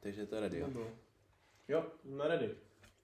Takže to je ready, jo? Jo, jsme ready.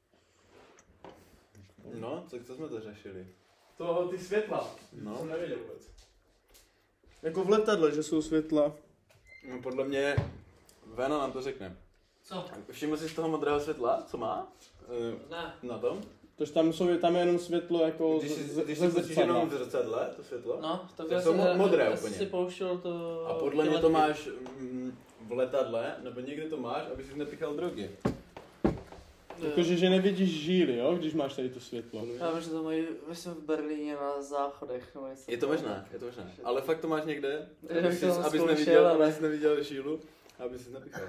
No, tak co jsme to řešili? To ty světla. No. Jsem nevěděl vůbec. Jako v letadle, že jsou světla. No podle mě Vena nám to řekne. Co? Všiml jsi z toho modrého světla, co má? Ne. Na tom? Tož tam je jenom světlo jako Když si pustíš jenom v zrcadle, to světlo. No, tak jsou modré já úplně. si pouštěl to... A podle mě to máš v letadle, nebo někde to máš, aby si nepichal drogy. Jakože, že nevidíš žíly, jo, když máš tady to světlo. Já vím, že to mají, myslím, v Berlíně na záchodech. Nebo Je to možné. Ale fakt to máš někde, zkoušel, abys neviděl žílu, aby si nepichal.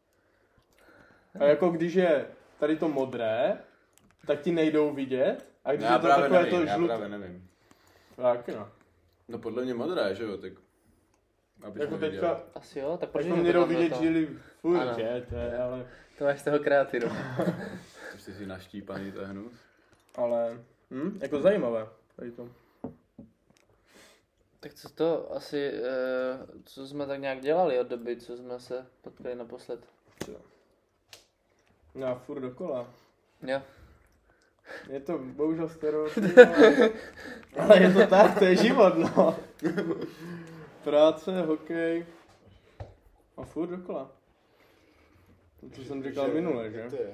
A jako když je tady to modré, tak ti nejdou vidět. A když je to takové to žluté. Já právě nevím. Tak no. No podle mě modré, že jo, tak... Abys Jako neviděl. teďka, Asi jo, tak jako mě jdou vidět žíly furt, že? To je, ale... To máš z toho kreatinu. To jsi si naštípaný, to je hnus. Ale, jako zajímavé, tady to. Tak co to asi, co jsme tak nějak dělali od doby, co jsme se potkali naposled? Já furt dokola. Jo. Je to bohužel stereotyp, ale je to tak, to je život, no. Práce, hokej a furt dokola. To jsem říkal minule, že? To je.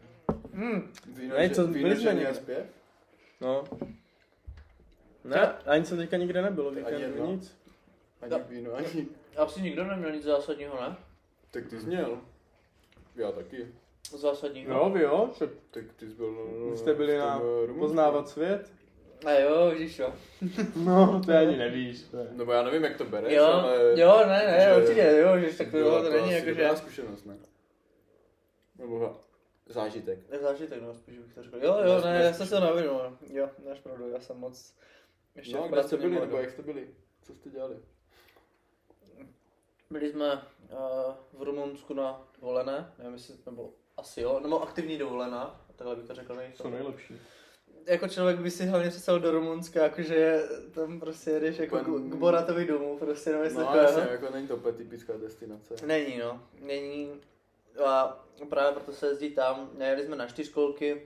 Byli a zpěv? No. Ne, ani jsem teďka nikde nebylo, Ani víkend, jedno? nic. Ani víno, ani... Asi nikdo neměl nic zásadního, ne? Tak ty jsi měl. Já taky. Zásadního. Jo, vy jo, že Tak ty jsi byl... vy jste byli na poznávat svět. A jo, vidíš jo. No, to ani nevíš. To je. Nebo já nevím, jak to bereš, Jo, ale... jo, ne, že- určitě, jo, že tak byla to není asi jako, že... dobrá zkušenost, ne? Nebo zážitek. Zážitek, no, spíš bych to řekl. Jo, ne, já jsem se navinul, jo, máš pravdu, já jsem moc... Ještě No, v kde práci jste byli, nemohl. nebo jak jste byli? Co jste dělali? Byli jsme v Rumunsku na dovolené, nevím jestli, nebo asi jo, nebo aktivní dovolená, takhle bych to řekl nejsou. Co nejlepší. Jako člověk by si hlavně představil do Rumunska, jakože tam prostě jedeš jako k Boratovi domů, prostě nevím No jestli jasně, jako není to úplně typická destinace. Není, no, není. A právě proto se jezdí tam, jeli jsme na 4kolky,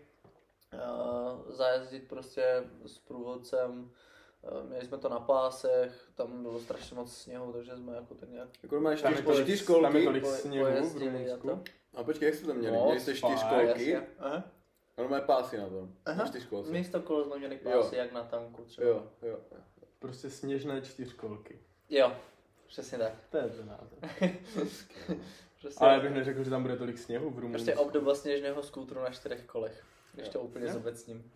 zajezdit prostě s průvodcem, měli jsme to na pásech, tam bylo strašně moc sněhu, takže jsme jako tak nějak... Jako máš Tam je tolik čtyřkolky. sněhu v pojezdili a to. Rumunsku. A počkej, jak jste to měli? No, Měli jste fakt, čtyřkolky? Jasně. Aha. Ono má pásy na tom. Aha. Na čtyřkolce. Místo kolo jsme měli pásy, jak na tanku třeba. Jo. Prostě sněžné čtyřkolky. Jo, přesně tak. To je ten název. Prostě, Ale já bych neřekl, že tam bude tolik sněhu v Rumunsku. prostě obdoba sněžného skútru na 4 kolech, když to úplně Jo. zobecním.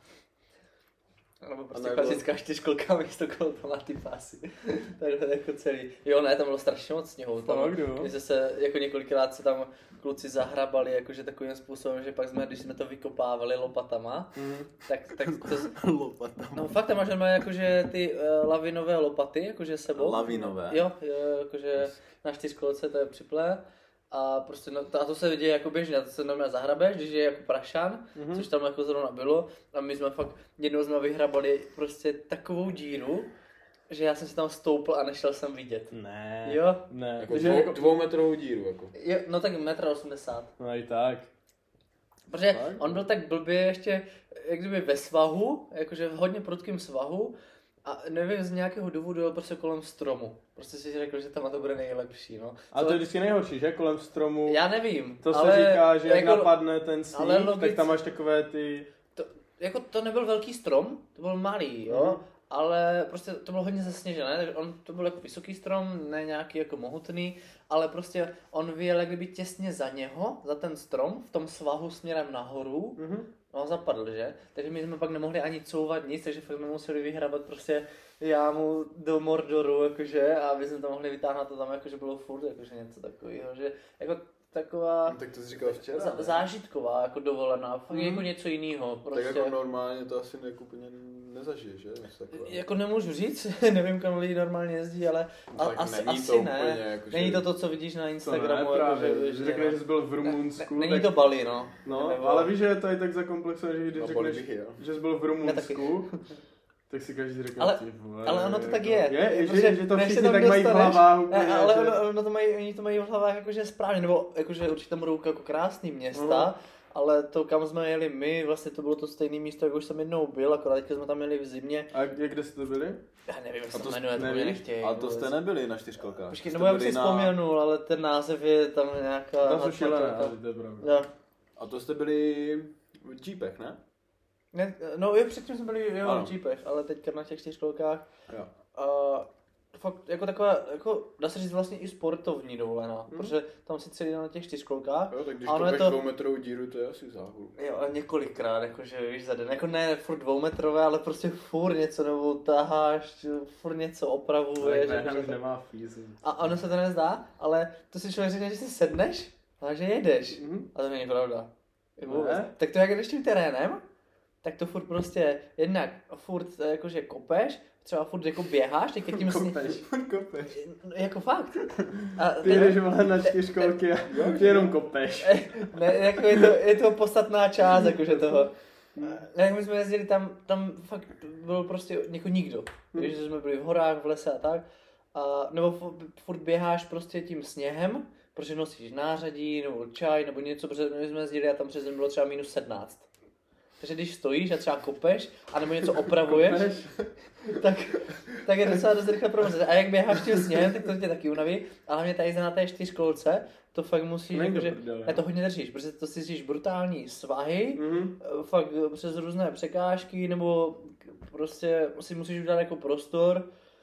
Nebo prostě nebylo- klasická 4kolka místo kolo to má ty pásy. Takhle jako celý. Jo, ne, tam bylo strašně moc sněhu. Tam, Fakt, jo. my jsme se jako několikrát se tam kluci zahrabali jakože takovým způsobem, že pak jsme, když jsme to vykopávali lopatama, tak to... Lopata. No fakt tam máš normálně jakože ty lavinové lopaty, jakože sebou. Lavinové. Jo, jakože na 4kolce to je připlé. A prostě no, to se děje jako běžně, to se normálně zahrabeš, když je jako prašan, což tam jako zrovna bylo. A my jsme fakt jednou jsme vyhrabali prostě takovou díru, že já jsem si tam stoupl a nešel jsem vidět. Ne. Jo. Ne. Jako Takže dvoumetrovou díru, jako. Jo, no tak 1,80 m. No i tak. Protože Fakt? on byl tak blbě ještě, jak kdyby ve svahu, jakože v hodně prudkém svahu. A nevím, z nějakého důvodu jel prostě kolem stromu. Prostě si řekl, že tam to bude nejlepší, no. A to je vždycky nejhorší, že? Kolem stromu. Já nevím, To se ale říká, že jak jako, napadne ten sníh, ale tak logicky- tam máš takové ty... jako to nebyl velký strom, to byl malý, jo. Ale prostě to bylo hodně zasněžené, takže to byl jako vysoký strom, ne nějaký jako mohutný, ale prostě on vyjel jak kdyby těsně za něho, za ten strom, v tom svahu směrem nahoru, no zapadl, že? Takže my jsme pak nemohli ani couvat nic, takže fakt jsme museli vyhrabat prostě jámu do Mordoru, jakože, a aby jsme to mohli vytáhnout, to tam jakože bylo furt, jakože něco takového, že jako taková Tak to jsi říkal včera, ne? zážitková jako dovolená, fakt jako něco jiného, prostě. Tak jako normálně to asi jako úplně nezažiješ, že? Něco takového. Jako nemůžu říct, nevím kam lidi normálně jezdí, ale Tak asi, není asi to ne. úplně jako, Není že- to, co vidíš na To ne, Instagramu. právě. Jako, Že řekneš, že jsi byl v Rumunsku. Není tak... to Bali, no. No, Nebo- ale víš, že je to i tak zakomplexované, že když No, řekneš, Bali bych jel. že jsi byl v Rumunsku, Tak si každý řekne, ale ono to tak je. Že to všichni tak mají v hlavách úplně. Ale oni to mají v hlavách jakože správně, nebo jakože určitě tam budou jako krásný města, ale to, kam jsme jeli my, vlastně to bylo to stejné místo, jako už jsem jednou byl, akorát teďka jsme tam jeli v zimě. A kde jste byli? Já nevím, jak se to jmenuje, to mě nechtějí. A to jste nebyli na 4kolkách? Počkej, nebo já bych si vzpomněnul, ale ten název je tam nějaká... Tam jsou šílené, to je pravda. A to jste byli v jeepech, ne? Ne, no jo, předtím jsme byli v jeepech, ale teďka na těch 4kolkách. Jo. Fakt jako taková, jako dá se říct vlastně i sportovní dovolená, protože tam si celý den na těch 4kolkách. Jo, tak když kopeš 2metrovou díru, to je asi záhul. Jo, ale několikrát, jakože víš za den, jako ne furt 2metrové, ale prostě furt něco nebo taháš, furt něco opravuješ. Tak nemá fízu. A ono se to nezdá, ale to si člověk řekne, že si sedneš, ale že jedeš. A to není pravda. Tak to jak jdeš tím terénem, tak to furt prostě jednak furt jakože kopeš, třeba furt jako běháš, teďka tím kopeš. Jako fakt. Ty jdeš na 4kolky a jenom kopeš. Ne, jako je to podstatná část jakože toho. Jak my jsme jezdili tam fakt bylo prostě jako nikdo. Víš, že jsme byli v horách, v lese a tak. Nebo furt běháš prostě tím sněhem, protože nosíš nářadí, nebo čaj, nebo něco, protože my jsme jezdili a tam přes den bylo třeba -17. Takže když stojíš a třeba kopeš, anebo něco opravuješ, tak je docela dost rychle provozet. A jak běháš tím sněhem, tak to tě taky unaví. A hlavně tady na té 4kolce, to fakt musíš, jakože, to hodně držíš, protože to si cítíš brutální svahy, fakt přes různé překážky, nebo prostě si musíš udělat jako prostor.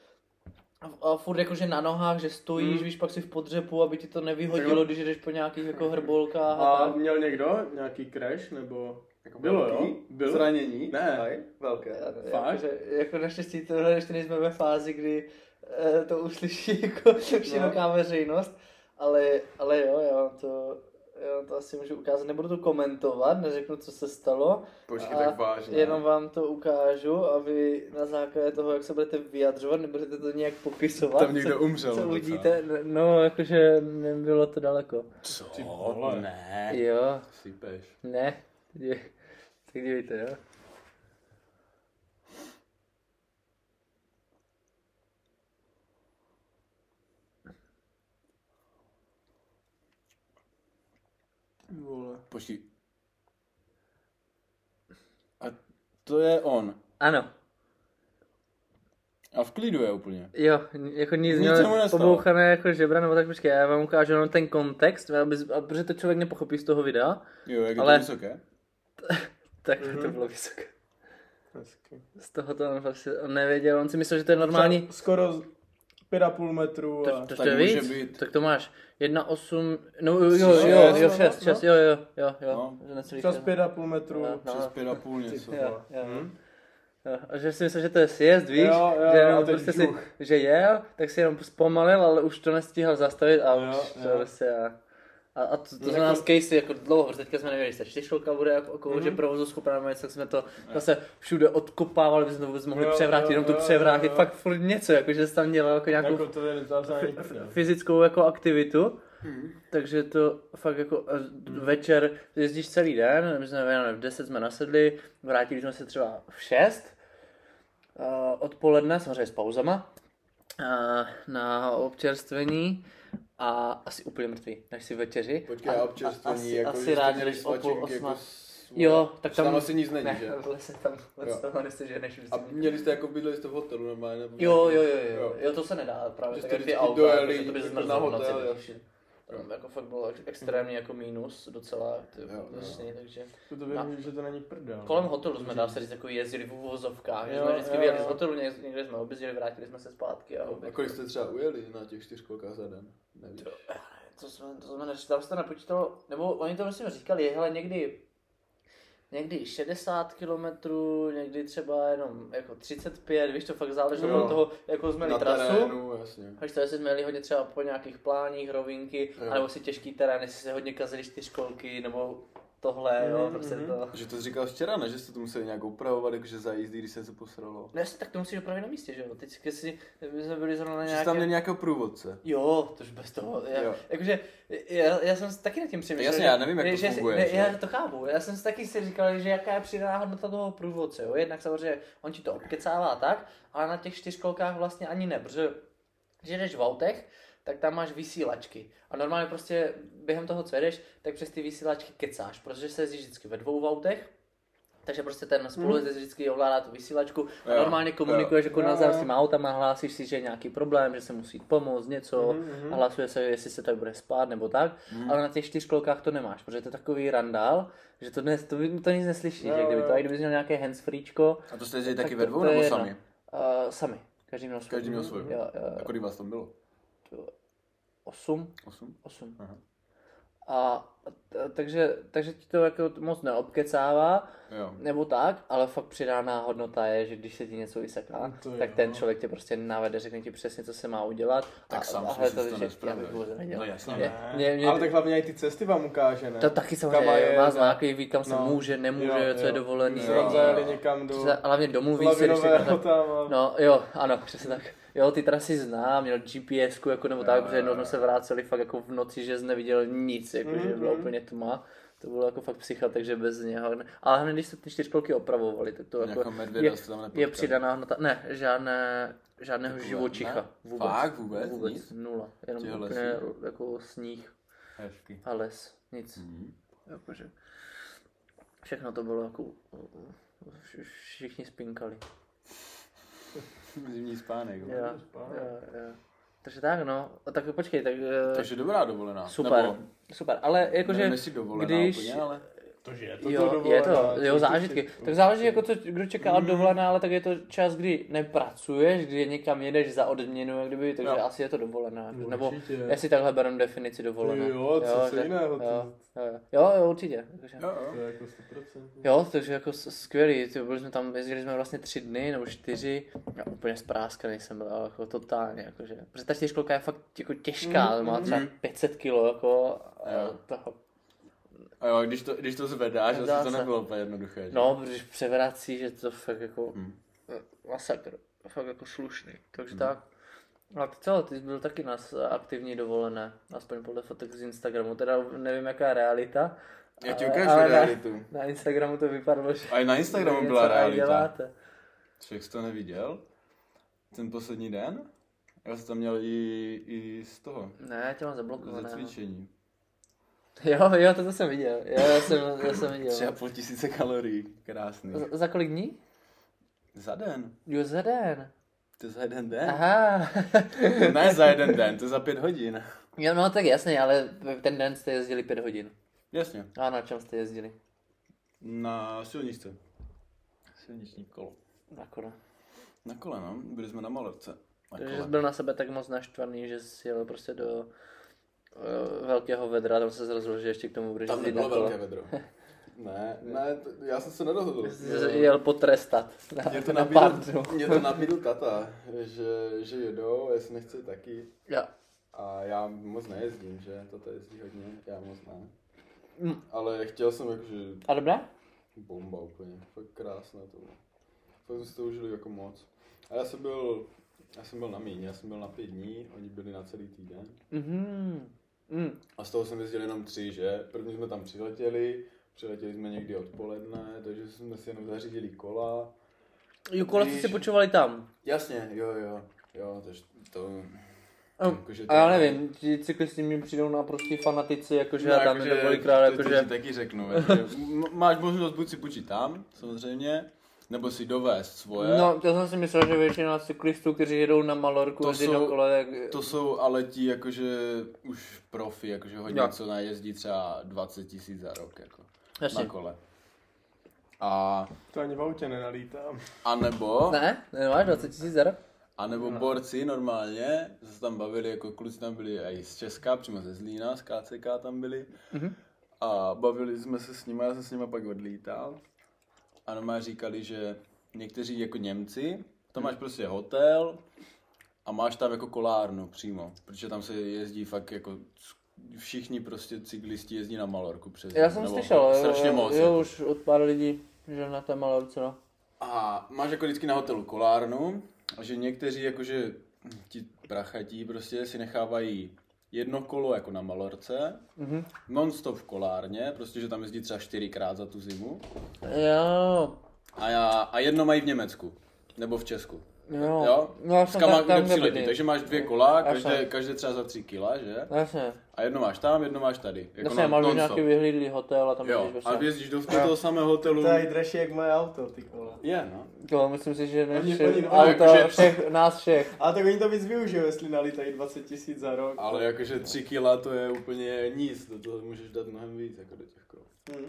A furt jakože na nohách, že stojíš, víš, pak si v podřepu, aby ti to nevyhodilo, když jdeš po nějakých jako hrbolkách. A měl někdo nějaký crash, nebo... Jako bylo, velký? jo? Bylo? Zranění? Ne. Velké. Fakt? Jako naštěstí tohle ještě nejsme ve fázi, kdy to uslyší jako široká veřejnost, ale jo, já to asi můžu ukázat, nebudu to komentovat, neřeknu, co se stalo. Počkej, tak vážně. Jenom vám to ukážu a vy na základě toho, jak se budete vyjadřovat, nebudete to nějak popisovat. Tam někdo umřel. Co uvidíte, no jakože nebylo to daleko. Co? Ne. Jo. Sypeš. Ne. Tak dívejte, jo. Počkej. A to je on. Ano. A v klidu je úplně. Jo, jako nic měl pobouchané jako žebra, nebo tak počkej, já vám ukážu jenom ten kontext, protože to člověk nepochopí z toho videa. Jo, jak je to vysoké? Tak to bylo vysoké. Z toho to on nevěděl, on si myslel, že to je normální. Skoro 5,5 metru. To je víc? Být. Tak to máš 1,8, no jo, 6, jo. Přes 5,5 metru. Přes 5,5 něco. Jo. A že si myslel, že to je sjezd, víš? Že jenom prostě že jel, tak si jenom zpomalil, ale už to nestíhal zastavit a už to prostě A to znamená z casey jako dlouho, protože teďka jsme nevěděli, že 4kolka bude jako že provozu schopná věc, tak jsme to zase všude odkopávali, aby jsme to vůbec mohli převrátit, jenom to převrátit, fakt furt něco, jakože se tam dělal jako nějakou fyzickou jako aktivitu. Takže to fakt jako večer jezdíš celý den, my jsme v 10 jsme nasedli, vrátili jsme se třeba v 6 odpoledne, samozřejmě s pauzama na občerstvení. A asi úplně mrtvý, než si večeři. Počkej, a občerstvení, jako asi rád, když o 7:30. Jako jo, tak tam asi nic není, že? V lese tam neseženeš. A měli jste jako bydleli jste v hotelu normálně? Nebo jo, to se nedá právě, tak jak ty auta, dojeli, to by se zmrzlo v noci. Tam jako fakt bylo extrémní jako mínus docela, vlastně, takže... To věřím, že to není prdel. Kolem hotelu jsme dá se říct jako jezdili v uvozovkách, že jsme vždycky vyjeli z hotelu, někde jsme objezdili, vrátili jsme se zpátky. A kolik jste třeba ujeli na těch 4kolkách za den? Nevím. To jsme tam se to nepočítalo, nebo oni to myslím říkali, hele někdy 60 kilometrů, někdy třeba jenom jako 35, víš, to fakt záleželo od toho, jakou jsme měli trasu. Terénu, jasně. Až to jestli jsme jeli hodně třeba po nějakých pláních, rovinky, anebo si těžký terén, jestli se hodně kazili 4kolky, nebo tohle, jo, prostě to. Že to jsi říkal včera, ne? Že jste to museli nějak upravovat, jakože za jízdy, když se posralo. No jasně, tak to musíš opravit na místě, že jo. Teď my jsme byli zrovna na Že nějaké... jsi tam měl nějakého průvodce. Jo, tož bez toho. Jakože, já jsem si taky nad tím přemýšlel. Jasně, já nevím, jak to funguje. Já to chápu. Já jsem si taky si říkal, že jaká je přidaná hodnota toho průvodce, jo. Jednak samozřejmě on ti to obkecává tak, ale na těch 4 kolkách vlastně ani ne, protože když jdeš v autech, tak tam máš vysílačky. A normálně prostě během toho, co jedeš, tak přes ty vysílačky kecáš, protože se jezdíš vždycky ve 2 autech. Takže prostě ten spolujezdec vždycky ovládá tu vysílačku a normálně komunikuješ jako navzájem s těma autama, hlásíš si, že je nějaký problém, že se musí pomoct, něco, a hlasuje se, jestli se tady bude spát nebo tak, ale na těch 4 kolkách to nemáš, protože to je takový randál, že to nic neslyší, že kdyby měl nějaké handsfreečko. A to jste jezdili taky ve 2 nebo sami? Sami, každý měl svůj. Každý měl svůj. A kolik vás tam bylo? 8. Aha. Takže ti to jako moc neobkecává, jo. nebo tak, ale fakt přidáná hodnota je, že když se ti něco vyseká, tak ten člověk tě prostě navede, řekne ti přesně, co se má udělat. Tak sám si to nespravil. No jasně. Ale tak hlavně i ty cesty vám ukáže, ne? To taky samozřejmě má znáky, ví, kam se může, nemůže, co je dovolený. Když vám zajeli někam do... A hlavně domluví se, když no jo, ano, přesně tak. Jo, ty trasy znám, měl GPS-ku, jako nebo tak, protože jednou jsme se vraceli fakt jako v noci, že jsi neviděl nic, jako, že byla úplně tma. To bylo jako fakt psycha, takže bez něho. Ale hlavně, když se ty 4 kolky opravovali, tak to jako je přidaná hodnota. Ne, žádného živočicha. Vůbec. Fakt vůbec? Vůbec, nula. Jenom úplně jako sníh a les, nic. Jakože všechno to bylo jako, všichni spinkali. Zimní spánek. Jo. Takže tak, no. Tak počkej, tak... Takže dobrá dovolená. Super, ale jakože... Nevím, jestli dovolená když... úplně, ale... Jo, zážitky. Tak záleží, jako co, kdo čeká od dovolená, ale tak je to čas, kdy nepracuješ, kdy někam jedeš za odměnu, jak kdyby, takže asi je to dovolená. Nebo jestli takhle bereme definici dovolená. Jo, co se jiného. Jo, určitě. To je jako 100%. Jo, takže jako skvělý. Byli jsme tam, jezdili jsme vlastně 3 dny nebo 4. Já úplně spráskaný jsem byl, ale jako totálně, jakože. Protože ta 4 je fakt jako těžká, má třeba 500 kilo, jako toho. A jo, když to zvedáš, asi to nebylo úplně jednoduché. Že? No, když převrací, že to fakt jako masakr, fakt jako slušný, takže tak. A ty byl taky nás aktivní dovolené, aspoň podle fotek z Instagramu, teda nevím jaká je realita. Já ti ukážu realitu. Na Instagramu to vypadalo, že... A i na Instagramu byla realita. Člověk jsi to neviděl? Ten poslední den? Já jsem tam měl i z toho. Ne, já tě mám zablokované. Ze cvičení. Jo, to jsem viděl. Já jsem viděl. 3,5 tisíce kalorií. Krásný. Za kolik dní? Za den. Jo, za den. To za jeden den? Aha. Ne za jeden den, to za 5 hodin. Jo, no tak jasně, ale ten den jste jezdili 5 hodin. Jasně. A na čem jste jezdili? Na silničce. Silniční kolo. Na kole, no. Byli jsme na Malorce. Takže jsi byl na sebe tak moc naštvaný, že jsi jel prostě do velkého vedra, tam se rozhodl, že ještě k tomu budeš jezdit na kole. Tam nebylo velké vedro. Ne, já jsem se nerozhodl. Jel potrestat. Mě to nabídl tata, že jedou, jestli nechci taky. Jo. A já moc nejezdím, že? Tata jezdí hodně, já moc ne. Ale chtěl jsem jakože... A dobré? Bomba úplně, fakt krásné to bylo. Fakt jsme si to užili jako moc. A já jsem byl na míň, já jsem byl na 5 dní, oni byli na celý týden. A z toho jsem jezdil jenom 3, že? První jsme tam přiletěli jsme někdy odpoledne, takže jsme si jenom zařídili kola. Jo, kola jste si počovali tam? Jasně, jo, takže to... A já nevím, ti cyklisti mi přijdou na prostý fanatici, jakože já tam několikrát, jakože... To ti taky řeknu, máš možnost buď si půjčit tam, samozřejmě, nebo si dovést svoje. No, to jsem si myslel, že většina cyklistů, kteří jedou na Malorku, jezdí na kole, tak... To jsou ale ti jakože už profi, jakože hodně co najezdí třeba 20 000 za rok, jako na kole. A... To ani v autě nenalítám. A nebo... Ne? Nemáš 20 000 za rok? A nebo borci normálně, se tam bavili, jako kluci tam byli i z Česka, přímo ze Zlína, z KCK tam byli. A bavili jsme se s nimi, já jsem s nimi pak odlítal. A normálně říkali, že někteří jako Němci, tam máš prostě hotel a máš tam jako kolárnu přímo, protože tam se jezdí fakt jako všichni prostě cyklisti jezdí na Malorku přes. Já jsem slyšel, strašně moc. Jo, už od pár lidí, že na té Malorce, no. A máš jako vždycky na hotelu kolárnu, a že někteří jakože ti prachatí prostě si nechávají jedno kolo jako na Malorce, non-stop v kolárně, prostě že tam jezdí třeba 4krát za tu zimu. Jo. A jedno mají v Německu, nebo v Česku. Jo. No, s kam kde přiletí, takže máš 2 kola, každé třeba za 3 kila, že? Jasně. A jedno máš tam, jedno máš tady. Jako jasně, máš nějaký vyhlídlý hotel a tam jezdíš prostě. A jezdíš do toho samého hotelu. To je dražší jak moje auto, ty kola. Je, no. Jo, myslím si, že než auto nás všech. Ale tak oni to víc využijou, jestli nalítají 20 000 za rok. Ale jakože 3 kila to je úplně nic, do toho můžeš dát mnohem víc, jako do těch kol.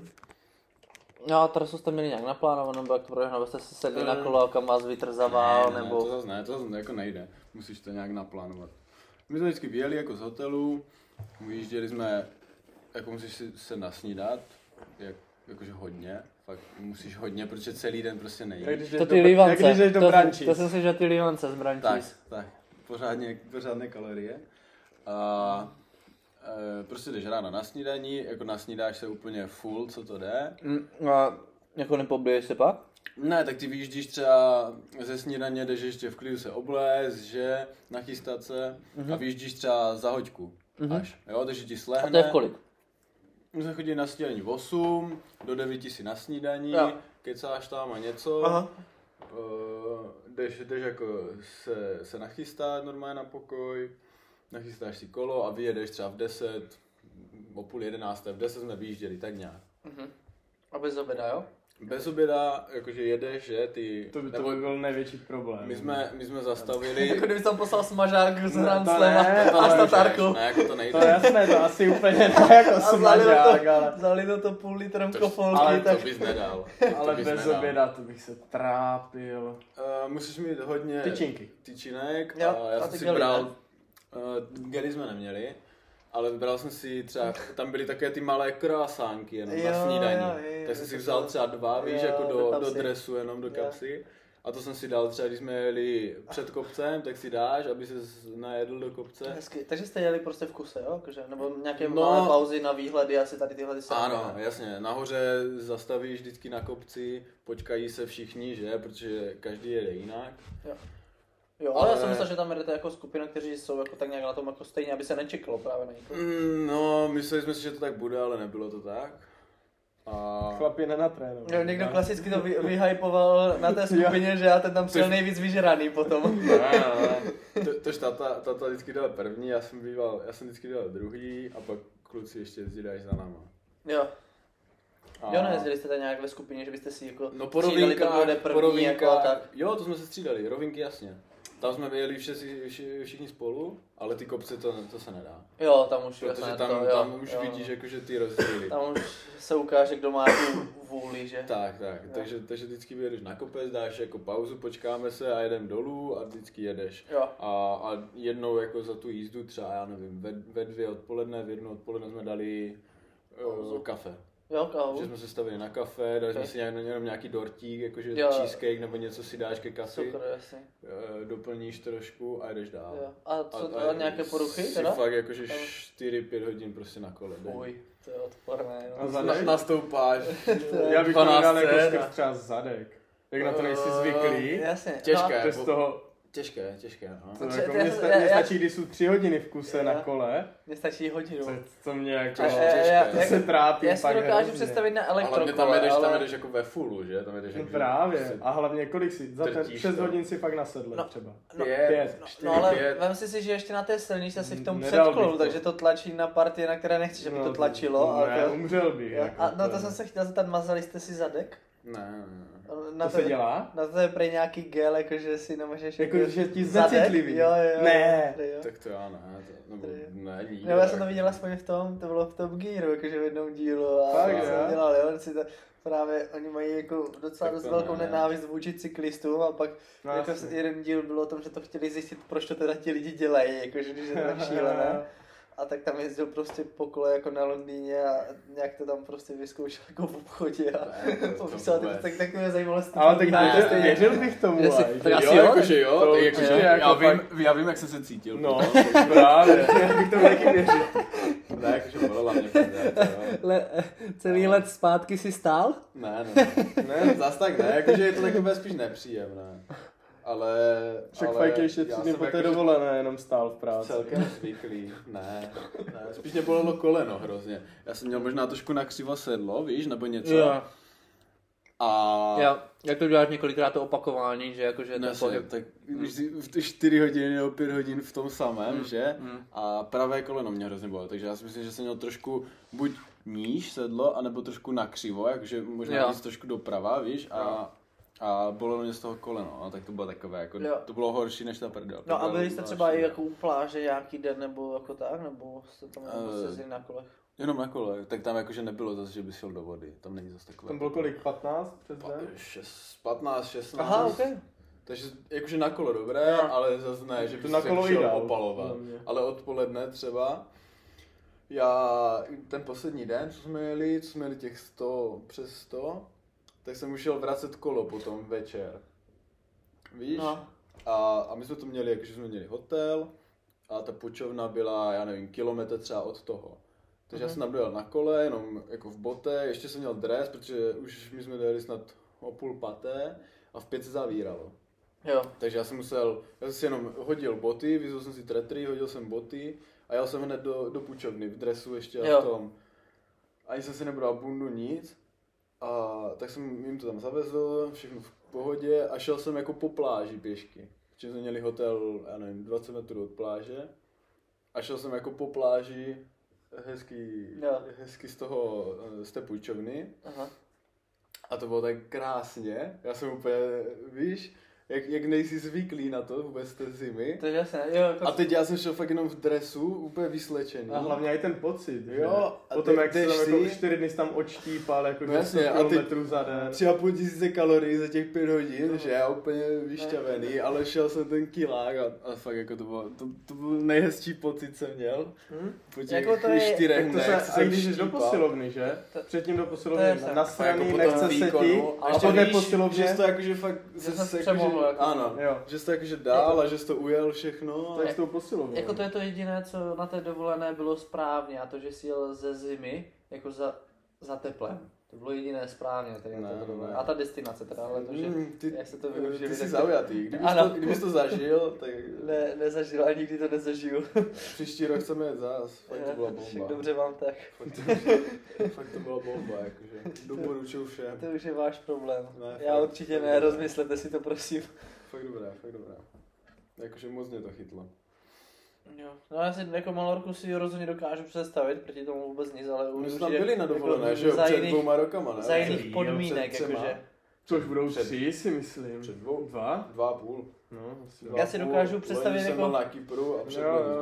No a trasu jste měli nějak naplánovanou, nebo jak to proběhlo, abyste si sedli na kolo a kam vás vítr zavál, ne, nebo... to zase jako nejde, musíš to nějak naplánovat. My jsme vždycky vyjeli jako z hotelu, vyjížděli jsme, jako musíš se nasnídat, jakože hodně, fakt musíš hodně, protože celý den prostě nejíš. To ty lívance, jak když jdeš do Brančíc. To jsem si, že ty lívance z Brančíc. Tak, pořádné kalorie. A prostě jdeš ráno na snídaní, jako nasnídáš se úplně full, co to jde. A jako nepobliješ se pak? Ne, tak ty vyjíždíš třeba ze snídaně, jdeš ještě v klidu se oblézt, že, nachystat se a vyjíždíš třeba za hoďku až, jo, takže ti slehne. A to je v kolik? My jsme chodili na snídaní v 8, do 9 si na snídaní, kecáš tam a něco. Aha. Jdeš jako se nachystat normálně na pokoj, nachystáš si kolo a vyjedeš třeba v 10, o 10:30, v 10 jsme vyjížděli, tak nějak. A bez oběda, jo? Bez oběda, jakože jedeš, že ty... To by byl největší problém. My jsme zastavili... Jako kdyby tam poslal smažák s hranslem a s tatárkou. Ne, jako to nejde. To jasné, to asi úplně ne jako smažák, ale... Zalil to půl litrem kofolky, ale tak... to bys nedal. Ale bez oběda to bych se trápil. Musíš mít hodně... Tyčinek. Jo, a já jsem si bral... Gely jsme neměli. Ale vybral jsem si třeba, tam byly také ty malé krásánky jenom na snídaní. Tak jsem si vzal třeba 2, víš, jako do dresu, jenom do kapsy. A to jsem si dal třeba, když jsme jeli před kopcem, tak si dáš, aby se najedl do kopce. Hezky. Takže jste jeli prostě v kuse, jo? Nebo nějaké malé pauzy na výhledy, asi tady tyhle se... Ano, jasně. Nahoře zastavíš vždycky na kopci, počkají se všichni, že? Protože každý jede jinak. Jo, ale já jsem myslel, že tam jedete jako skupina, kteří jsou jako tak nějak na tom jako stejně, aby se nečekalo právě na někoho. No, mysleli jsme si, že to tak bude, ale nebylo to tak. Chlapi nenatrénoval. Někdo klasicky to vyhypoval na té skupině, že já ten tam přijel nejvíc vyžraný potom. Tož tata vždycky dal první, já jsem vždycky dal druhý a pak kluci ještě jezdili až za náma. Jo. Jo, nejezdili jste tady nějak ve skupině, že byste si jako po rovinkách, tak. Jo, to jsme se střídali, rovinky jasně. Tam jsme vyjeli všichni spolu, ale ty kopce to se nedá. Jo, tam už protože tam už vidíš jakože ty rozdíly. Tam už se ukáže, kdo má tu vůli, že? Tak. Takže vždycky vyjedeš na kopec, dáš jako pauzu, počkáme se a jedem dolů a vždycky jedeš. Jo. A jednou jako za tu jízdu třeba, já nevím, ve 2 odpoledne, v 1 odpoledne jsme dali kafe. Jo, kávu. Že jsme se stavili na kafe, dali jsme si jenom nějaký dortík, jakože cheesecake nebo něco si dáš ke kafi. Super, jasně. Doplníš trošku a jdeš dál. Jo. A nějaké poruchy teda? Fakt jakože 4-5 hodin prostě na kole. Uj, to je odporné. No. Nastoupáš. Já bych to dal jako třeba zadek. Jak na to nejsi zvyklý. Jasně. Těžké. Bez toho... Těžké, no. To jako mně stačí, když jsou 3 hodiny v kuse na kole. Mně stačí hodinu. Co mě jako... To se trápí. Já si dokážu představit na elektrokole, ale tam jedeš jako ve fullu, že? Tam jedeš jako právě. Prostě a hlavně kolik si? Za 6 hodin si fakt na sedle třeba. 5, 4, no ale vem si, že ještě na té silnici asi v tom předkolu, takže to tlačí na partie, na které nechci, aby to tlačilo. Ne, umřel bych. No to jsem se chtěl zeptat, mazali jste si zadek? Ne. To se dělá? Na to je prej nějaký gel, jakože si nemůžeš... Jakože ti znecitlivý. Jo. Ne. Tak to já ne. Ne, nikdy. Já jsem to viděl aspoň v tom, to bylo v Top Gearu, jakože v jednom dílu a jsem dělal, jo, si to právě, oni mají jako docela dost velkou nenávist vůči cyklistům a pak jako jeden díl bylo o tom, že to chtěli zjistit, proč to teda ti lidi dělají, jakože když je to tak šílené. A tak tam jezdil prostě po kole jako na Londýně a nějak to tam prostě vyzkoušel jako v obchodě a popisal takové zajímavosti. Ale tak věřil bych tomu. Jakože jo, já vím, jak jsem se cítil. No, právě, já bych tomu taky věřil. Ne, jakože bolela mě celý let zpátky si stál? Ne, zas tak ne, jakože je to takové spíš nepříjemné. Ale... Však Fajky ještě 3 dny po té dovolené jenom stál v práci. Celkem zvyklý, ne. Spíš mě bolelo koleno hrozně. Já jsem měl možná trošku nakřivo sedlo, víš, nebo něco. Jo. A... Jak to děláš několikrát to opakování, že jakože ten pohyb... Tak když jsi 4 hodiny nebo 5 hodin v tom samém, že? A pravé koleno mě hrozně bolelo, takže já si myslím, že jsem měl trošku buď níž sedlo, anebo trošku nakřivo, jakože možná víc trošku doprava, víš, a bolelo mě z toho koleno, no, tak to bylo takové, jako, to bylo horší než ta prdel. No a byli jste třeba i jako u pláže nějaký den, nebo jako tak, nebo jste tam sezili na kolech? Jenom na kole, tak tam jakože nebylo zase, že by šel do vody, tam není zase takové. Tam bylo kolik, 15 přes den? 15, 16. Aha, ok. Takže jakože na kolo dobré, ale zase ne, že by se šel opalovat. Ale odpoledne třeba, ten poslední den, co jsme jeli těch 100, přes 100, tak jsem už šel vracet kolo potom večer. Víš? No. A my jsme to měli, jakože jsme měli hotel a ta půjčovna byla, já nevím, kilometr třeba od toho. Takže já jsem tam dojel na kole, jenom jako v bote, ještě jsem měl dres, protože už my jsme dojeli snad o 4:30 a v 5 se zavíralo. Jo. Takže já jsem si jenom hodil boty, vyzval jsem si tretry, hodil jsem boty a jel jsem hned do půjčovny v dresu ještě a v tom. Ani jsem si nebral bundu, nic. A tak jsem jim to tam zavezl, všechno v pohodě a šel jsem jako po pláži pěšky. Protože jsme měli hotel, já nevím, 20 metrů od pláže. A šel jsem jako po pláži hezky z té půjčovny. Aha. A to bylo tak krásně. Já jsem úplně, víš, jak nejsi zvyklý na to vůbec té zimy. To je jasné, jo. A teď já jsem šel fakt jenom v dresu, úplně vyslečený. A hlavně i ten pocit, jo. A potom jak se tam jako 4 dny tam odštípal, jako 200 kilometrů za den. 3,5 kalorií za těch 5 hodin, že já úplně vyšťavený, ale šel jsem ten kilák a fakt jako to byl nejhezčí pocit jsem měl. Po těch jako 4 dnech. A když jdeš do posilovny, že? Předtím do posilovny nasraný, nechce se ti, a potom posilovně. Že to jakože fakt ano, že jsi to jakože dál a že jsi to ujel všechno. Tak s tou posilovnou. Jako to je to jediné, co na té dovolené bylo správně a to, že jsi jel ze zimy jako za teplem. To bylo jediné správně. Ne. A ta destinace teda, ale to, že jak se to využili. Ty jsi zaujatý. Kdybys to zažil, tak... Nezažil a nikdy to nezažiju. Příští rok chceme jet zás. Fakt to byla bomba. Dobře vám tak. Fakt to byla bomba, jakože. Doporučuju všem. To už je váš problém. Ne, já určitě ne, rozmyslete si to prosím. Fakt dobré. Jakože moc mě to chytlo. Jo. No já si jako Malorku si rozhodně dokážu představit, proti tomu vůbec nic, ale my jsme tam byli na dovolené, že jo, před 2 rokama, ne? Za jiných podmínek, jakože. Což budou 3, si myslím. Před 2? 2,5. No, já si dokážu představit jako... jsem na Kypru a před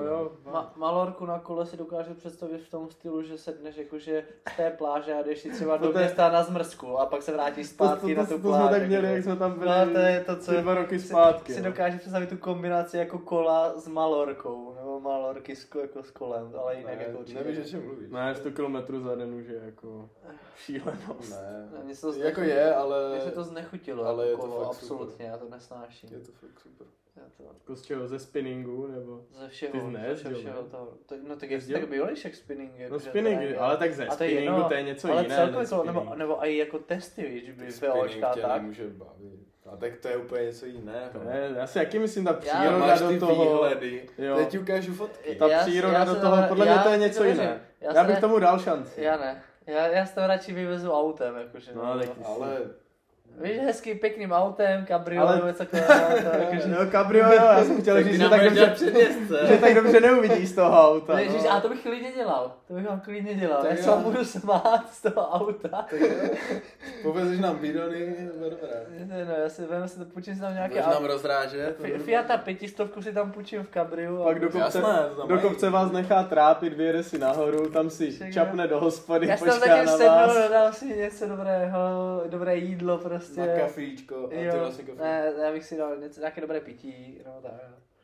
Malorku na kole si dokážu představit v tom stylu, že sedneš jakože z té pláže a jdeš si třeba do města na zmrzku a pak se vrátíš zpátky na tu pláž. To jsme tak měli, jak jsme tam byli to je to, co 2 roky zpátky. Si dokážu představit tu kombinaci jako kola s Malorkou, nebo Malorky jako s kolem, ale jinak jako určitě. Nevíš, o čem mluvíš. Ne, 100 km za den už je jako šílenost. Ne, jako je, ale... Mně se to znechutilo, ale jako kolo, absolutně, já to nesnáším. Je to fakt super. Jako z čeho? Ze spinningu? Nebo? Ze všeho. Ty jsi ze všeho toho. No tak jak tak bělejšek spinning. No spinning, ale tak ze spinningu to je něco ale jiné. Ale celkově, nebo i jako testy, víš, by BOčka tak. Nemůže bavit. A tak to je úplně něco jiného. Já si jaký myslím, ta příroda do toho. Výhledy. Teď ti ukážu fotky. Ta příroda do toho, podle mě to je něco jiné. Já bych tomu dal šanci. Já ne. Já se to radši vyvezu autem, jakože. No, ale... Víš, hezký pěkným autem, cabrio, nebo něco takového. No, cabrio, jo, já jsem chtěl říct, že tak dobře neuvidíš z toho auta. Ježiš, a to bych klidně dělal. To bych vám klidně dělal. Já se vám budu smát z toho auta. Povezeš nám bidony, dobré. No, já si vem si to půjčím si tam nějaké auto. Budeš nám rozrážet. Fiata 500 si tam půjčím v cabriu. Pak do kopce vás nechá trápit, vyjede si nahoru, tam si čapne do hospody, počká na vás. Já jsem dodal si něco dobré jídlo prostě. Na kafíčko a ty vlastně kafíčko. Ne, já bych si dal nějaké dobré pití, no tak.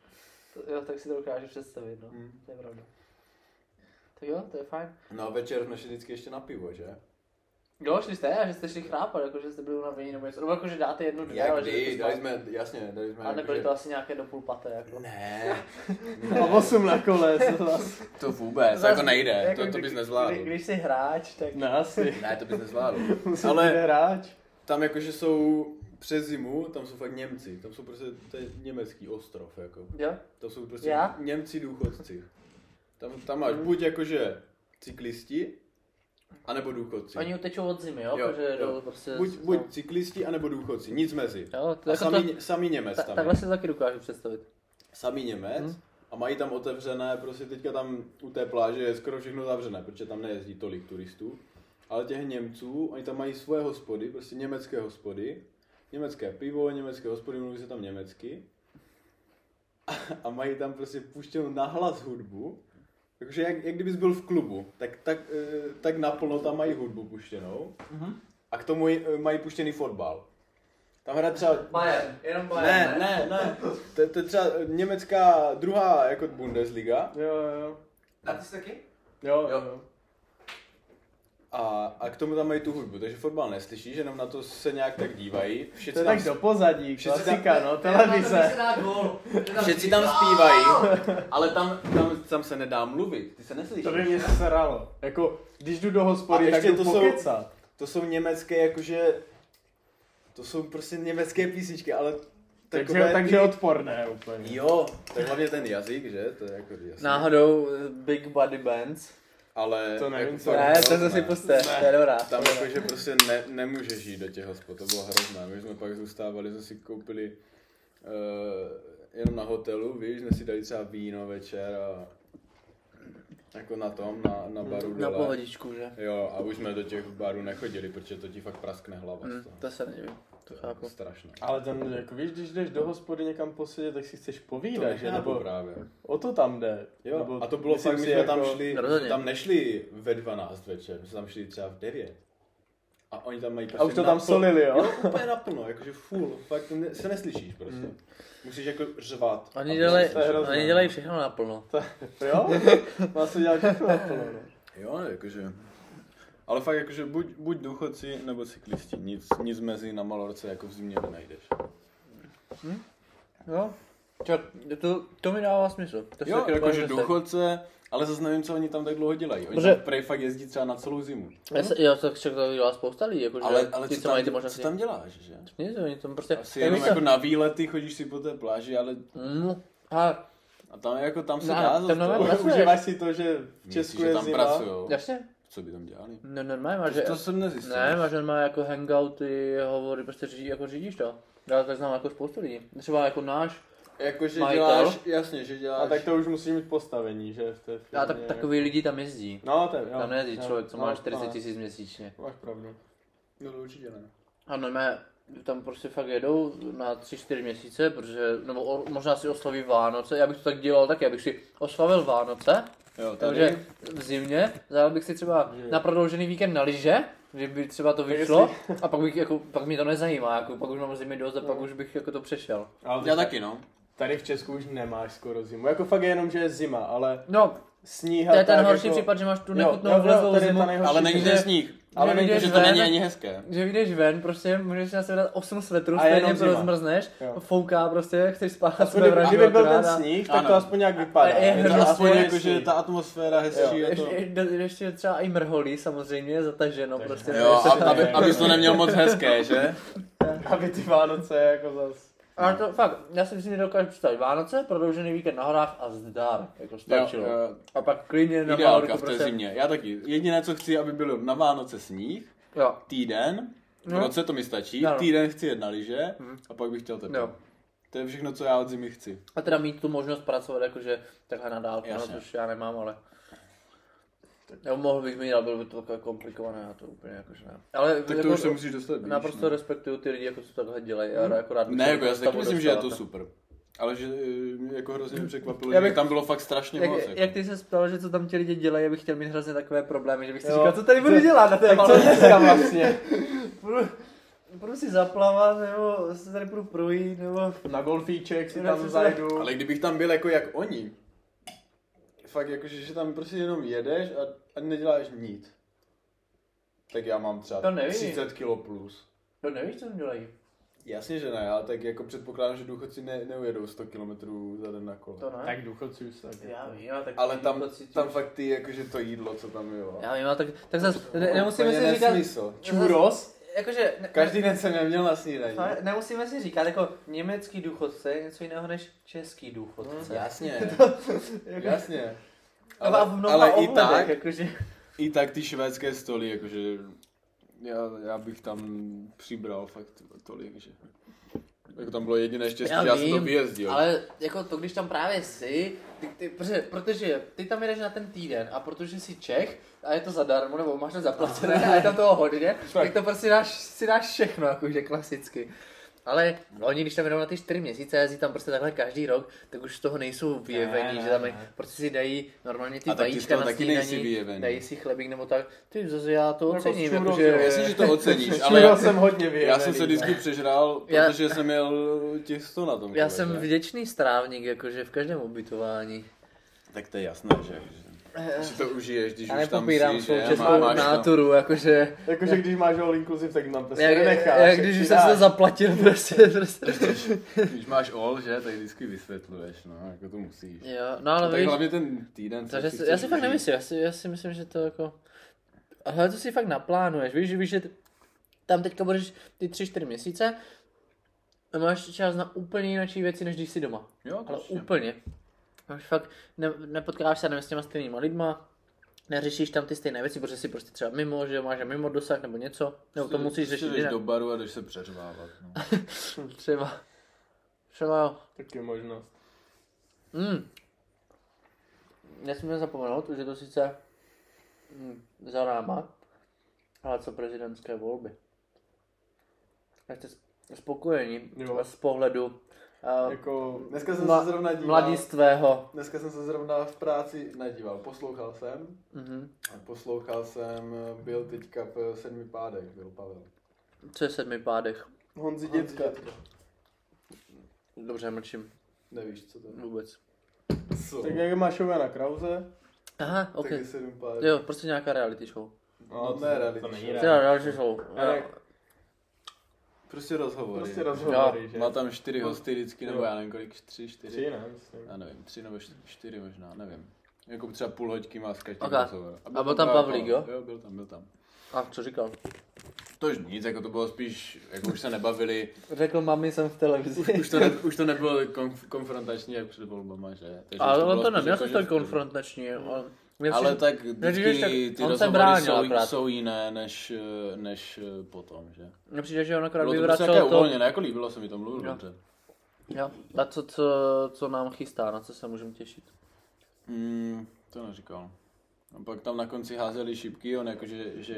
Tak si to dokážu představit, no. To je pravda. Tak jo, to je fajn. No večer jsme šli vždycky ještě na pivo, že? Jo, šli jste, a že jste šli chrápat, jako že jste byli unavení nebo něco, nebo jako že dáte jednu, dvě, ale že dali jsme. A nebyly to asi nějaké do půl paté, jako. Ne. A 8 na kole, To vůbec, jako nejde, to bys nezvládl. Když jsi hráč, tak... Ne, asi. Ne, to bys nezvládl. Ale hráč. Tam jakože jsou přes zimu, tam jsou fakt Němci, tam jsou prostě, to je německý ostrov, jako. Jo? To jsou prostě Němci důchodci. Tam máš buď jakože cyklisti, anebo důchodci. Oni utečou od zimy, jo? Jo. Prostě buď cyklisti, anebo důchodci, nic mezi. Jo, a samý Němec tam takhle je. si taky dokážu představit. Samý Němec a mají tam otevřené, prostě teďka tam u té pláže je skoro všechno zavřené, protože tam nejezdí tolik turistů. Ale těch Němců, oni tam mají svoje hospody, prostě německé hospody, německé pivo, německé hospody, mluví se tam německy. A mají tam prostě puštěnou nahlas hudbu. Takže jak kdybys byl v klubu, tak naplno tam mají hudbu puštěnou. A k tomu mají puštěný fotbal. Tam hraje třeba... Bayern, jenom Bayern, ne. To je třeba německá druhá jako Bundesliga. Jo. A ty jsi taky? Jo. A k tomu tam mají tu hudbu, takže fotbal neslyšíš, jenom na to se nějak tak dívají. To je tak do pozadí, klasika, no, televize. Všetci tam zpívají, ale tam se nedá mluvit, ty se neslyšíš. To by mě sralo. Jako, když jdu do hospody, tak jdu pokecat. To jsou německé, jakože, to jsou prostě německé písničky, ale takže odporné úplně. Jo, tak hlavně ten jazyk, že? To je jako jasný. Náhodou Big Body Bands. Ale to nevím, jako, co. Ne, to si puste, to je dobrá. Tam jakože prostě nemůžeš jít do těch hospod, to bylo hrozné. My jsme pak zůstávali, jsme si koupili jenom na hotelu, víš, jsme si dali třeba víno večer a jako na tom, na baru Na dole. pohodičku, že? Jo, a už jsme do těch barů nechodili, protože to ti fakt praskne hlava z toho. To se nedivím, to chápu. Strašné. Ale ten, jako víš, když jdeš do hospody někam posedět, tak si chceš povídat, že? Nebo právě. O to tam jde. Jo, nebo a to bylo fakt, my jsme tam šli, tam nešli ve 12 večer, my jsme tam šli třeba v 9. A oni tam mají prostě a už to tam solili, jo? Jo, úplně naplno, jakože full, fakt se neslyšíš prostě. Musíš jako řvat. Oni dělají všechno naplno. Jo? Má se dělat všechno naplno, no. Jo, jakože. Ale fakt jakože buď důchodci nebo cyklisti, nic mezi na Malorce jako v zimě nenajdeš. Jo. To mi dává smysl. To jo, jakože důchodce, ale zase nevím, co oni tam tak dlouho dělají. Oni tam prej fakt jezdí třeba na celou zimu. Jo, tak to dělá spousta lidí, jakože ale ty, co tam děláš, že? Nic, oni tam prostě... Asi jenom jako na výlety chodíš si po té pláži, ale... A tam jako tam se dá zase. Užíváš si to, že v Česku je tam zima? Pracujou. Jasně. Co by tam dělali? No normálně máš, to jsem nezjistil. Ne, máš normálně jako hangouty, hovory, prostě jako řídíš to. Já tak znám jako spoustu lidí. Třeba jako náš jakože majitel. děláš, jasně, že děláš. A tak to už musí mít postavení, že? V té firmě, a tak takový lidi tam jezdí. No, to jo. Tam nejezdí člověk, co má 40 000 měsíčně. Máš pravdu. No určitě ne. A normálně tam prostě fakt jedou na 3-4 měsíce, protože, nebo možná si oslaví Vánoce, já bych to tak dělal taky, abych si oslavil Vánoce, jo, takže v zimě, dal bych si třeba na prodloužený víkend na lyže, že by třeba to vyšlo, a pak mě to nezajímá, jako, pak už mám zimy dost a pak už bych jako to přešel. Ale já taky, no. Tady v Česku už nemáš skoro zimu, jako fakt je jenom, že je zima, ale no, sníhat to je ten horší jako... případ, že máš tu nechutnou vlezlou zimu, ale není ten sníh. Ale že to není ani hezké. Že vyjdeš ven, prostě můžeš si na sebe dát 8 svetrů, stejně to rozmrzneš, fouká prostě, chceš spát sebe vražit. Kdyby byl ten sníh, tak to aspoň nějak vypadá. Je to aspoň jako, že ta atmosféra hezčí. Ještě třeba i mrholí samozřejmě, zataženo prostě. Jo, abys to neměl moc hezké, že? Aby ty Vánoce jako zas... Ale to fakt, já si myslím, že dokážu představit Vánoce, prodloužený víkend na horách a zdar, jako stačilo. A pak klidně na Malorku v té zimě. Já taky. Jediné, co chci, aby bylo na Vánoce sníh, týden, v roce to mi stačí, týden chci jet na lyže a pak bych chtěl teplo. To je všechno, co já od zimy chci. A teda mít tu možnost pracovat jakože takhle na dálku, no, což já nemám, ale... Jo, mohl bych mít, ale bylo by to takové komplikované a to úplně jakože ne. Ale tak to jako, už se musíš dostat blíž, naprosto respektuju ty lidi, jako co takhle dělají, já jako rád bych ne, jako já si taky myslím, že je to super. Ale že mě jako hrozně překvapilo, že tam bylo fakt strašně moc. Jak ty se ptal, že co tam ti lidi dělají, já bych chtěl mít hrozně takové problémy, že bych si říkal, co tady budu dělat na té Malorce vlastně. Budu si zaplavat, nebo se tady budu projít, nebo... Na golfíček si tam zajdu. Ale kdybych tam byl jako jak oni, fakt jakože, že tam prostě jenom jedeš a neděláš nic. tak já mám třeba 30 kg plus. To nevíš, co dělají. Jasně, že ne, ale tak jako předpokládám, že důchodci neujedou 100 km za den na kole. To ne. Tak důchodci už se. Já vím, tak ale tam fakt ty, jakože to jídlo, co tam je. Já vím, ale tak zase nemusíme si říkat... Churros? Jakože... Každý den jsem neměl na snídaní. Nemusíme si říkat, jako německý důchodce je něco jiného než český důchodce. Jasně, jako... jasně. Ale i tak, jakože... I tak ty švédské stoly, jakože... Já bych tam přibral fakt tolik, že... Jako tam bylo jediné štěstí, já jsem to vyjezdil. Ale jako to, když tam právě jsi, protože ty tam jdeš na ten týden a protože jsi Čech a je to zadarmo, nebo máš to zaplacené a je tam toho hodně, tak to prostě si dáš všechno, jakože klasicky. Ale oni, když tam jdou na ty 4 měsíce a jezdí tam prostě takhle každý rok, tak už z toho nejsou vyjevení, že tam prostě si dají normálně ty vajíčka na snídaní, dají si chlebík nebo tak. Ty zase já to ocením. Jasně, že to oceníš, ale já jsem hodně vyjevený. Já jsem se vždycky přežral, protože jsem měl těch 100 na tom. Já jsem vděčný strávník, jakože v každém ubytování. Tak to je jasné, že si to užiješ, když už tam jsi, že českou náturu, jakože... Jakože když máš all inclusive, tak nám prostě nenecháš. Jak když už jsem se zaplatil, prostě. Když máš all, že, tak vždycky vysvětluješ, no, jako to musíš. Jo, no ale tak víš, hlavně ten týden, co já si fakt nemyslím, já si myslím, že to jako... Ale to si fakt naplánuješ, víš, že tam teďka budeš ty 3-4 měsíce a máš čas na úplně jináčí věci, než když jsi doma. Jo, ale úplně. Máš fakt, nepotkáváš se nevím, s těma stejnýma lidma, neřešíš tam ty stejné věci, protože jsi prostě třeba mimo, že máš mimo dosah nebo něco, nebo to musíš řešit. Jdeš do baru a jdeš se přeřvávat. No. Třeba jo. Taky možnost. Nesmíme zapomenout, že to sice za náma, ale co prezidentské volby. Jak jste spokojení z pohledu dneska jsem se zrovna díval. Mladistvého. Dneska jsem se zrovna v práci nadíval. Poslouchal jsem. Byl teďka v 7 pádech, byl Pavel. Co je v 7 pádech? Honzi děcka. Dobře, mlčím. Nevíš, co to je? Vůbec. Co? Tak jak máš na Krause? Aha, ok. Tak je 7 pádech. Jo, prostě nějaká reality show. No, ne reality show. Reality show. Prostě rozhovory, že? Má tam 4 hosty vždycky, nebo já nevím kolik, 3, 4? 3, ne, myslím. Já nevím, 3 nebo 4 možná, nevím. Jako třeba půl hoďky má s každým rozhovor. A byl tam Pavlík, jo? Jo, byl tam. A co říkal? Tož nic, jako to bylo spíš, jako už se nebavili. Řekl, mami, jsem v televizi. Už to nebylo konfrontační jak před volbama, že? Takže ale on to neměl tak konfrontační, ale tak vždycky ty rozhovory jsou jiné než potom, že? Mně přijde, že on akorát vyvracel to. Bylo to prostě uvolněné, jako líbilo se mi to, mluvil dobře. Jo, a co nám chystá, na co se můžeme těšit? To neříkal. A pak tam na konci házeli šipky, on jako,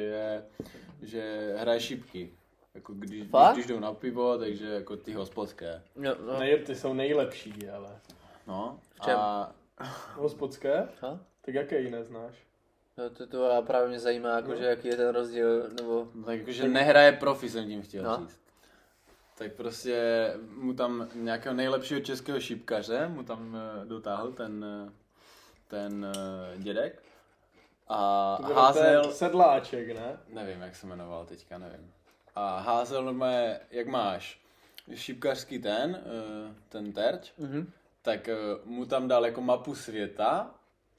že hraje šipky. Jako když jdou na pivo, takže jako ty hospodské. Jo, no. Ty jsou nejlepší, ale. No. V čem? Hospodské? Ha? Tak jaké jiné znáš? No, to právě mě zajímá, jakože jaký je ten rozdíl, nebo... Tak jakože nehraje profi, jsem tím chtěl říct. Tak prostě mu tam nějakého nejlepšího českého šipkaře mu tam dotáhl ten dědek. A házel... Sedláček, ne? Nevím, jak se jmenoval teďka, nevím. A házel normálně, jak máš šipkařský ten terč, tak mu tam dal jako mapu světa.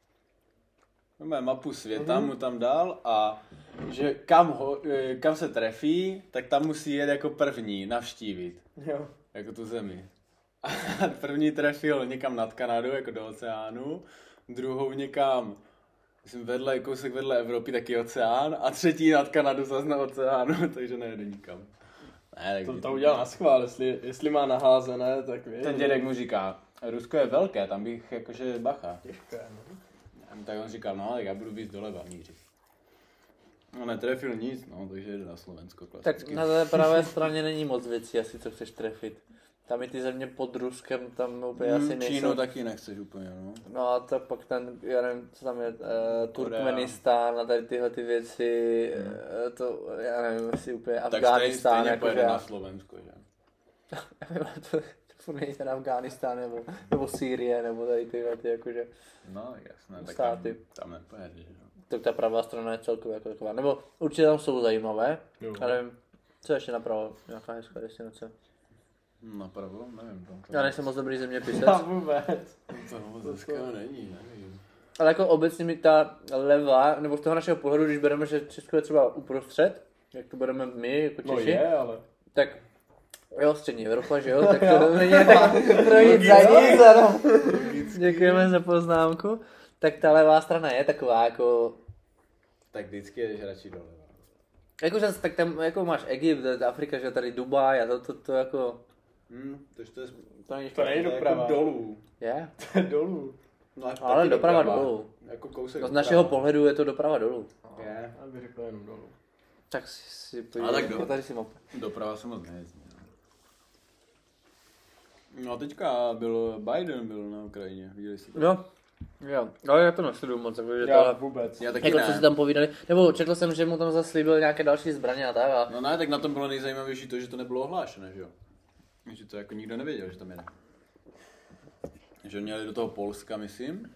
Mapu světa mu tam dal a že kam se trefí, tak tam musí jet jako první navštívit. Jo. Jako tu zemi. A první trefil někam nad Kanadu, jako do oceánu, druhou někam myslím kousek vedle Evropy, taky oceán, a třetí nad Kanadu zase na oceánu, takže nejede nikam. Ne, tak to udělal na schvál, jestli má naházené, tak víš. Ten dědek mu říká, Rusko je velké, tam bych jakože bacha. Těžké, no. Tak on říkal, no, tak já budu víc doleva mířit. No, netrefil nic, no, takže jde na Slovensko klasicky. Tak na té pravé straně není moc věcí, asi co chceš trefit. Tam i ty země pod Ruskem, tam úplně asi nejsou. Čínu taky nechceš úplně, no. No a to pak já nevím, co tam je, Turkmenistán a tady tyhle ty věci, to, já nevím, jestli úplně Afghánistán. Tak stejně pojede na Slovensko, že? To není ten Afghánistán nebo Sýrie, nebo tady tyhle ty jakože no jasné, státy. Tak tam nepojedeš, že? Tak ta pravá strana je celkově jako taková, nebo určitě tam jsou zajímavé, ale co ještě napravo, nějaká hezká destinace? Napravo, nevím. Já nejsem moc dobrý zeměpisec. Já vůbec. To moc hezkého není, nevím. Ale jako obecně mi ta leva, nebo z toho našeho pohledu, když bereme, že Česko je třeba uprostřed, jak to bereme my, jako Češi, No je, ale... tak jo, střední Evropa, že jo, tak to není tak pro nic za nic, ano. Děkujeme za poznámku. Tak ta levá strana je taková jako... Tak vždycky jdeš radši doleva. Jakože tak tam jako máš Egypt, Afrika, že tady Dubaj a to jako... To není doprava. Jako dolů. Je? To je dolů. No, ale doprava dolů. Jako kousek no, z našeho pohledu je to doprava dolů. Je. Já bych řekl jenom dolů. Tak si tady si mope. Doprava se moc nejezdí. No teďka Biden byl na Ukrajině, viděli jste to? Jo, ale já to nesleduju moc, takže já vůbec. Já taky jako ne. co si tam povídali, nebo četl jsem, že mu tam zaslíbil nějaké další zbraně a tak a... No ne, tak na tom bylo nejzajímavější to, že to nebylo ohlášené, že jo? Že to jako nikdo nevěděl, že tam jede. Že měli do toho Polska, myslím.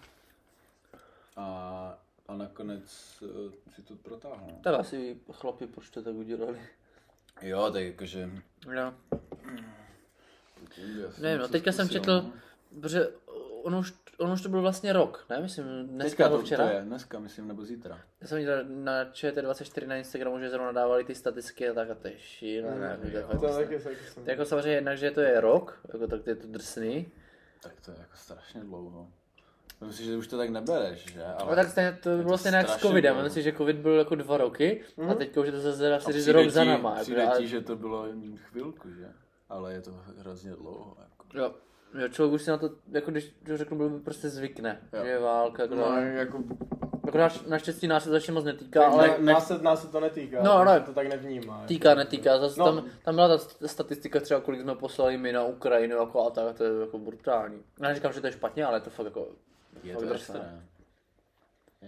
A nakonec si to protáhlo. Tak asi chlapi proč to tak udělali. Jo, tak jakože... Jo. Nevím, no teďka jsem četl, protože on už to byl vlastně rok, ne? Myslím dneska nebo včera. To je dneska, myslím, nebo zítra. Já jsem viděl na ČT24 na Instagramu, že zrovna dávali ty statistiky a tak a to je šílené. Jako samozřejmě jednak, že to je rok, jako tak je to drsný. Tak to je jako strašně dlouho. Myslím, že už to tak nebereš, že? Ale tak stejně, to bylo stejně jak s covidem. Myslím, že covid byl jako 2 roky a teďka už je to zase asi říct rok za náma. Přijde ti, že to bylo jen chvilku, že? Ale je to hrozně dlouho. Jako. Jo, člověk už si na to, jako když to řeknu, byl prostě zvykne, že je válka. Jako naštěstí nás se začně moc netýká, ale... Nás se to netýká, no, ale to tak nevnímá. Netýká, zase tam byla ta statistika třeba, kolik jsme poslali my na Ukrajinu jako a tak, to je jako brutální. Já neříkám, že to je špatně, ale to fakt jako... Je to extrém. Je.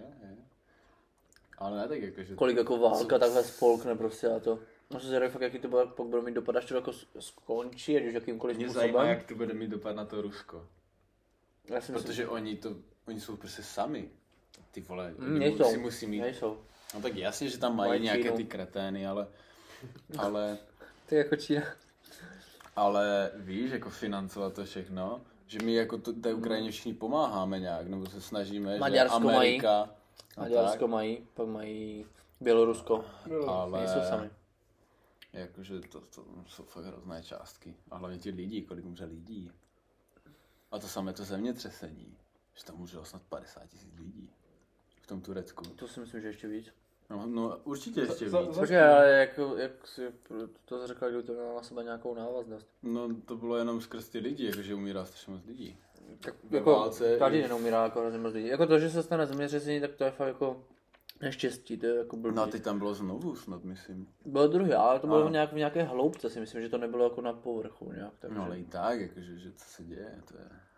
Ale ne tak jako, že... Kolik jako válka takhle spolkne prostě a to... No se zvědavý fakt, jaký to bude mít dopad, až to jako skončí, ať už jakýmkoliv způsobem. Mě zajímá, jak to bude mít dopad na to Rusko. Protože oni jsou prostě sami. Ty vole, si musí mít... Nejsou. No tak jasně, že tam mají nějaké ty kretény, ale... To je jako Čína. Ale víš, jako financovat to všechno, že my jako té Ukrajině všichni pomáháme nějak, nebo se snažíme, Maďarsko že Amerika... Maďarsko mají, pak mají Bělorusko. Ale... Nejsou sami. Jakože to jsou fakt hrozné částky. A hlavně ti lidi, kolik umře lidí. A to samé to zemětřesení. Že tam umřelo snad 50 000 lidí. V tom Turecku. To si myslím, že ještě víc. No určitě ještě víc. Počkej, ale jak si to řekl, kdo to měl na sebe nějakou návaznost? No to bylo jenom skrz ty lidi, jakože umírá strašně moc lidí. Tak jako každý den umírá jako hrozně moc lidí. Jako to, že se stane zemětřesení, tak to je fakt jako neštěstí, to je jako blbý. No a teď tam bylo znovu snad, myslím. Bylo druhý, ale to bylo v nějaké hloubce, si myslím, že to nebylo jako na povrchu nějak. Takže... No ale i tak, jakože, že co se děje, to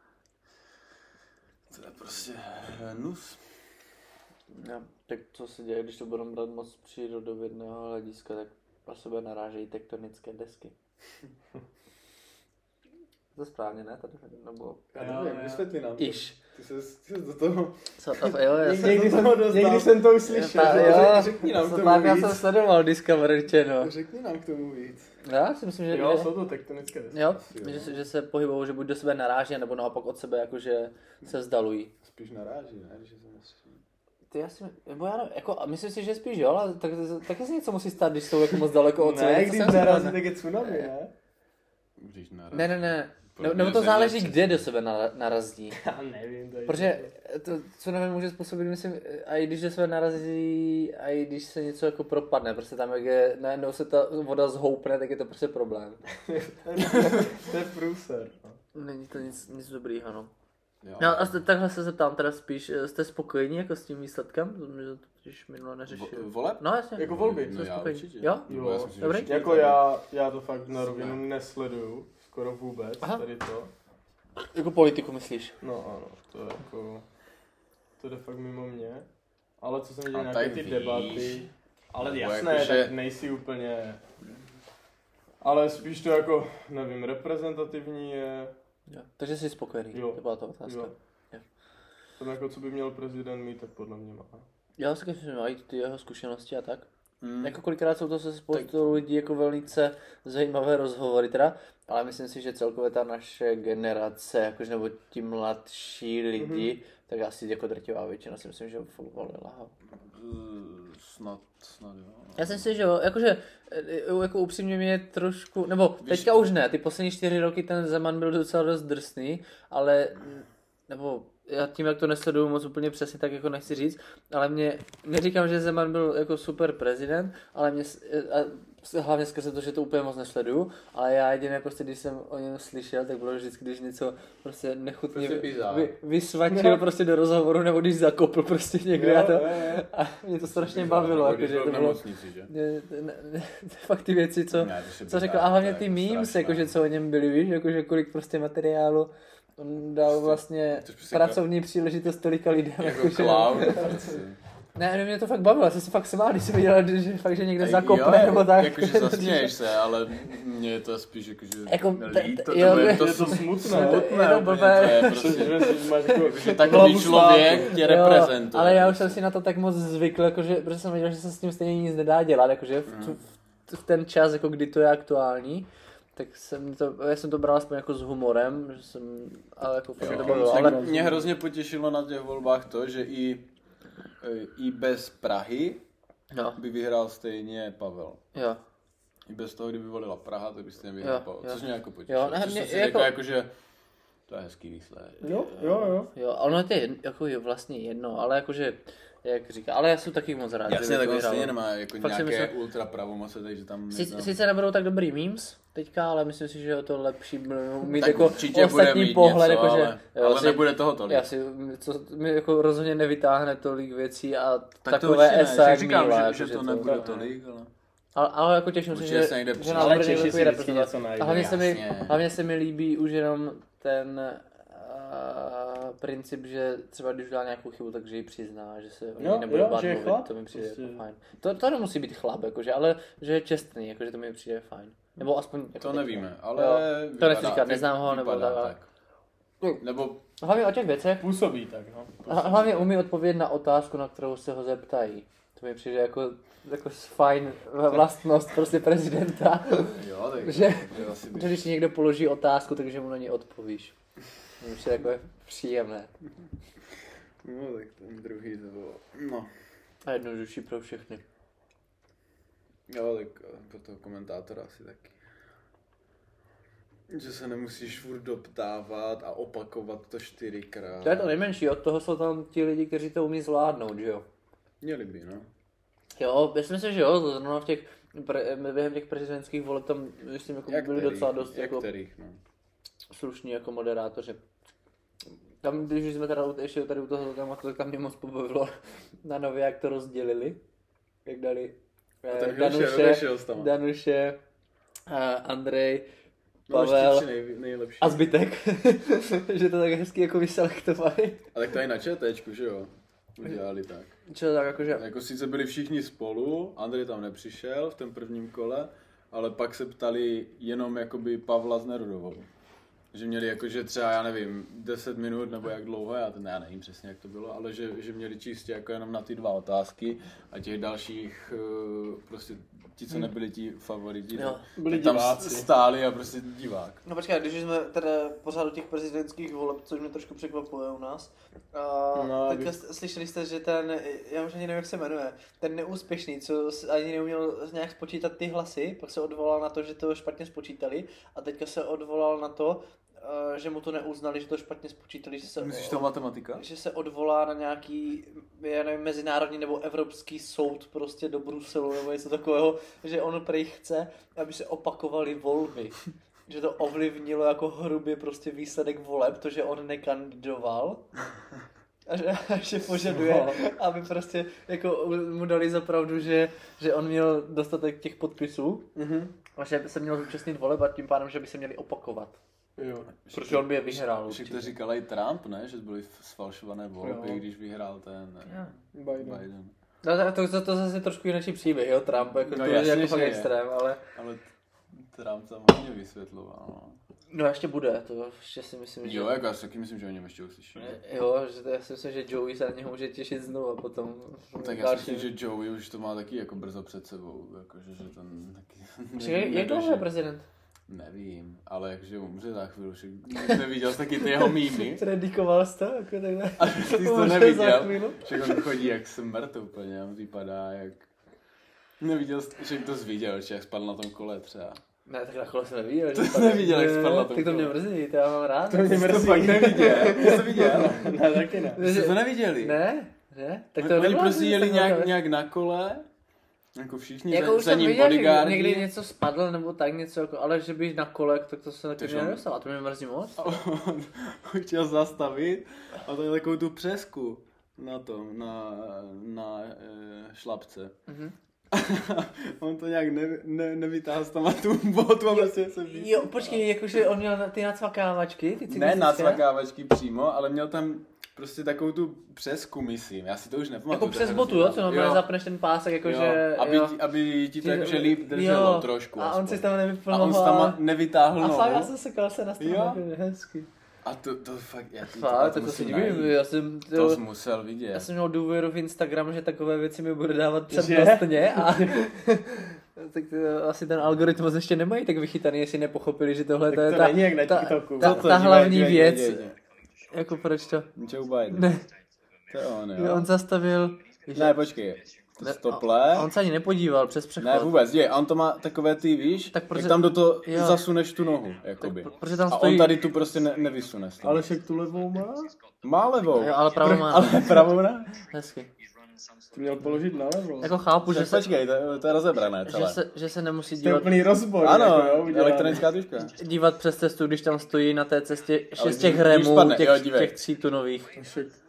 je prostě hnus. No, tak co se děje, když to budeme brát moc přírodovědného hlediska, tak pro sebe narážejí tektonické desky. To správně, ne? Tady nebo... Já nevím, vysvětli nám. Iš. Ty jsi do toho... Někdy jsem to uslyšel. Řekni nám k tomu víc. Já víc. jsem sledoval Discovery Channel. Řekni nám k tomu víc. Já si myslím, že... Jo, jsou to tektonické desky. Jo, že se pohybují, že buď do sebe naráží, nebo naopak od sebe jakože se vzdalují. Spíš naráží, ne? Když se nestří. Ty asi, nebo já nevím, jako, myslím si, že spíš jo, ale taky se něco musí stát, když jsou jako moc daleko od sebe. Ne, když narazí, tak je tsunami, ne? Když narazí. Ne. Nebo to záleží, kde do sebe narazí. Já nevím. Protože to tsunami může způsobit, myslím, a i když do sebe narazí, a i když se něco jako propadne, prostě tam, jak je, najednou se ta voda zhoupne, tak je to prostě problém. To je průser. Není to nic dobrýho, no. Jo. No a takhle se zeptám teda spíš, jste spokojení jako s tím výsledkem? Že to totiž minule neřešil. Voleb? No jasně. Jako volby? No já určitě. Jo? Dobrý? Jako já to fakt na rovinu nesleduju, skoro vůbec, tady to. Jako politiku myslíš? No ano, to je jako, to jde fakt mimo mě. Ale co jsem viděl nějaké ty debaty, ale jasné, jako, že... tak nejsi úplně... Ale spíš to jako, nevím, reprezentativní je... Jo. Takže jsi spokojený, jo. to byla to otázka. Jo. To jako, co by měl prezident mít, tak podle mě má. Já si myslím, že mají ty jeho zkušenosti a tak. Jako kolikrát jsou to se spoustu lidí jako velice zajímavé rozhovory teda, ale myslím si, že celkově ta naše generace, jakože nebo ti mladší lidi, tak asi jako drtivá většina si myslím, že fakt volila. Snad jo. Já si myslím, že jo, jakože jako upřímně mě trošku, nebo teďka už ne, ty poslední 4 roky ten Zeman byl docela dost drsný, ale, nebo já tím, jak to nesleduju moc úplně přesně, tak jako nechci říct, ale neříkám, že Zeman byl jako super prezident, ale hlavně skrze to, že to úplně moc nesleduju, ale já jediné prostě, když jsem o něm slyšel, tak bylo vždycky, když něco prostě nechutně prostě vysvačil prostě do rozhovoru, nebo když zakopl prostě někde a mě to strašně bavilo. Jakože to bylo, že? Fakt ty věci, co řekl, a hlavně ty memes, jakože co o něm byly, víš, jakože kolik prostě materiálu on dal vlastně pracovní příležitost tolika lidem. Jako clown. Ne, mě to fakt bavilo, já jsem se fakt smál, když jsem viděl, že fakt, že někde zakopne nebo tak. Jakože zasměješ se, ale mně je to spíš jakože jako, líto, je to smutné. Je to blbé. Že takový člověk tě reprezentuje. Ale já už jsem si na to tak moc zvykl, jakože, protože jsem věděl, že se s tím stejně nic nedá dělat, jakože v ten čas, jako kdy to je aktuální. Tak já jsem to bral aspoň jako s humorem, že jsem, ale jako fakt to bylo, ale... Mě hrozně potěšilo na těch volbách to, že i bez Prahy by vyhrál stejně Pavel. Jo. I bez toho, kdyby volila Praha, tak by stejně vyhrál Pavel. Což mě jako potěšilo. Jo, což jsem si jako že to je hezký výsledek. Jo. Jo, ale ono to je jako vlastně jedno, ale jakože jak říká, ale já jsem taky moc rád, jasně, že tak on stejně nemá jako nějaké ultra pravomoce, takže tam... Sice nebudou tak dobrý memes teďka, ale myslím si, že je to lepší mít tak jako ostatní mít pohled, něco, jakože... Ale nebude toho tolik. Mi jako rozhodně nevytáhne tolik věcí a tak takové esa jak říkám, Míla. že to nebude tolik, ale jako těším se, že nám bude Češi reprezentovat. A hlavně se mi líbí už jenom ten princip, že třeba když udělá nějakou chybu, takže ji přizná, že se o ní nebude bát mluvit, to mi přijde jako fajn. To nemusí být chlap, jakože, ale že je čestný, jakože to mi přijde fajn. Nebo aspoň... Jako to nevíme, ale... To nechci říkat, neznám ho, nebo tak. Nebo... Hlavně o těch věcech... Působí tak, no. Hlavně umí odpovědět na otázku, na kterou se ho zeptají. To mi přijde jako fajn vlastnost prostě prezidenta. Jo, tak že když ti někdo položí otázku, takže mu na ní odpovíš. To už je jako příjemné. No tak ten druhý to bylo, no. A jednodušší pro všechny. Jo, tak pro toho komentátora asi taky. Že se nemusíš furt doptávat a opakovat to 4krát. To je to nejmenší, od toho jsou tam ti lidi, kteří to umí zvládnout, že jo? Měli by, no. Jo, myslím si, že jo, zrovna během těch prezidentských voleb tam, myslím, jako byli docela dost jako kterých, no. slušní jako moderátoři. Tam, když jsme teda ještě tady u toho tématu, tak tam mě moc pobavilo na Nově, jak to rozdělili. Jak dali Danuše, Andrej, Pavel a zbytek. Že to tak hezky jako vyselektovali. A tak to i na ČTčku, že jo? Udělali tak. Čo tak jakože... Jako sice byli všichni spolu, Andrej tam nepřišel v tom prvním kole, ale pak se ptali jenom jakoby Pavla s Nerudovou. Že měli jakože třeba, já nevím, 10 minut nebo jak dlouho, já nevím přesně jak to bylo, ale že měli čistě jako jenom na ty 2 otázky a těch dalších prostě ti, co nebyli ti favoriti, byli tam diváci. stáli a prostě divák. No počkej, když jsme teda pořád u těch prezidentských voleb, což mě trošku překvapuje u nás, teďka slyšeli jste, že já už ani nevím, jak se jmenuje, ten neúspěšný, co ani neuměl nějak spočítat ty hlasy, pak se odvolal na to, že to špatně spočítali a teďka se odvolal na to, že mu to neuznali, že to špatně spočítali, že se... Myslíš to matematika? Že se odvolá na nějaký, já nevím, mezinárodní nebo evropský soud prostě do Bruselu nebo něco takového, že on prej chce, aby se opakovaly volby. Že to ovlivnilo jako hrubě prostě výsledek voleb, to, že on nekandidoval. A že požaduje, aby prostě jako mu dali za pravdu, že on měl dostatek těch podpisů a že by se měl zúčastnit voleb a tím pádem, že by se měli opakovat. Jo. Protože on by je vyhrál. Že to říkal i Trump, ne? Že byly sfalšované volby, když vyhrál ten Biden. No, to zase trošku jiný příběh, jo, Trump, jako no, to je jako fakt extrém, ale Trump tam hodně vysvětloval, no. No ještě bude, to ještě si myslím, že... Jo, jako já si taky myslím, že o něm ještě uslyším. Jo, že to, já si myslím, že Joey se na něho může těšit znovu a potom... Tak já si myslím, že Joey už to má taky jako brzo před sebou, jakože že ten taky... Jak dlouho je prezident? Nevím, ale jakže umře za chvíli, že neviděl jsi taky ty jeho mýmy. Predikoval jsi to, jako takhle. A ty jsi to neviděl, že on chodí jak smrt úplně, on vypadá jak... Neviděl jsi, že to jsi viděl, že jak spadl na tom kole třeba. Ne, tak na kole jsem neviděl. To jsi neviděl, jak spadl na tom tak to mě mrzí, to já mám rád. To mě mrzí. To fakt neviděl, ty jsi viděl? Ne, taky ne. Jste to neviděli? Ne? Tak to Oni prostě jeli nějak na kole, jako všichni jako za ním viděl, bodyguardi. někdy něco spadlo nebo tak něco, jako, ale že by na kole, tak to se taky nedostal a to mě mrzí moc. On chtěl zastavit a to je takovou tu přesku na tom, na šlapce. Mhm. On to nějak nevytáhl s tam tu botu a prostě se víc. Jo, počkej, jakože on měl ty nacvakávačky, ty cyklistické? Ne nacvakávačky přímo, ale měl tam prostě takovou tu přesku, myslím. Já si to už nepamatuju. Jako přes botu, jo? Co normálně zapneš ten pásek, jakože... Aby ti to jakože líp drželo jo, trošku. A on si tam nevyplnoval. A on si tam nevytáhl nohu. A fakt, já jsem sekal se na stranu, hezky. A to fakt, to si divím, to jsi musel vidět. Já jsem měl důvěru v Instagram, že takové věci mi bude dávat přednostně a tak asi ten algoritmus ještě nemají tak vychytaný, jestli nepochopili, že tohle to je ta hlavní věc. Jako proč to? Joe Biden. Ne. To je on, jo. On zastavil. Ne, počkej. Stople. On se ani nepodíval přes přechod. Ne, vůbec, a on to má takové ty, víš, tak jak tam do toho zasuneš tu nohu, jakoby. Tam stojí... A on tady tu prostě nevysune. Ale však tu levou má? Má levou. Jo, ale pravou má. Ale pravou ne? Hezky. Ty měl položit na levo. Jako chápu, že se... Počkej, to je rozebrané celé. Že se nemusí dívat... To je úplný rozbor. Ano, jako, elektronická tužka. Dívat přes cestu, když tam stojí na té cestě 6 těch remů, těch 3 tunových.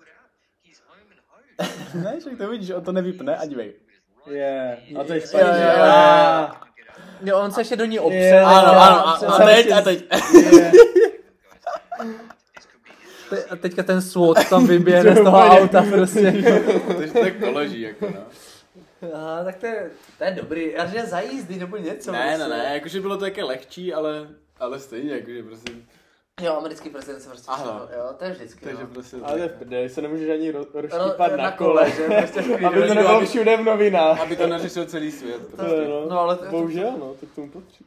Ne, však to vidíš, on to nevypne a dívej. A to je špatně. Jo, on se ještě do ní opře. Ano, a teď. A teďka ten SWAT tam vyběhne z toho auta prostě. Takže to tak položí, jako no. Aha, tak to je dobrý. Já že za jízdy nebo něco. Ne, jakože bylo to také lehčí, ale stejně, jakože prostě... Jo, americký prezident se prostě jo, to je vždycky. Takže prostě ale v prdeli se nemůžeš ani rozštípat na kole, že? Prostě aby to nebylo všude v novinách. Aby to neřešil celý svět. Prostě. No, ale bohužel, no, to k tomu patří.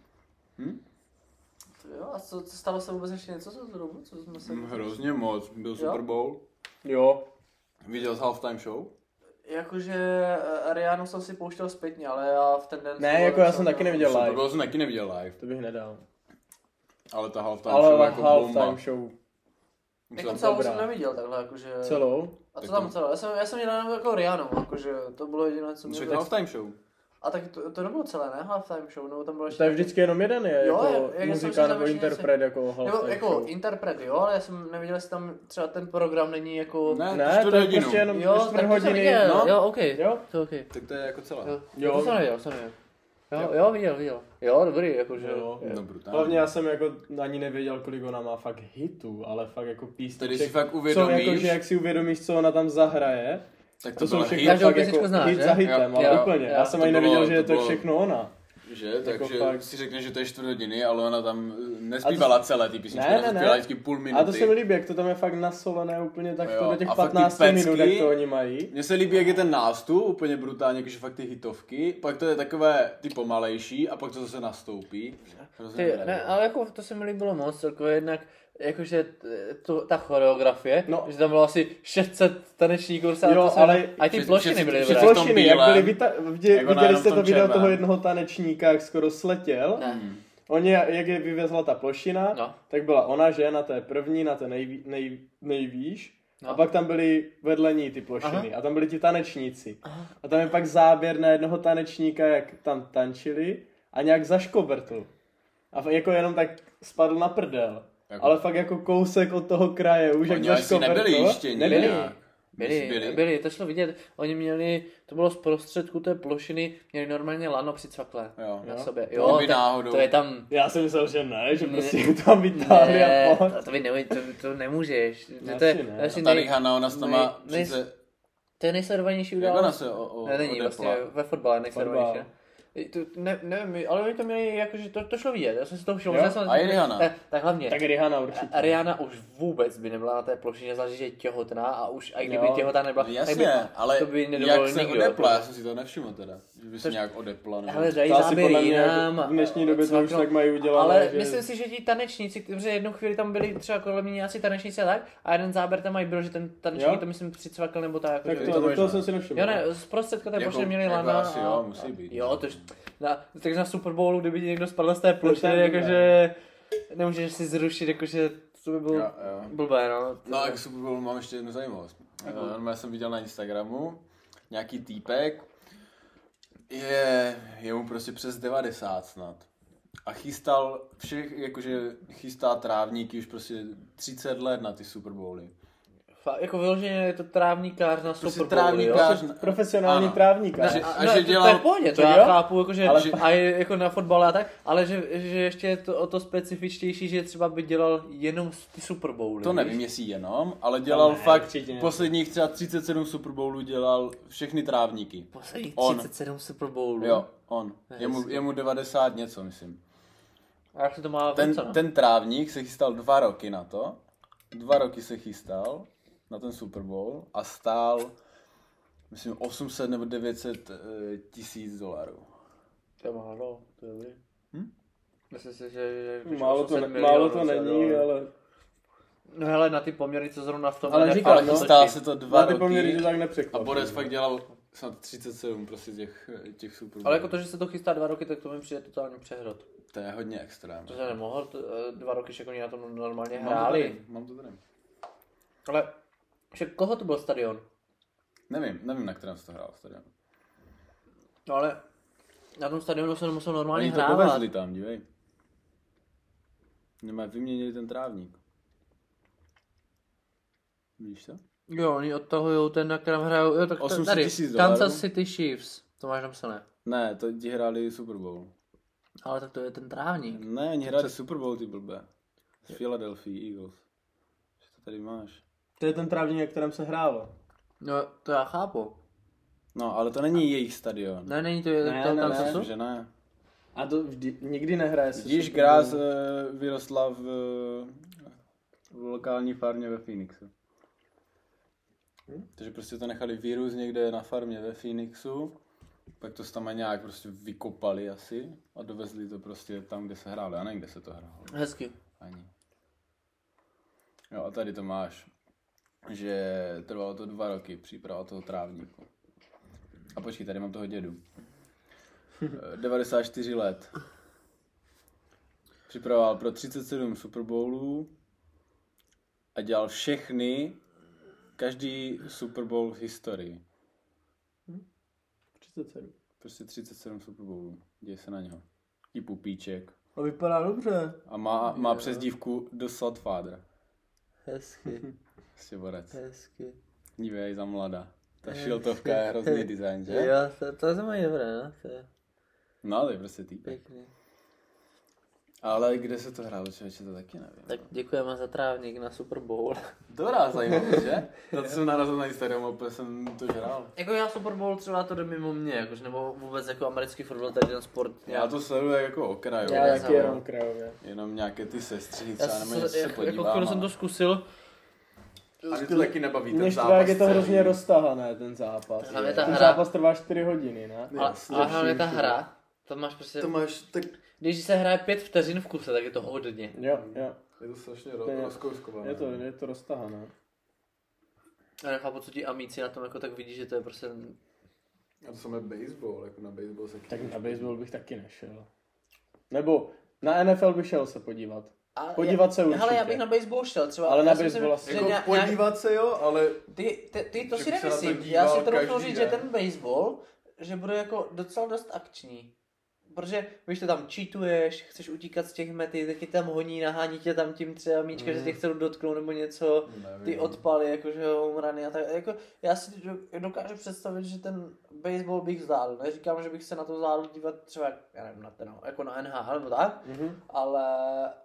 Jo, a co stalo se vůbec ještě něco za tu dobu? Co jsme se... Hrozně moc, byl Super Bowl. Jo. Viděl jsi halftime show? Jakože Rihannu jsem si pouštěl zpětně, ale já v ten den... Ne, jako já jsem taky neviděl live. Super Bowl jsem taky neviděl live. To bych nedal. Ale ta halftime show jako bomba. Halftime show. Jako celou jsem neviděl takhle, jakože... Celou? A co tam celou? Já jsem měl jako Rihannu, jakože to bylo jediné, co mě... Však halftime show. A tak to nebylo celé, ne? Halftime show, nebo tam bylo ještě... To je vždycky jenom jeden, je jo, jako muzika nebo interpret jako halftime jako show. Interpret, jo, ale já jsem neviděl, jestli tam třeba ten program není jako... Ne, to je prostě jenom čtvrt hodiny. Jo, okej. Jo? To je okej. Tak to je jako celé. Jo, to jsem neviděl. Jo, viděl. Jo, dobrý, jakože... No, brutálně. Hlavně já jsem jako ani nevěděl, kolik ona má fakt hitů, ale fakt jako písniček. Tady si fakt uvědomíš... Co, jako, že jak si uvědomíš, co ona tam zahraje, tak to jsou všechno každou fakt písničku jako znáš, hit že? za hitem, ale úplně. Já jsem ani nevěděl, že je to všechno ona. Že? Jako Takže fakt... si řekne, že to je 4 hodiny, ale ona tam nespívala celé ty písničky, ona zpívala vždycky půl minuty. A to se mi líbí, jak to tam je fakt nasolené úplně tak to do těch 15 minut, jak to oni mají. Mně se líbí, jak je ten nástup, úplně brutálně, jakože fakt ty hitovky, pak to je takové ty pomalejší a pak to zase nastoupí. Ne, ale jako to se mi líbilo moc, jako jednak jakože ta choreografie, že tam bylo asi 600 tanečníků, ale a ty plošiny byly dobré. Plošiny, jak byly viděli jste to video toho jednoho tanečníka, jak skoro sletěl? Oni, jak je vyvezla ta plošina, tak byla ona, že na té první, na té nejvýš, a pak tam byly vedle ní ty plošiny a tam byli ti tanečníci. A tam je pak záběr na jednoho tanečníka, jak tam tančili a nějak zaškobrtl. A jako jenom tak spadl na prdel. Jako. Ale fakt jako kousek od toho kraje, už jak zaškobrtl. Nebyli ještě Byli, to šlo vidět. Oni měli, to bylo z prostředku té plošiny, měli normálně lano přicvaklé na sobě. Jo, to je tam... Já jsem myslel, že ne, že prostě tam vytáhli a pojď. To nemůžeš. Tady Hanna, ona tam má To je nejsledovanější událost. Jak ona se Není, vlastně ve fotbale nejsledovanější. nevím, ale oni to měli jakože to šlo vidět, já jsem si to všiml. A i Rihanna. Tak hlavně. Tak Rihanna určitě. Rihanna už vůbec by nebyla na té plošině, zvlášť, že je těhotná a už, i kdyby těhotná nebyla, jasně, tak by, ale to by nedovolil jak se nikdo. odepla, já jsem si to nevšiml teda, že by se nějak odepla. Hele, dají záběry jinam. V dnešní době to už tak mají udělané. Ale myslím si, že ti tanečníci, kteří jednou chvíli tam byli třeba kolem mě nějací tanečníci a tak, a jeden záběr tam mají byl, že ten tanečník to myslím přicvakl nebo tak. Tak to jsem si nevšiml. Jo ne, zprostředka té plošiny měli Lana. Jo, musí být. Jo, takže na Super Bowlu, kdyby ti někdo spadl z té plošiny, jakože nemůžeš si zrušit, jakože to by bylo blbé, no. No a k Super Bowlu mám ještě jednu zajímavost. Já jsem viděl na Instagramu nějaký týpek, je mu prostě přes 90 snad. A chystá trávníky už prostě 30 let na ty Super Bowly. Jako vyloženě je to trávníkář na Super Bowl, jo? Profesionální trávníkář. Že dělal... To je v pohodě, to já chápu, jakože, a je jako na fotbale a tak, ale že ještě je to o to specifičtější, že třeba by dělal jenom ty Super Bowly. To nevím, jestli jenom, ale dělal fakt posledních třeba 37 Super Bowlů dělal všechny trávníky. Posledních 37 Super Bowlů? Jo, on. Je mu 90 něco, myslím. A jak se to má ten trávník se chystal 2 roky na to. 2 roky se chystal na ten Super Bowl a stál, myslím, 800 nebo 900 tisíc dolarů. To je málo, to je dobrý. Myslím si, že málo to není, ale... No hele, na ty poměry, co zrovna v tom... Ale chystá se to 2 roky. Na ty poměry to tak nepřekvapí. A Borec fakt dělal snad 37 prostě těch Super Bowlů. Ale jako to, že se to chystá 2 roky, tak to mi přijde totálně přehrot. To je hodně extrém. To se nemohlo, 2 roky, že oni na tom normálně hráli. Mám to tady. Ale, že koho to byl stadion? Nevím, na kterém se to hrál stadion. No ale, na tom stadionu se nemusel normálně hrávat. hrávat. Oni to dovezli tam, dívej. Vyměnili ten trávník. Víš to? Jo, oni odtahujou ten, na kterém hrajou, jo, tak tady, Kansas City Chiefs, to máš napsané. Ne, to ti hráli Super Bowl. Ale tak to je ten trávník. Ne, oni hráli Super Bowl, ty blbé. Z Philadelphia Eagles. Co to tady máš? To je ten trávník, na kterém se hrálo. No, to já chápu. No, ale to není jejich stadion. Ne, není to Kansasu? Že ne. A to nikdy nehraje se. Vidíš, Graz vyrostla v lokální farmě ve Phoenixu. Takže prostě to nechali vyrůst někde na farmě ve Phoenixu, pak to tam nějak prostě vykopali asi a dovezli to prostě tam, kde se hrálo. Já nevím, kde se to hrálo. Hezky. Ani. Jo a tady to máš, že trvalo to 2 roky, příprava toho trávníku. A počkej, tady mám toho dědu. 94 let. Připravoval pro 37 Super Bowlů a dělal každý Super Bowl v historii. 37. Prostě 37 Super Bowlů. Děje se na něho. I pupíček. A vypadá dobře. A má přezdívku The Godfather. Hezky. Prostě borec. Hezky. Dívej, za mladá. Ta šiltovka je hrozný design, že? Jo, to se mají dobré, no. No, to je prostě týpek. Pěkný. Ale kde se to hrálo, člověče, to taky nevím. Tak děkujeme za trávník na Super Bowl. Dobrá zajímavost, že? Na to jsem narazil na Instagramu, opět jsem to žral. Jako já Super Bowl třeba to jde mimo mě, jakož, nebo vůbec jako americký fotbal, tady ten sport. Já to sleduju jako okrajově. Já taky jenom okrajově. Jenom nějaké ty sestřihy třeba, nebo něco se podívám. Jako chvíli jsem to zkusil. A mě to taky nebaví, ten zápas. Jak je to hrozně roztahané, ten zápas. Ten zápas trvá 4 hodiny, ne? A hlavně ta hra, to máš prostě... To máš, tak... Když se hraje 5 vteřin v kuse, tak je to hodně. Jo. Je to strašně rozkouskované. Je to roztahané. Já nechápu, co ti amíci na tom jako tak vidí, že to je prostě... A to samé baseball, jako na baseball se... Tak na baseball bych taky nešel. Nebo na NFL bych šel se podívat. Podívat se určitě. Hele, já bych na baseball šel třeba. Ale na baseball asi. Jako podívat se jo, ale... Ty to si nemyslím. Já si trochu říct, že ten baseball, že bude jako docela dost akční. Protože víš, to tam cheatuješ, chceš utíkat z těch mety, taky tam honí, nahání tě tam tím třeba míčka, že tě chcou dotknout nebo něco, ty odpaly, jakože homerany a tak. Jako, já si dokážu představit, že ten baseball bych zvládl. Neříkám, že bych se na to zvládl dívat třeba, já nevím, jako na NHL nebo tak,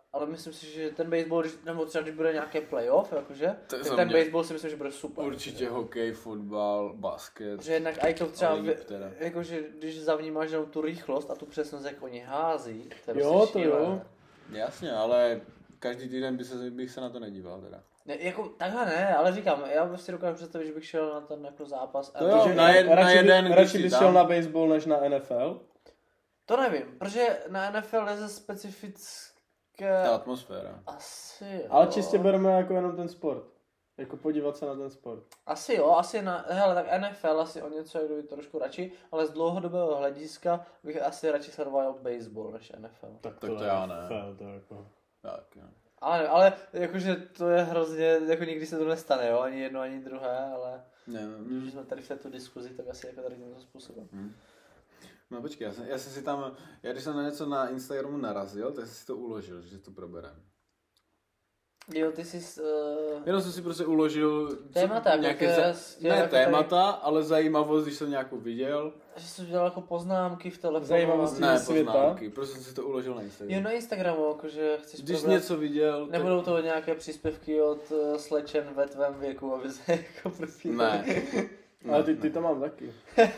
ale myslím si, že ten baseball, nebo třeba když bude nějaké playoff, jakože, tak ten baseball si myslím, že bude super. Určitě hokej, fotbal, basket. Protože jednak i to třeba, jakože když zavnímáš tu rychlost a tu přesnost, jak oni hází, to je jo, to jo. Jasně, ale každý týden bych se na to nedíval teda. Ne, jako takhle ne, ale říkám, já prostě dokážu představit, že bych šel na ten jako zápas. To jo, na jeden, radši bys šel na baseball než na NFL? To nevím, protože na NFL je ze specifické... Ta atmosféra. Asi jo. Ale čistě bereme jako jenom ten sport. Jako podívat se na ten sport. Asi jo, asi na... Hele, tak NFL asi o něco jdu trošku radši, ale z dlouhodobého hlediska bych asi radši sledoval baseball než NFL. Tak to já ne. NFL, to jako... Tak, jo. Ale jakože to je hrozně, jako nikdy se to nestane, jo, ani jedno, ani druhé, ale když jsme tady v této diskuzi, tak asi jako tady tímto způsobem. No počkej, já jsem si tam, když jsem na něco na Instagramu narazil, tak jsem si to uložil, že to proberem. Jo, ty jsi... Jenom jsem si prostě uložil... Témata, nějaké témata, ale zajímavost, když jsem nějakou viděl. Že jsi udělal jako poznámky v telefonu. Zajímavosti světa. Poznámky, prostě jsem si to uložil na Instagramu. Jo, na Instagramu, jakože chceš když probrat, něco viděl... Nebudou to nějaké příspěvky od slečen ve tvém věku, aby se jako prostě... Ne. Ale ty to mám taky.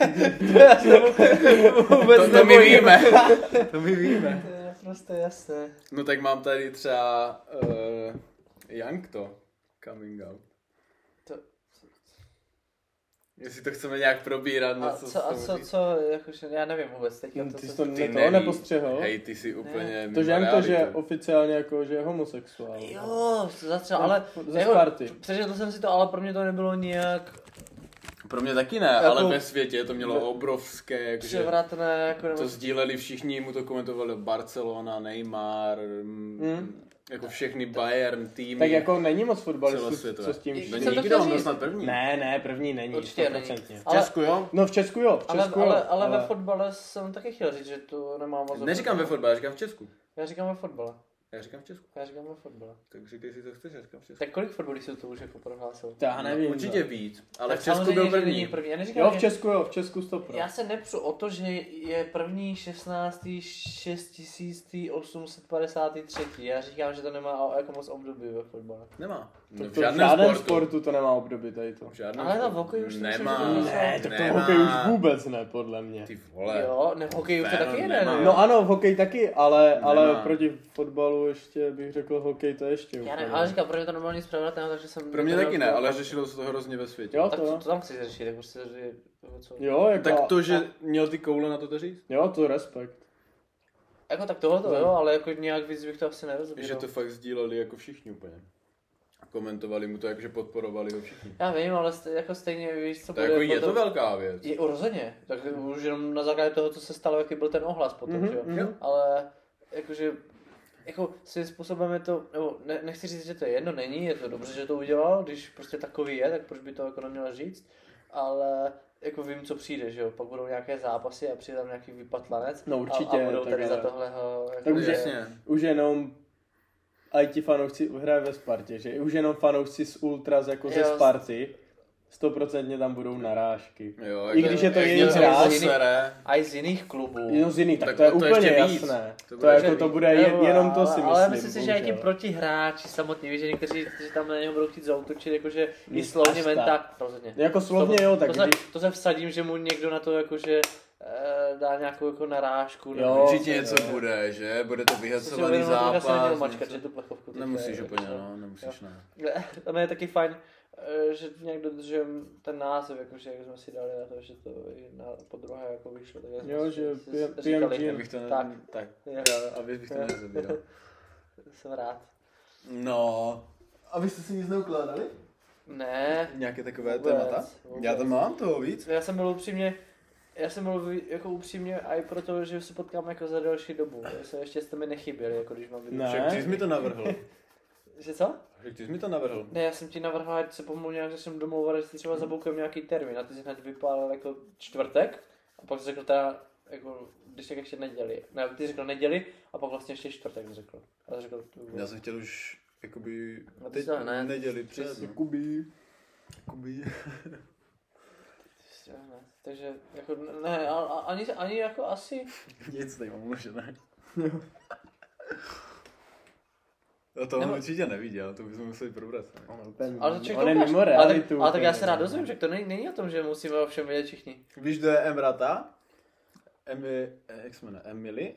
To my víme. To my víme. To je prostě jasné. No tak mám tady třeba Young to coming out. Jestli to chceme nějak probírat. Co, jakože, já nevím vůbec. Ty jsi to nepostřehl? Hej, ty jsi úplně ne. To že Young to, že oficiálně jako, že je homosexuál. Jo, zatřeba, ale... Ze Sparty. Přečetl jsem si to, ale pro mě to nebylo nijak... Pro mě taky ne, jako, ale ve světě to mělo obrovské, převratné, jako to sdíleli všichni, mu to komentovali Barcelona, Neymar, jako všechny Bayern týmy. Tak jako není moc fotbalistů, co s tím není nikdo, on snad první. Ne, první není. Určitě není. V Česku jo? No v Česku jo, ale ve fotbale jsem taky chtěl říct, že to nemá moc. Neříkám ve fotbale, říkám v Česku. Já říkám ve fotbale. Já říkám v Česku. Já říkám ve fotbale. Tak říkej si, co chceš, já říkám v Česku. Tak kolik fotbalistů to už jako prohlásil? Já nevím. No, určitě víc, ale v Česku byl první. Já neříkám, jo, v Česku 100%. Já se nepřu o to, že je první 16. 6853. Já říkám, že to nemá jako moc období ve fotbale. Nemá. V žádném sportu to nemá období tady to. Ale na hokej už nemá. Ne, tak to hokej už vůbec ne, podle mě. Ty vole. Jo, ne, v hokeji už to taky jde, ne? No ano, v hokeji taky, ale proti fotbalu ještě bych řekl, hokej to ještě já ne, ale říkám, pro mě to nebylo nic převratného, takže jsem... Pro mě taky ne, ale řešilo se to hrozně ve světě. Jo, tak to tam chci řešit, tak prostě co? Jo, jako... Tak to, že měl ty koule na to říct? Jo, to respekt. Jako tak tohle to jo, ale jako nějak víc bych to asi nerozumil. Že to fakt sdíleli jako všichni úplně. Komentovali mu to, jakože podporovali ho všichni. Já vím, ale jako stejně víš, co bude. Jako je to velká věc. Je rozhodně, tak už jenom na základě toho, co se stalo, jaký byl ten ohlas potom, že jo. Ale jakože jako svým způsobem je to, nebo nechci říct, že to je jedno, není, je to dobře, že to udělal, když prostě takový je, tak proč by to jako neměl říct, ale jako vím, co přijde, že jo, pak budou nějaké zápasy a přijde tam nějaký vypatlanec no, určitě, a budou tady za tohleho... Tak už jenom a i ti fanoušci hrají ve Spartě, že už jenom fanoušci z Ultras jako ze Sparty 100% tam budou narážky. Jo, i když je to jejich hráč. A i z jiných klubů. No z jiných, tak to je úplně jasné. To bude jenom to si myslím. Ale myslím si, že i ti protihráči samotní, víš, že někteří tam na něho budou chtít zautočit, jakože i slovně tak rozhodně. Jako slovně jo, tak to se vsadím, že mu někdo na to jakože dá nějakou jako narážku. Určitě něco bude, že? Bude to vyhacovaný zápas. Nemusíš úplně, no, nemusíš ne. Ono je taky fajn, že nějak dodržujeme ten název, jakože jak jsme si dali na to, že to jedna po druhé jako vyšlo. Tak jo, že bych to tak. Aby bych to nezabíral. Jsem rád. No. A vy jste si nic neukládali? Ne. Nějaké takové témata? Já tam mám toho víc. Já jsem byl upřímně i proto, že se potkáme jako za delší dobu. Ještě jste mi nechyběli, jako když mám vidět. Však ty jsi mi to navrhl. Že co? Však ty jsi mi to navrhl. Ne, já jsem ti navrhl, ať se pomalu nějak začneme domlouvat, že si třeba zaboukujeme nějaký termín. A ty jsi hned vypálil jako čtvrtek a pak řekl teda, jako, když tak ještě neděli. Ne, ty řekl neděli a pak vlastně ještě čtvrtek řekl. A řekl já jsem chtěl už jakoby teď neděli před. Jakoby. Takže jako ne, ani jako asi... Nic nemám, že ne. To on určitě neviděl, to bychom museli probrat. Ale to je mimo realitu. Ale tak já se rád dozvím, že to není o tom, že musíme o všem vědět všichni. Víš, kdo je Emrata? Jak se jmenuje? Emily?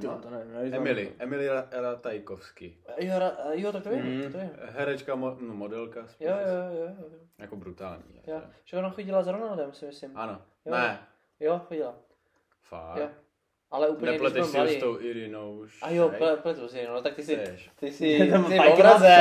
Emily Ratajkovsky. Jo, tak to je. Herečka, modelka. Jo. Jako brutální. Že ona chodila s Ronaldem, si myslím. Ano. Jo. Ne. Jo, chodila. Fakt. Jo. Ale úplně nepleteš si s tou Irinou. A jo, pletu si, no, tak ty jsi v obraze.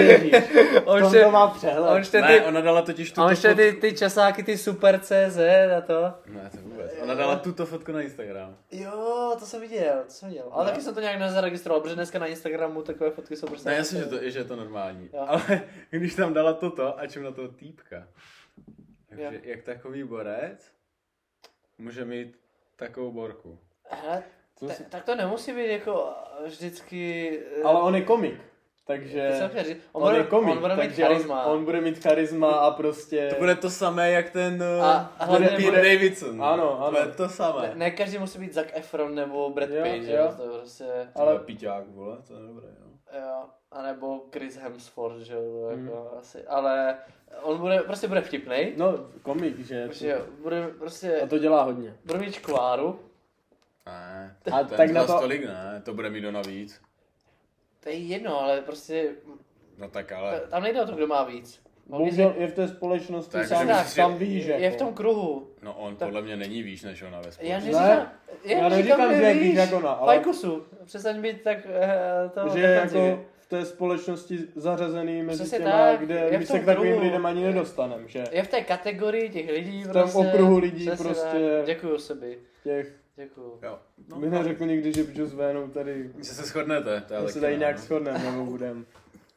On to má přehled. Ona dala totiž tuto fotku. Ještě ty časáky, ty super CZ a to. Ne, to vůbec. Ona dala tuto fotku na Instagram. Jo, to jsem viděl. Ale taky jsem to nějak nezaregistroval, protože dneska na Instagramu takové fotky jsou prostě... Ne, jasně, že je to normální. Jo. Ale když tam dala toto, a čím na toho týpka. Takže jak takový borec může mít takovou borku. Hele, tak to nemusí být jako vždycky... Ale on je komik, takže... On je komik, takže on bude mít charisma a prostě... To bude to samé, jak ten Pete Davidson. Ano. To bude to samé. Ne každý musí být Zac Efron nebo Brad Pitt, jo? To prostě... Ale Píťák, vole, to je dobré, jo. Jo, anebo Chris Hemsworth, že jo, jako asi, ale on bude vtipnej. No, komik, že? Bude prostě... A to dělá hodně. Bude mít škváru. Ne, tak na to... tolik ne, to bude mít do navíc. To je jedno, ale prostě... No tak ale... Tam nejde o to, kdo má víc. Bohužel je v té společnosti sám víš, je v tom kruhu. No on podle mě není výš než ona ve společnosti. Já neříkám, že je výš jak ona, ale... Fajkusu, přestaň být tak že je jako v té společnosti zařazený mezi těma, kde my se k takovým lidem ani nedostaneme, že? Je v té kategorii těch lidí prostě... V tom okruhu lidí prostě... Děkuju sobě. Děkuju. Jo. No, bych neřekl nikdy, že Bčo s Vénou tady... Že se shodnete. My se tady nějak shodneme, nebo budem.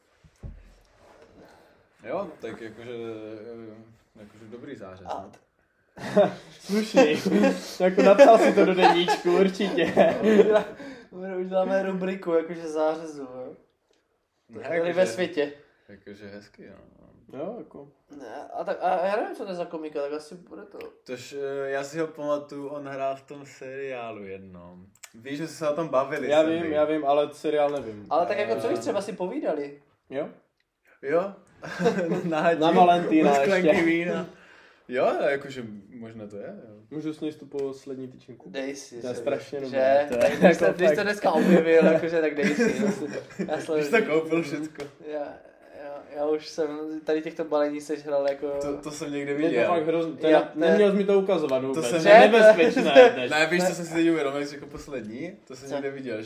Jo, tak jakože dobrý zářez. Slušný. Jako napsal si to do deníčku, určitě. Už dáme rubriku, jakože zářezu, jo. Tady ve světě. Jakože hezky, jo. Jo, jako. Ne, a já nevím, co to je za komika, tak asi bude to. Tož já si ho pamatuju, on hrál v tom seriálu jednom. Víš, že jsme se o tom bavili. Já vím, ale seriál nevím. Ale tak jako co když třeba si povídali? Jo? Jo. Na Valentína ještě. Vína. Jo, jakože možná to je. Jo. Můžu sníst tu poslední tyčinku? Dej si. To je strašně dobré. Když to dneska objevil, jakože tak dej si. Když to koupil všecko. Já už jsem tady těchto balení sežral jako... To jsem někde viděl. To fakt hrozný. Neměl jsi mi to ukazovat vůbec. To jsem nebezpečné. Ne, víš, co jsem si teď uvědomil, jako poslední? To jsem někde viděl,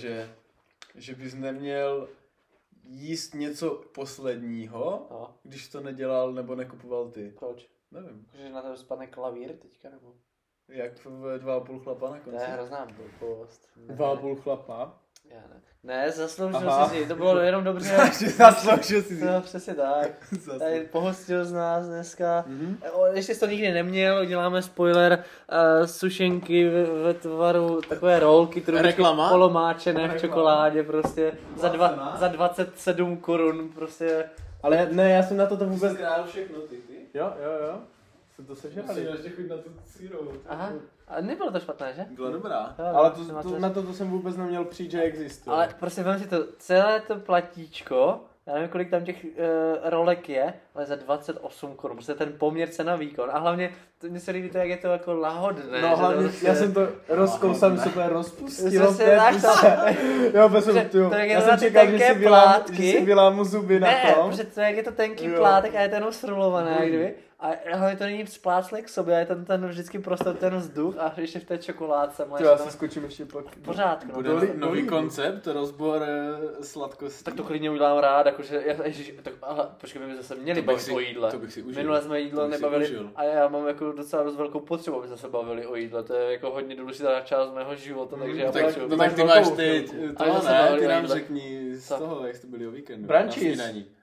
že bys neměl jíst něco posledního, když to nedělal nebo nekupoval ty. Proč? Nevím. Že na to spadne klavír teďka, nebo? Jak v 2,5 chlapa na konci? To je hrozná blbost. 2,5 chlapa? Já ne, zasloužil jsi si, to bylo jenom dobře. Zasloužil jsi si. No, přesně tak. Tady pohostil z nás dneska. Ještě jsi to nikdy neměl, děláme spoiler, sušenky ve tvaru, takové rolky, trubičky polomáčené v čokoládě prostě. Za 27 korun prostě. Ale ne, já jsem na to vůbec... Zkrál všechno ty. Jo. Jsem to sežrali. Musím ještě chuť na tu sírovou. Aha. A nebylo to špatné, že? Byla dobrá. Jo, ale na to jsem vůbec neměl přijít, že existuje. Ale prostě vem si to, celé to platíčko, já nevím, kolik tam těch rolek je, ale za 28 korun, prostě ten poměr cena výkon. A hlavně, mně se líbí to, jak je to jako lahodné. No hlavně, já jsem to rozkousal, super rozpustilo v té puse. Jo, já jsem čekal, že si vylámu zuby na tom. Ne, protože to, jak je to tenký plátek a je to jenom srolované, jak kdyby. A hlavně to není spláclé k sobě, a je ten vždycky prostě ten vzduch a ještě v té čokoládce. Já se skočím ještě pak. Pořádku. Bude nový koncept, rozbor sladkosti. Tak to klidně udělám rád, jakože, počkej, my jsme zase měli bavit o jídle. To bych si užil. Minule jsme jídlo nebavili a já mám jako docela dost velkou potřebu, aby jsme se bavili o jídle. To je jako hodně důležitá část mého života, takže já potřebuji. No tak ty máš teď, ty nám řekni z toho, jak jste byli o víkendu. Brančís.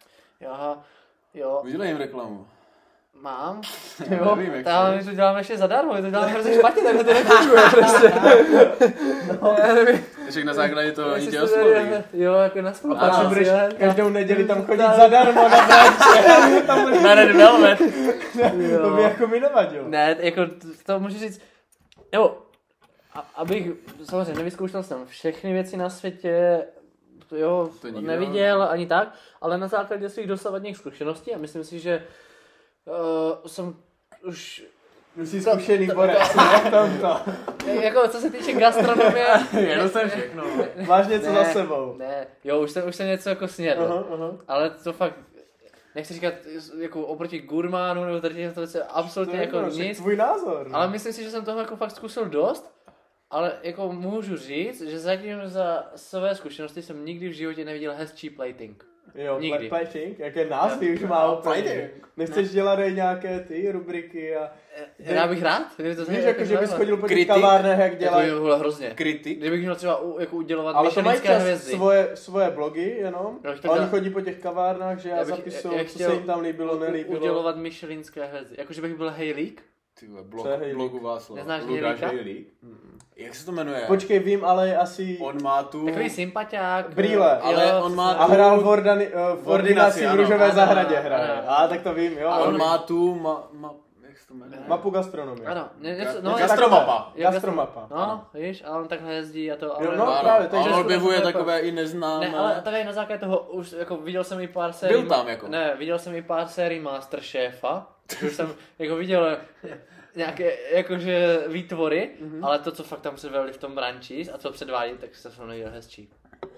Jo. Udělej jim reklamu. Mám. Jo, my to děláme ještě zadarmo, my to děláme hrozně špatně, takhle to nefunguje prostě. No, takže na základě toho oni tě osloví. Jo, jako na spolupráci. A budeš každou neděli tam chodit zadarmo na branče. Na Red Velvet. To by jako mi nevadilo. Ne, jako to můžu říct, nebo abych, samozřejmě nevyzkoušel jsem všechny věci na světě, jo, neviděl ani tak, ale na základě svých dosavadních zkušeností a myslím si, že jsem už... Jsi zkušený borec, ne? Tomto. Jako co se týče gastronomie... Jenom jsem všechno. Máš něco za sebou. Ne, jo, už jsem něco jako snědl, ale to fakt... Nechci říkat, jako oproti gurmánu, nebo tady to je absolutně to jako nic. Tvůj názor. Ale myslím si, že jsem toho jako fakt zkusil dost, ale jako můžu říct, že zatím za své zkušenosti jsem nikdy v životě neviděl hezčí plating. Jo, plating? Jaké názvy už má plating? Nechceš dělat nějaké ty rubriky a... Já bych rád. Víš, jako, že bys chodil po těch kavárnách, jak dělají... Jako by bylo hrozně. Kritik? Kdybych měl třeba jako udělovat ale michelinské hvězdy. Ale to mají svoje blogy jenom. A oni chodí po těch kavárnách, že já zapisuju, co se jim tam líbilo, nelíbilo. Udělovat michelinské hvězdy. Jakože bych byl Hejlík. Blogu Václav. Neznáš Hejlík? Jak se to jmenuje? Počkej, vím, ale asi... On má tu... Takový sympatiák. Brýle. Ale on má tu... A hrál v ordinaci v Růžové zahradě hraje. A tak to vím, jo. A on má tu... Jak se to jmenuje? Mapu gastronomie. Ano. Gastromapa. Gastromapa. No, víš, a on takhle jezdí a to... Jo, no právě. A on objevuje takové i neznámé... Ne, ale tady na základě toho už jako viděl jsem i pár sérií... Byl tam jako. Ne, viděl jsem i pár sérií Masterchefa. Už jsem jako viděl... nějaké jakože výtvory, ale to, co fakt tam předvedli v tom ranči a co předvádí, tak se to nedělá hezčí.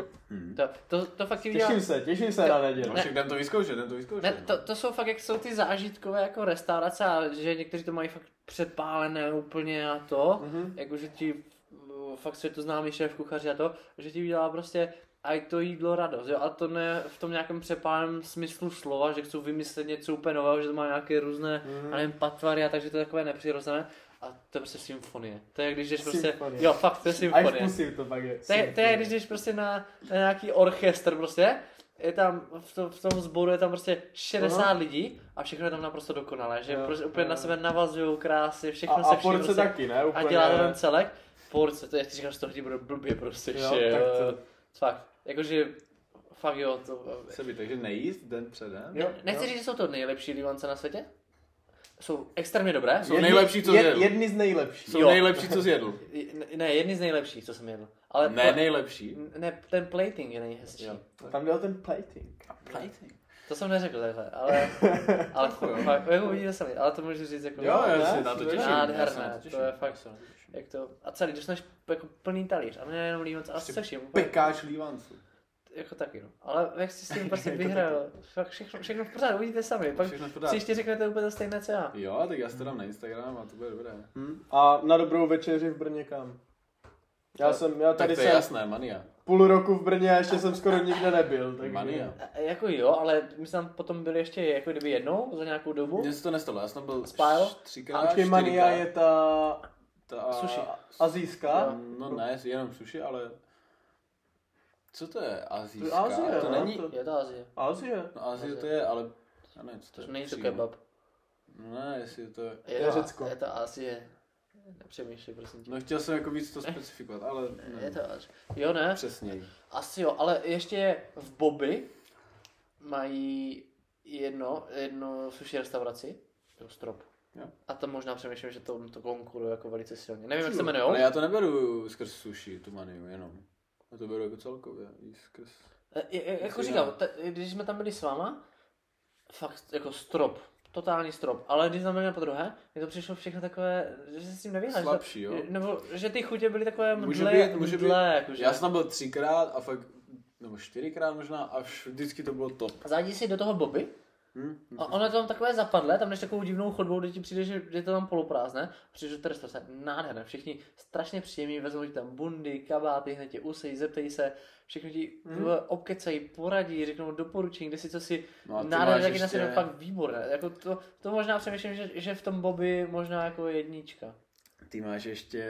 To fakt Těším se na neděli. Však jdem to vyzkoušet, Ne, to jsou fakt, jak jsou ty zážitkové jako restaurace a že někteří to mají fakt přepálené úplně a to, jakože ti fakt světoznámý šéf kuchaři a to, že ti udělá prostě a to jídlo radost, jo, a to ne v tom nějakém přepáleném smyslu slova, že chcou vymyslet něco úplně nového, že to má nějaké různé, nevím, patvary a takže to je takové nepřirozené. A to je prostě symfonie. To je, když jdeš prostě, jo, fakt, to je symfonie. Až pusím to pak je. To je, když jdeš prostě na nějaký orchestr prostě, je tam, v tom sboru je tam prostě 60 lidí a všechno je tam naprosto dokonalé, že prostě úplně na sebe navazují krásně, všechno se vším porce prostě, taky, ne? Úplně... A dělá ten celek. Porce, to je, ty říkáš, že to hodí bude blbě prostě, jo, že jo. Fakt, jakože, fakt jo, to... Takže nejíst den předem? Nechci říct, že jsou to nejlepší Livance na světě? Jsou extrémně dobré. Jsou nejlepší, co zjedl. Jedni z nejlepších. Jsou nejlepší, co zjedl. Ne, jedni z nejlepších, co jsem jedl. Ale ne nejlepší. Ne, ten plating je nejhezčí. Tam dělal ten plating. To jsem neřekl takhle, ale fakt, jako vidíte sami, ale to můžu říct jako... Jo, já si na to těším. Nádherné, to je fakt, jak to... A celý, dostaneš jako plný talíř, a ne jenom lívanc, ale se vším. Pekáč lívanců. Jako taky, no. Ale jak si s tím prostě vyhrál, fakt všechno v pořádu, uvidíte sami, pak příště řeknete úplně to stejné, co já. Jo, tak já si to dám na Instagram a to bude dobré. A na dobrou večeři v Brně kam? Já tady jsem jasné, mania. Půl roku v Brně a ještě jsem skoro nikde nebyl. Tak mania. Jako jo, ale my jsme tam potom byli ještě jako kdyby jednou za nějakou dobu. Mně se to nestalo, já jsem byl 3x. Počkej, mania je ta sushi. Azijská? No ne, jenom sushi, ale... Co to je azijská? To je Azie, to není... Je to Azie. Azie? No Azie to je, ale... Já nevím, co to je. Není to kebab. Ne, jestli to je... Je Řecko. Je to Azie. Nepřemýšlej, prosím tě. No chtěl jsem jako víc to specifikovat, ale... Ne. Je to Azie. Jo, ne? Přesněji. Asi jo, ale ještě v Bobby mají jedno sushi restauraci. Jo, Strop. Jo. A tam možná přemýšlím, že to konkuruje jako velice silně. Nevím, jak se jmenujou. Ale já to neberu skrz sushi, tu maniu, jenom. Já to beru jako celkově, skrz... Jako říkám, když jsme tam byli s váma, fakt jako Strop. Totální strop, ale když jsme byli na podruhé, mi to přišlo všechno takové, že se s tím nevyhláš. Slabší, jo? Nebo, že ty chutě byly takové může být. jakože. Já jsem tam byl 3x a fakt, nebo 4x možná a vždycky to bylo top. Zajdi si do toho Bobby. A ono je tam takové zapadlé, tam jdeš takovou divnou chodbou, kde ti přijde, že je to tam poloprázdné, přijdeš do té restaurace, nádherné, všichni strašně příjemní, vezmou ti tam bundy, kabáty, hned tě usejí, zeptají se, všechno ti obkecají, poradí, řeknou doporučení, kde si co si nádherné, taky na sebe fakt výborné, jako to možná přemýšlím, že v tom Bobby možná jako jednička. Ty máš ještě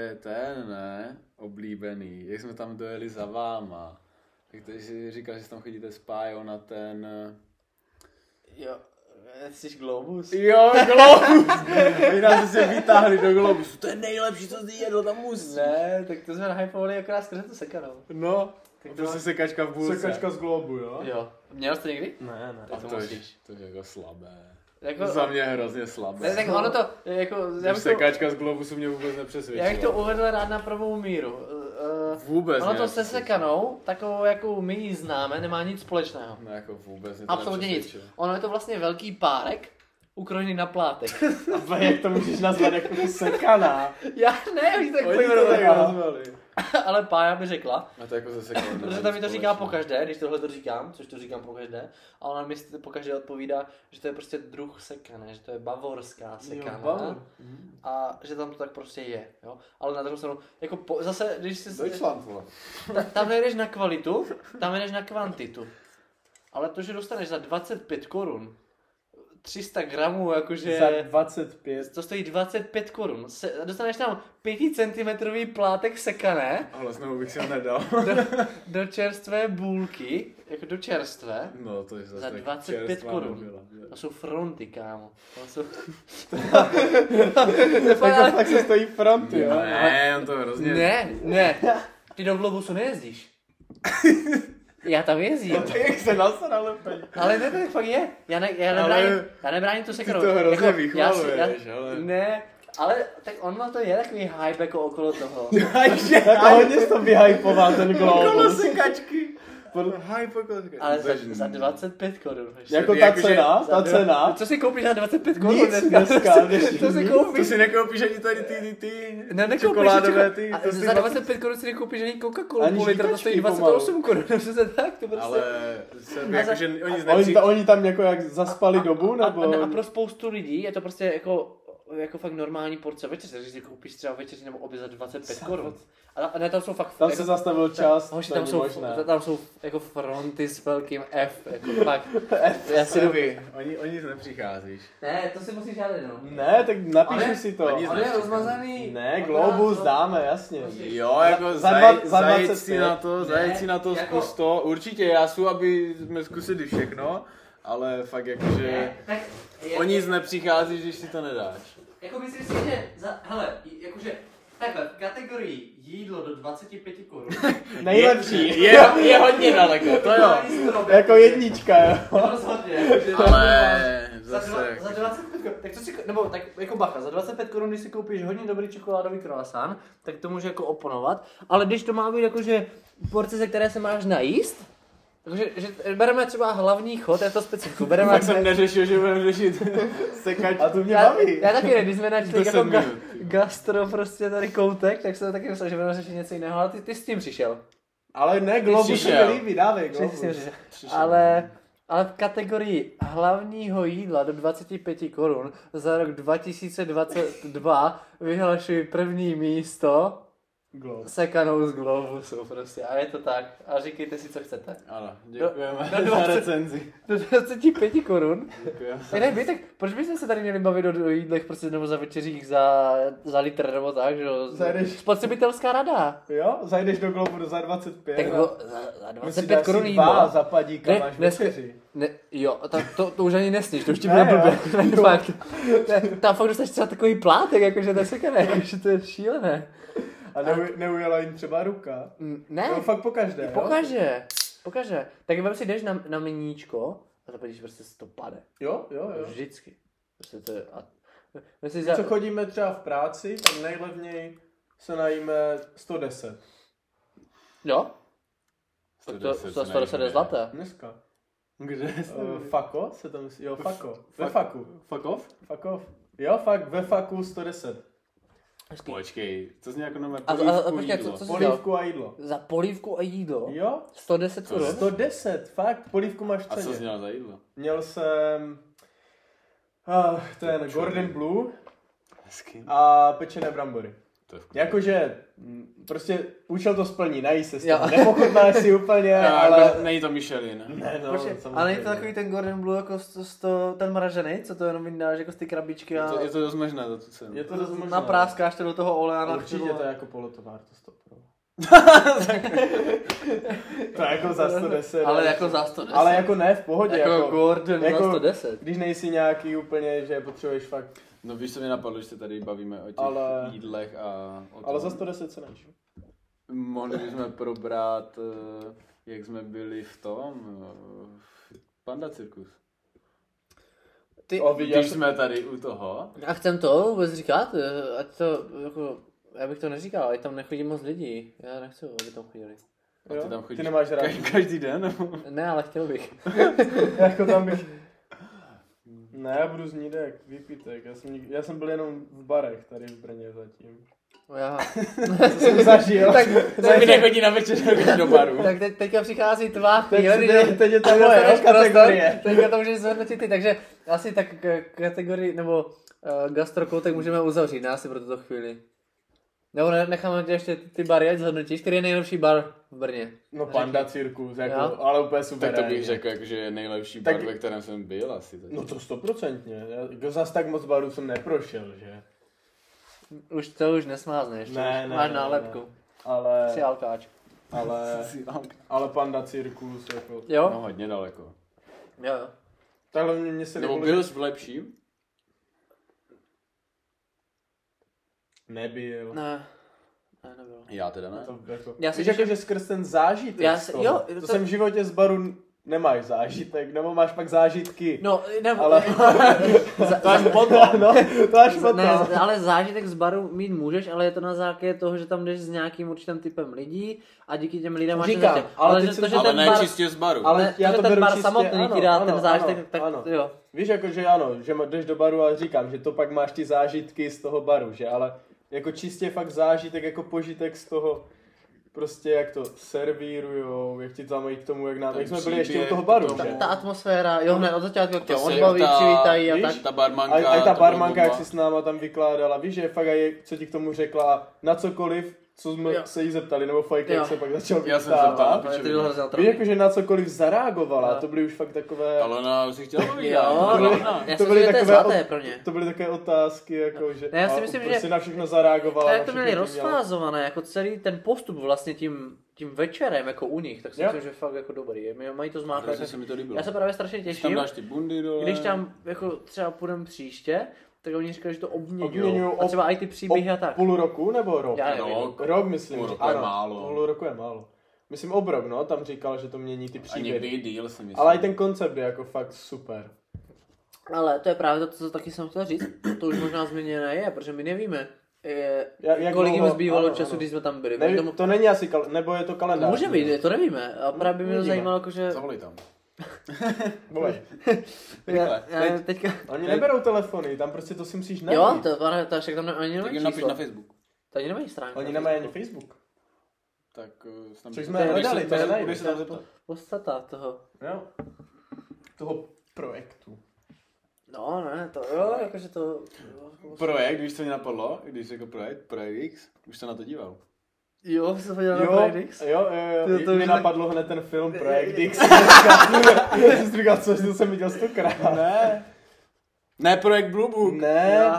oblíbený, jak jsme tam dojeli za váma, tak ty jsi říkal, že tam chodíte s Pájou na ten... Jo, jsi Globus? Jo, Globus! Vy nás se vytáhli do Globusu, to je nejlepší, co jsi jedl, tam musíš. Ne, tak to jsme nahypovali akorát skrze tu sekanou. No, tak to se sekačka v bulce. Sekačka z Globu, jo? Jo. Měl jsi to někdy? Ne. To je jako slabé. Jako, za mě hrozně slabé. Ne, tak ono to, jako... Sekačka z Globusu mě vůbec nepřesvědčila. Já bych to uvedl rád na pravou míru. vůbec ono to se sekanou, takovou, jakou my ji známe, nemá nic společného. No jako vůbec. Absolutně nic. Ono je to vlastně velký párek, ukrojený na plátek. A jak to můžeš nazvat jako sekaná? Já ne, oni tak pojmenovali. Ale Pája mi řekla, a to jako ze sekanou. protože tam mi to říká pokaždé, když tohle to říkám, což to říkám pokaždé, a ona mi pokaždé odpovídá, že to je prostě druh sekané, že to je bavorská sekaná a že tam to tak prostě je, jo. Ale na druhou stranu, jako zase, když si... Deutschland, vole. Tam nejdeš na kvalitu, tam nejdeš na kvantitu. Ale to, že dostaneš za 25 korun 300 gramů, jakože... Za 25. To stojí 25 korun. Dostaneš tam 5 cm plátek sekané. Ale znovu bych si ho nedal. do čerstvé bůlky, jako do čerstvé. No, to je za 25 korun. To jsou fronty, kámo. To jsou... Jako tak se stojí fronty, jo? Ne, on to hrozně... Ne. Ty do Globusu nejezdíš. Já tam jezdím. No tak jak se nasral úplně. Ale ne, to fakt je. Já nebráním tu sekanou. Ty to hrozně vychvaluješ, ale... Ne, ale tak ono to je takový hype jako okolo toho. Tak hodně jsi to vyhypoval ten Globus. Okolo sekačky. Ale za 25 korun. Jako ta cena, Co si koupíš za 25 korun dneska? Co si koupíš? To si nekoupíš ani tady ty čokoládové ty. Za 25 korun si nekoupíš ani Coca-Colu, půl litra, to stojí 28 korun. Tak, to prostě. Ale jakože oni nepřichází. Oni tam jako jak zaspali dobu, nebo? A pro spoustu lidí je to prostě jako fakt normální porce večeře, když si koupíš třeba večeři nebo oběd za 25 korun. A ne, tam jsou fakt... Tam se zastavil čas, hoši, tam jsou jako fronty s velkým F, jako fakt. Já si oni nic nepřicházíš. Ne, to si musíš žádat, no. Ne, tak napíšu si to. On je rozmazaný. Ne, Globus dáme, jasně. Jo, jako zajet si na to, jako... zkus to. Určitě, já jsem, aby jsme zkusili všechno, ale fakt jakože... O nic nepřicházíš, když si to nedáš. Jako myslím si, že hele, jakože takhle, v kategorii jídlo do 25 korun. Nejlepší. Je hodně daleko, to jo. Jako jednička, jo. Rozhodně. Ale zase... Za 25 korun, tak co si, nebo tak jako bacha, za 25 korun, když si koupíš hodně dobrý čokoládový croissant, tak to může jako oponovat. Ale když to má být jakože porce, ze které se máš najíst, takže bereme třeba hlavní chod, je to specifiku. Tak jsem neřešil, že budeme řešit sekačku. A to mě baví. Já taky ne, když jsme načli jako gastro prostě tady koutek, tak jsem taky myslel, že budeme řešit něco jiného, ale ty s tím přišel. Ale ne, Globus se mi líbí, dávej Globus. Ale v kategorii hlavního jídla do 25 korun za rok 2022 vyhlašuji první místo. Sekanou z Globusu prostě a je to tak. A říkejte si, co chcete. Ano, děkujeme za recenzi. Do 25 korun. Děkujeme. Ne, tak proč bychom se tady měli bavit o jídlech prostě nebo za večeřích za litr nebo tak, že jo? Spotřebitelská rada. Jo, zajdeš do Globusu za 25. Tak za 25 korun jídlo. Dva zapadíka máš večeři. Ne, jo, to už ani nesníš, to už ti bude blbě. Fakt. Tam fakt dostaneš třeba takový plátek, jakože to je sekané, jakože to je šílené. A neujela jim třeba ruka? Ne. No fakt pokaždé, Pokaže. Tak vem si jdeš na meníčko a zapadíš prostě 150. Jo. Vždycky. Prostě to je... Co chodíme třeba v práci, tak nejlevněji se najíme 110. Jo? 110 je zlaté. Dneska. Kde? Fako se to myslí? Jo, Fako. Ve Faku. Fakov? Jo, fakt, ve Faku 110. Počkej, co zní jako nové polívku a jídlo. Za polívku a jídlo? Jo. 110 korun? 110, fakt, polívku máš v ceně. A co jsi měl za jídlo? Měl jsem ten Gordon Blue a pečené brambory. Jakože prostě účel to splní, nají se s tím. Nepochutnáš si úplně, ale... Není to Michelin. Ne, no, ale není to takový ten Gordon Blue jako ten mražený, co to jenom vydáš jako z ty krabičky a... Je to dost možné za tu cenu. Je to dost možné. Napráskáš to do toho oleja. Určitě to je jako polotovár, to 100 pro. To jako za 110. Ale jako za 110. Ale jako ne, v pohodě. Jako Gordon jako, za 110. Když nejsi nějaký úplně, že potřebuješ fakt... No víš, co mě napadlo, že se tady bavíme o těch jídlech a o tom. Ale za 110 se nejš. Mohli bychom probrat, jak jsme byli v tom, Panda Cirkus. Když jsme tady u toho. A chcem to vůbec říkat, ať to jako... Já bych to neříkal, ale tam nechodí moc lidí. Já nechci, aby tam chodili. A ty tam chodíš ty nemáš rád každý den? Nebo? Ne, ale chtěl bych. Jako tam bych... Ne, já budu z Nídek, výpitek. Já jsem byl jenom v barech tady v Brně zatím. Já. Co jsem zažil. Tak mi nechodí na večer do baru. Tak teďka přichází tvá chvíle. Teď je to moje kategorie. Teďka to můžeš zhodnotit ty, takže asi tak kategorii, nebo gastrokoutek můžeme uzavřít, ne asi pro tuto chvíli. Nebo necháme tě ještě ty bary, ať zhodnotíš, který je nejlepší bar v Brně. No Panda Cirkus, jako, ale úplně super. Tak to bych řekl, že je nejlepší bar, ve kterém jsem byl asi. Tak. No to 100%. Zas tak moc barů jsem neprošel, že? Už nesmázneš, ne, máš nálepku. Ne. Ale... Jsi alkáč. Ale Panda Cirkus, jako... Jo? No hodně daleko. Jo. Takhle mě se nebo byl jsi v lepším? Nebyl. Ne, nebyl. Já teda ne. To, jako, Já si víš, jako, že skrz ten zážitek to jsem v životě z baru nemáš zážitek, nebo máš pak zážitky. No, nebo... Ale... to až potom. No, to až potom. Ne, ale zážitek z baru mít můžeš, ale je to na základě toho, že tam jdeš s nějakým určitým typem lidí a díky těm lidem máš ten zážitek. Ale ne bar, čistě z baru. Ale já to ten beru bar čistě, samotný ti dá ten zážitek, tak ano. jo. Víš, jako, že ano, že jdeš do baru a říkám, že to pak máš ty zážitky z toho baru, že? Ale jako čistě fakt zážitek, jako požitek z toho, prostě jak to servírujou, jak ti tam mají k tomu, jak jsme byli ještě u toho baru, že? Ta atmosféra, jo, hned od začátku, jak tě odbaví, přivítají a tak. Ta barmanka, a ta barmanka, jak si s náma tam vykládala, víš, že fakt co ti k tomu řekla, na cokoliv, co jsme se jí zeptali, nebo fajk, jak se pak začal vyptávat. Víš, jakože na cokoliv zareagovala, to byly už fakt takové... Ale ona si chtěla to byly takové to byly takové otázky, jako, že já si myslím, že na všechno zareagovala. To měli rozfázované, jako celý ten postup vlastně tím večerem, jako u nich, tak si myslím, že fakt jako dobrý. Mají to zmáknout. Já se právě strašně těším. Tam dáš ty bundy dole. Když tam jako třeba půjdeme příště, tak oni říkali, že to obměňují. A třeba i ty příběhy a tak. Půl roku nebo rok? Já nevím. Rok myslím. Půl roku je málo. Půl roku je málo. Myslím obrok, no, tam říkal, že to mění ty příběhy. A někdy i díl si myslím. Ale i ten koncept je jako fakt super. Ale to je právě to, co taky jsem chtěl říct. To už možná změněné je, protože my nevíme, kolik jim zbývalo času, když jsme tam byli. Neví, to není asi, nebo je to kalendář. Může být, to nevíme. A právě by mě zajímalo, jakože... Zavolej tam. Volej. Teďka... Oni neberou telefony, tam prostě to si musíš najít. Jo, to však tam oni nemají číslo. Napiš na Facebook. To oni nemají stránku. Oni nemají ani Facebook. Tak snad... Což jsme hledali, to nenajdeš. Podstata toho. Jo. Toho projektu. No, ne, to jo, jakože to... Projekt, víš, co mě napadlo? Když jsi jako projekt X, už se na to díval. Jo, jsem podíval na Projekt X. Jo, mě napadlo hned ten film Projekt X. Já jsem říkal, co jsem viděl 100krát. Ne, Projekt Blue Book. Ne,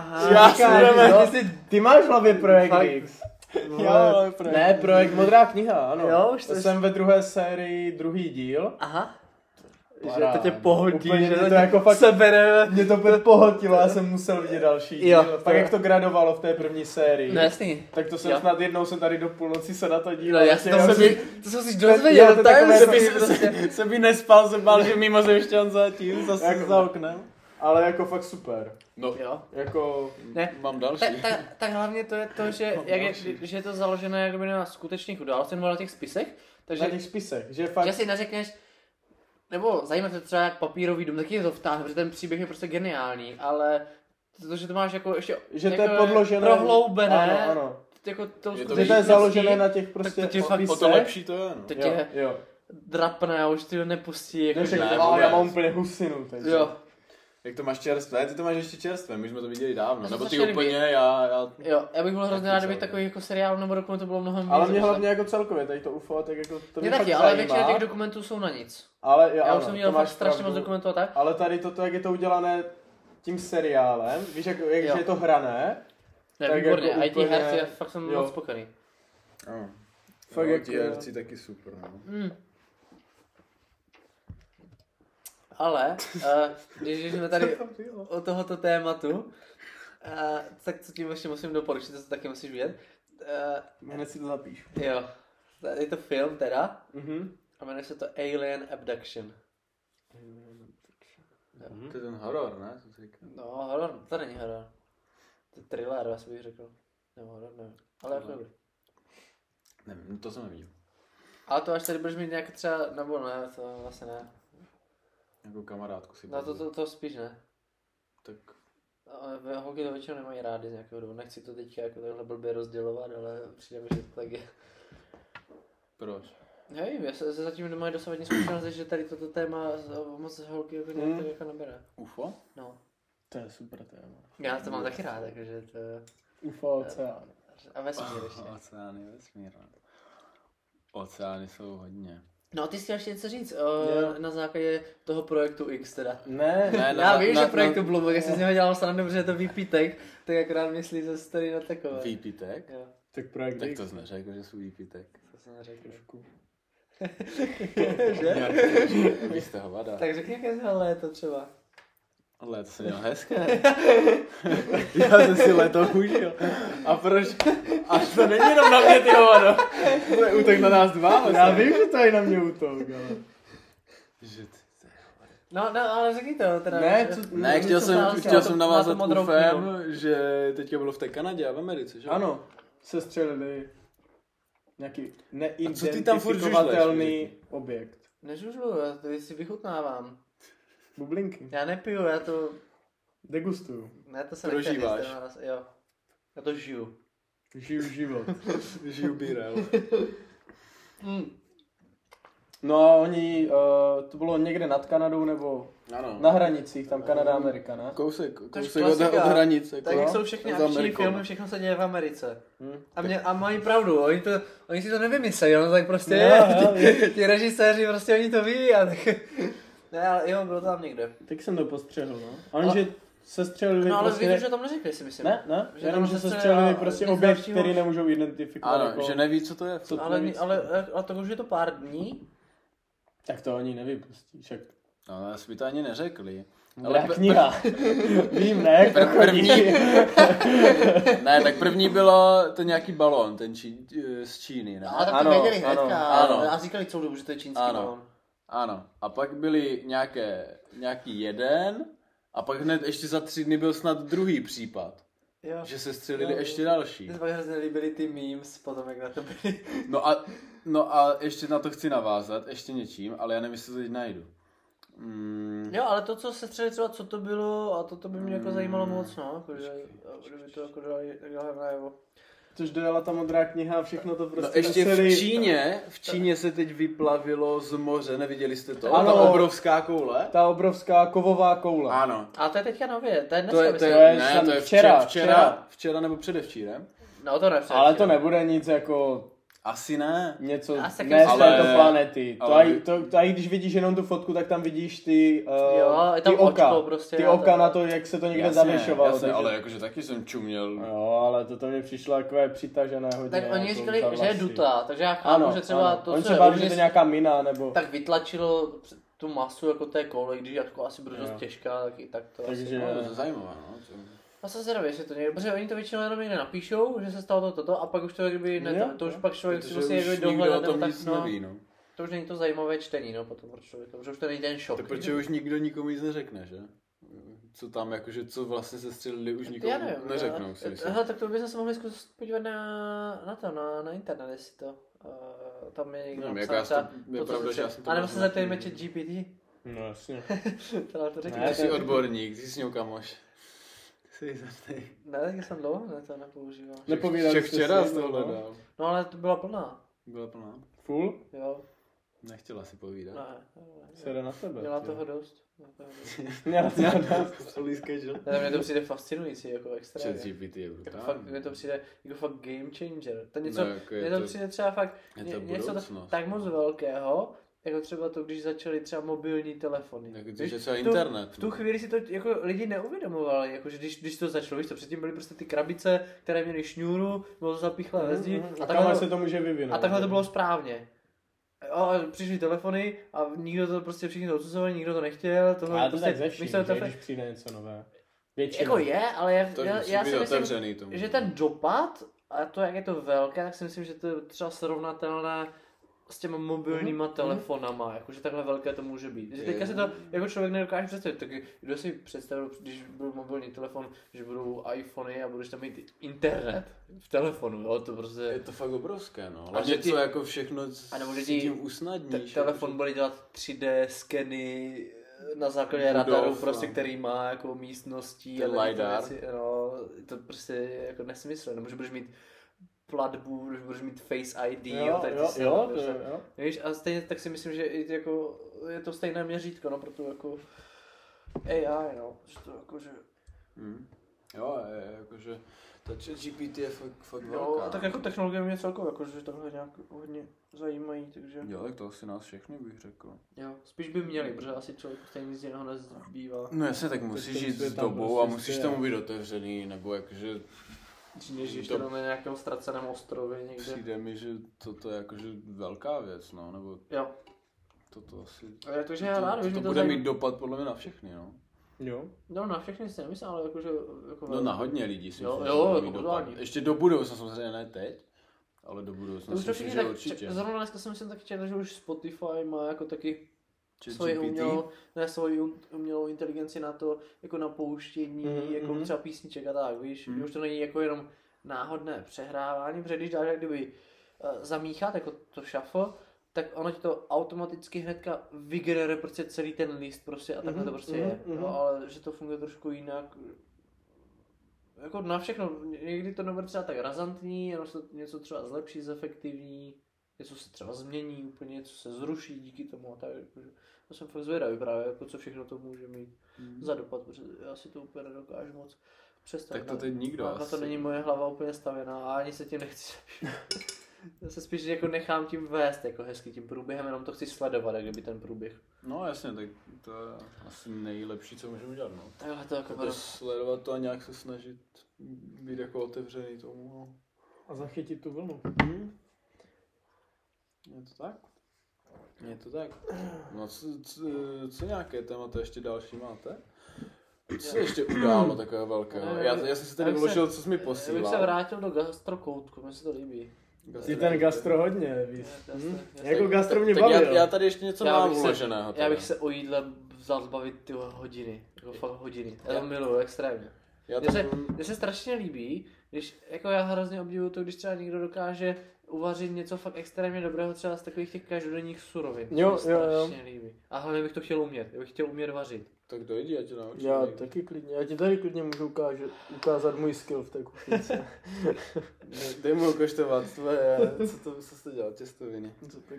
ty máš v hlavě Projekt X. Ne, Projekt Modrá kniha, ano. Jo, to jsem ve druhé sérii, druhý díl. Aha. Že to tě pohodí, úplně, že to jako fakt sebere. Mě to úplně pohodilo, já jsem musel vidět další díl. Pak jak to gradovalo v té první sérii. No jasný. Tak to jsem snad jednou jsem tady do půlnoci se na to díval. No, to jsem si dozvěděl, to se by nespal, se bál, že mimozemšťan zatím, zase za oknem. Ale jako fakt super. No, jo. Jako... Ne. Mám další. Tak hlavně to je to, že, že je to založené jakoby na skutečných událostech nebo na těch spisech. Takže, na těch spisech, že fakt... Že si neřekneš, nebo zajímá to třeba jak papírový dům, taky je to vtáhne, protože ten příběh je prostě geniální, ale to, že to máš jako ještě že jako to je podložené, prohloubené, ano. Jako že to je založené na těch prostě spisech. O to lepší to je, no. To tě drapne a už ty to nepustí. Jako já mám úplně husinu teď. Jo. Jak to máš čerstvé? Ty to máš ještě čerstvé, my jsme to viděli dávno. Nebo ty úplně, já... Jo, já bych byl hrozně rád, kdyby takový jako seriál nebo dokument to bylo mnohem víc. Ale mě hlavně jako celkově, tady to UFO, tak jako to mě fakt zajímá. Ale většina těch dokumentů jsou na nic. Ale já už jsem měl fakt strašně moc dokumentů a tak. Ale tady toto, jak je to udělané tím seriálem, víš, jak je to hrané. Ne, tak výborně, jako a i ti herci, já fakt jsem moc spokojený. Fakt jak ti herci taky super, no. Ale, když jsme tady o tohoto tématu, tak co tím ještě musím doporučit, to taky musíš vidět. Hned si to zapíš. Jo, je to film teda, a jmenuje se to Alien Abduction. To je ten horor, ne? No, horor, to není horor. To je thriller, já bych řekl. Nebo horor, nevím. Ale jako dobrý. Nevím, to jsem neviděl. Ale to až tady budeš mít nějak třeba, nebo ne, to vlastně ne. Nějakou kamarádku si no to spíš ne. Tak. Holky to většinou nemají rády z nějakého důvodu. Nechci to teďka jako takhle blbě rozdělovat, ale přijde mi, že to tak je. Proč? Nevím, já se zatím nemají dosavadní zkušenost, že tady toto téma moc holky jako nějak tak jako nabere. UFO? No. To je super téma. Já to mám taky rád, takže to... UFO, oceán. A vesmír ještě. Oceány, vesmír. Oceány jsou hodně. No ty jsi ještě něco říct na základě toho projektu X teda. Ne, já vím, že projektu Blue, jestli jsi s něho dělal srandu, protože je to výpitek, tak akorát myslí se tady na takové. Výpitek? Jo. Tak projekt tak X. to jsi neřekl, že jsou výpitek. To jsem neřekl. Trošku. Že? Vy jste hovada. Tak řekni, jaké je léto třeba. Léto se měl hezké. Já jsem si léto užil. A proč? Až to není jenom na mě, ty hovado. To je útok na nás dva. Já vím, že to je na mě útok, ale... Že No, ale řekni to teda. Ne, chtěl jsem navázat UFem, že teďka bylo v té Kanadě a v Americe, že? Ano, se střelili nějaký tam furt neidentifikovatelný objekt. Nežužlu, já to si vychutnávám. Bublinky. Já nepiju, já to... Degustuju. Ne, to se prožíváš. Jo. Já to žiju. Žiju život. Žiju bírel. No a oni, to bylo někde nad Kanadou nebo na hranicích, tam Kanada, Amerika, ne? Kousek od hranice. Tak jak jsou všechny akční filmy, všechno se děje v Americe. A mají pravdu, oni si to nevymyslejí, no tak prostě ti režiséři prostě oni to ví a tak... Ne, ale jo, bylo tam někde. Tak jsem to postřehl, no. A oni, že se střelili no, ale prostě... víš, že tam neřekli, si myslím. Ne, jenom, že se střelili prostě objekt, který nemůžou identifikovat. Ano, jako... že neví, co to je. Ale to už je to pár dní. Tak to oni nevypustí, však... No, já by to ani neřekli. Ale kniha. Vím, ne, jak to první... Ne, tak první bylo to nějaký balón, ten z Číny, ne? Ale tak to věděli hnedka. A říkali celou dobu, že to je čínský balón. Ano, a pak byly nějaký jeden a pak hned ještě za 3 dny byl snad druhý případ. Jo. Že se střelili ještě další. Mně se pak hrozně líbily ty memes potom, jak na to byly. No a ještě na to chci navázat, ještě něčím, ale já nevím, jestli to teď najdu. Jo, ale to, co se střelili třeba, co to bylo, a to by mě jako zajímalo moc, no, jakože, kdyby to jako dali najevo. Což dojela ta modrá kniha a všechno to prostě... No ještě v Číně se teď vyplavilo z moře, neviděli jste to? Ano, ta obrovská koule? Ta obrovská kovová koule. Ano. A to je teďka nově, to je dneska to je včera nebo předevčírem. No to ne. Ale to nebude nic jako... Asi ne. Něco ne z této planety. To i když vidíš jenom tu fotku, tak tam vidíš ty oka. Prostě, ty oka na to, jak se to někde zavěšovalo. Jasně, ale jakože taky jsem čuměl. Jo, ale to mi přišlo takové přitažené hodně. Tak oni jako říkali, že je dutá, takže já chápu, že třeba to, on se bál, že to je nějaká mina, nebo... Tak vytlačilo tu masu jako té koule, když jako asi bude dost těžká, tak to takže... asi... To je zajímavé, no. A se zvědavě, jestli to někdo, protože oni to většinou jenom někde napíšou, že se stalo toto a pak už to kdyby to už pak člověk si musí někdo dohledat, nebo tak neví, no. To už není to zajímavé čtení, no, potom pro člověka, protože už to není ten šok. Tak protože už nikdo nikomu nic neřekne, že? Co tam, jakože, co vlastně se střelili, už nikomu neřeknou si myslím. Aha, tak to bychom se mohli zkusit podívat na internet, jestli to, tam je někdo napsal je pravda, že já jsem to... A nebo se zeptejme ChatGPT. No jasně. To řekni. Ty jsi odborník, ty jsi s ňou kamoš. Ne, tak jsem dlouho to nepoužíval. Nepovídali jste včera z toho hledal. No ale to byla plná. Byla plná? Full? Jo. Nechtěla si povídat. Ne. Sere na tebe. Měla toho dost. Měla toho dost. Mně to přijde fascinující, jako extra. ChatGPT je brutální. Mně to přijde jako fakt game changer. To něco, mně to přijde třeba fakt něco tak moc velkého, jako třeba to, když začaly třeba mobilní telefony. Takže třeba internet. V tu chvíli si to jako lidi neuvědomovali, jakože když to začalo, víš to, předtím byly prostě ty krabice, které měly šňůru, bylo to zapichlé ve zdi. A takhle se to může vyvinout. A takhle to bylo správně. A přišly telefony a nikdo to prostě všichni to odsuzovali, nikdo to nechtěl. Ale to prostě, tak ze vším, když přijde něco nové. Většinou. Jako je, ale já si myslím, že ten dopad, a to jak je to velké, tak si myslím, že to je třeba srovnatelné s těma mobilníma telefonama, jakože takhle velké to může být. Teďka si to jako člověk nedokáže představit, tak kdo si představil, když byl mobilní telefon, že budou iPhony a budeš tam mít internet v telefonu, jo, to prostě... Je to fakt obrovské, no. Hlavně co jako všechno s tím usnadníš. Telefon bude dělat 3D skeny na základě radaru, prostě, který má jako místností. Ten lidar. No, to prostě je jako nesmysl, nebo že budeš mít platbu, že budeš mít Face ID. Jo. Víš, a stejně tak si myslím, že jako, je to stejné měřítko, no, proto jako AI, no, že to jakože... Jo, jakože ta ChatGPT je fakt velká. Tak jako technologie mě celkově, jakože takhle nějak hodně zajímají, takže... Jo, tak to asi nás všechny bych řekl. Jo, spíš by měli, protože asi člověk stejně nic jiného nezbývá. No jasně, tak musíš žít s dobou a musíš tomu být otevřený, nebo jakože... Než to na nějakém ztraceném ostrově někde. Přijde mi, že toto je jakože velká věc, no, nebo... Jo. Toto asi... Takže já rád, to bude mít dopad podle mě na všechny, no. Jo. No, na všechny si nemyslím, ale jakože... Jako no na hodně lidí si myslím, jo, že mít dopad. Ještě do budoucna, samozřejmě ne teď, ale do budoucna si myslím, že určitě. Zrovna dneska jsem si tak četl, že už Spotify má jako taky svoji umělou inteligenci na to, jako na pouštění, jako třeba písniček a tak, víš, že už to není jako jenom náhodné přehrávání, protože když dáš jak kdyby zamíchat, jako to shuffle, tak ono ti to automaticky hnedka vygeneruje prostě celý ten list prostě a takhle to prostě je, no, ale že to funguje trošku jinak, jako na všechno, někdy to nebude třeba tak razantní, jenom se něco třeba zlepší, zefektivní, něco se třeba změní úplně, něco se zruší díky tomu a tak, jakože, to jsem fakt zvědavý právě, jako co všechno to může mít za dopad, protože já si to úplně nedokážu moc představit. Tak to teď nikdo asi. Na to není moje hlava úplně stavěná a ani se tím nechci já se spíš jako nechám tím vést jako hezky tím průběhem, jenom to chci sledovat, jak kdyby ten průběh. No jasně, tak to je asi nejlepší, co můžeme dělat, no. Takhle to jako sledovat to a nějak se snažit být jako otevřený tomu, no. A zachytit tu vlnu. Je to tak? No co nějaké témata ještě další máte? Co se ještě událo takového velkého? Já jsem si tady vložil, co jsi mi posílal. Já bych se vrátil do gastrokoutku, mi se to líbí. Ty ten gastro hodně, víš. Jako gastro mě bavil. Já tady ještě něco mám uloženého. Já bych se o jídle vzal zbavit ty hodiny. Jako fakt hodiny. Já to miluju extrémně. Mně se strašně líbí, když, jako já hrozně obdivuju to, když třeba někdo dokáže uvařit něco fakt extrémně dobrého třeba z takových těch každodenních surovin. Jo. Strašně líbí. A hlavně bych to chtěl umět. Já bych chtěl umět vařit. Tak dojdi, já tě naučím. Já taky klidně. Já ti tady klidně můžu ukázat můj skill v té kuchyňce. Dej mu koštovat tvoje, co jste dělal, těstoviny. Co to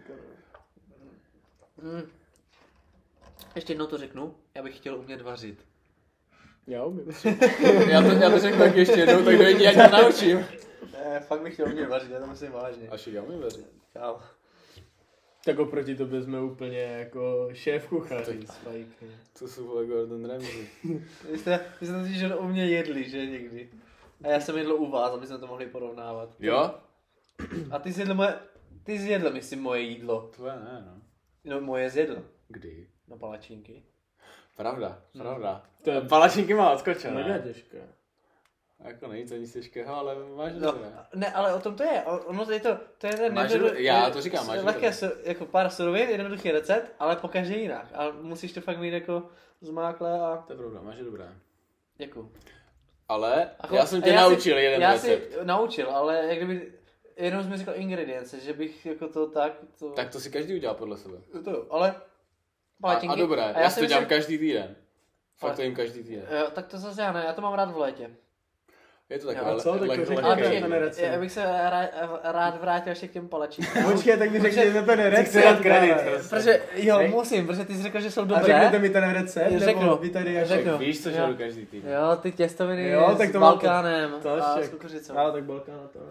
Ještě jednou to řeknu, já bych chtěl umět vařit. Já umím. já to řeknu tak ještě jednou, tak dojdi, já tě naučím. Ne, fakt bych chtěl umět vařit, já to myslím vážně. Až já umím vařit. Kámo. Tak oproti tobě jsme úplně jako šéf kuchař. To jsou vole Gordon Ramsay. Vy jste totiž že u mě jedli, že někdy. A já jsem jedl u vás, aby jsme to mohli porovnávat. Jo? A ty jsi jedl, myslím, moje jídlo. Tvoje ne, no. No moje zjedl. Kdy? Na palačinky. Pravda. Palačinky má odskočené. Mega těžké. Jako není to nic těžkého, ale máš dobré. Ne, ale o tom to je. Ono to je ten já to říkám, máš lehké, jako pár surovin, jednoduchý recept, ale pokaždé jinak. A musíš to fakt mít jako zmáklé a... To je pravda, máš dobré. Děkuju. Ale já jsem tě naučil jeden recept. Já si naučil, ale jak kdyby... Jenom jsi mi řekl ingredience, že bych jako to tak... Tak to si každý udělá podle sebe. To jo, ale... A dobré, já si to dělám každý týden. Fakt to jim každý týden. Jo, tak to zase já ne, já to mám rád v létě. Je to takové recept. Já bych se rád vrátil ještě k těm palačinkám. Počkej, tak mi řekněte ten recept. Protože, musím, protože ty jsi řekl, že jsou dobré. A řeknete mi ten recept, řeknu. Vy tady řeknu. Víš, co žeru každý týden. Jo, ty těstoviny s Balkánem a s kukuřicou. Jo, tak Balkán to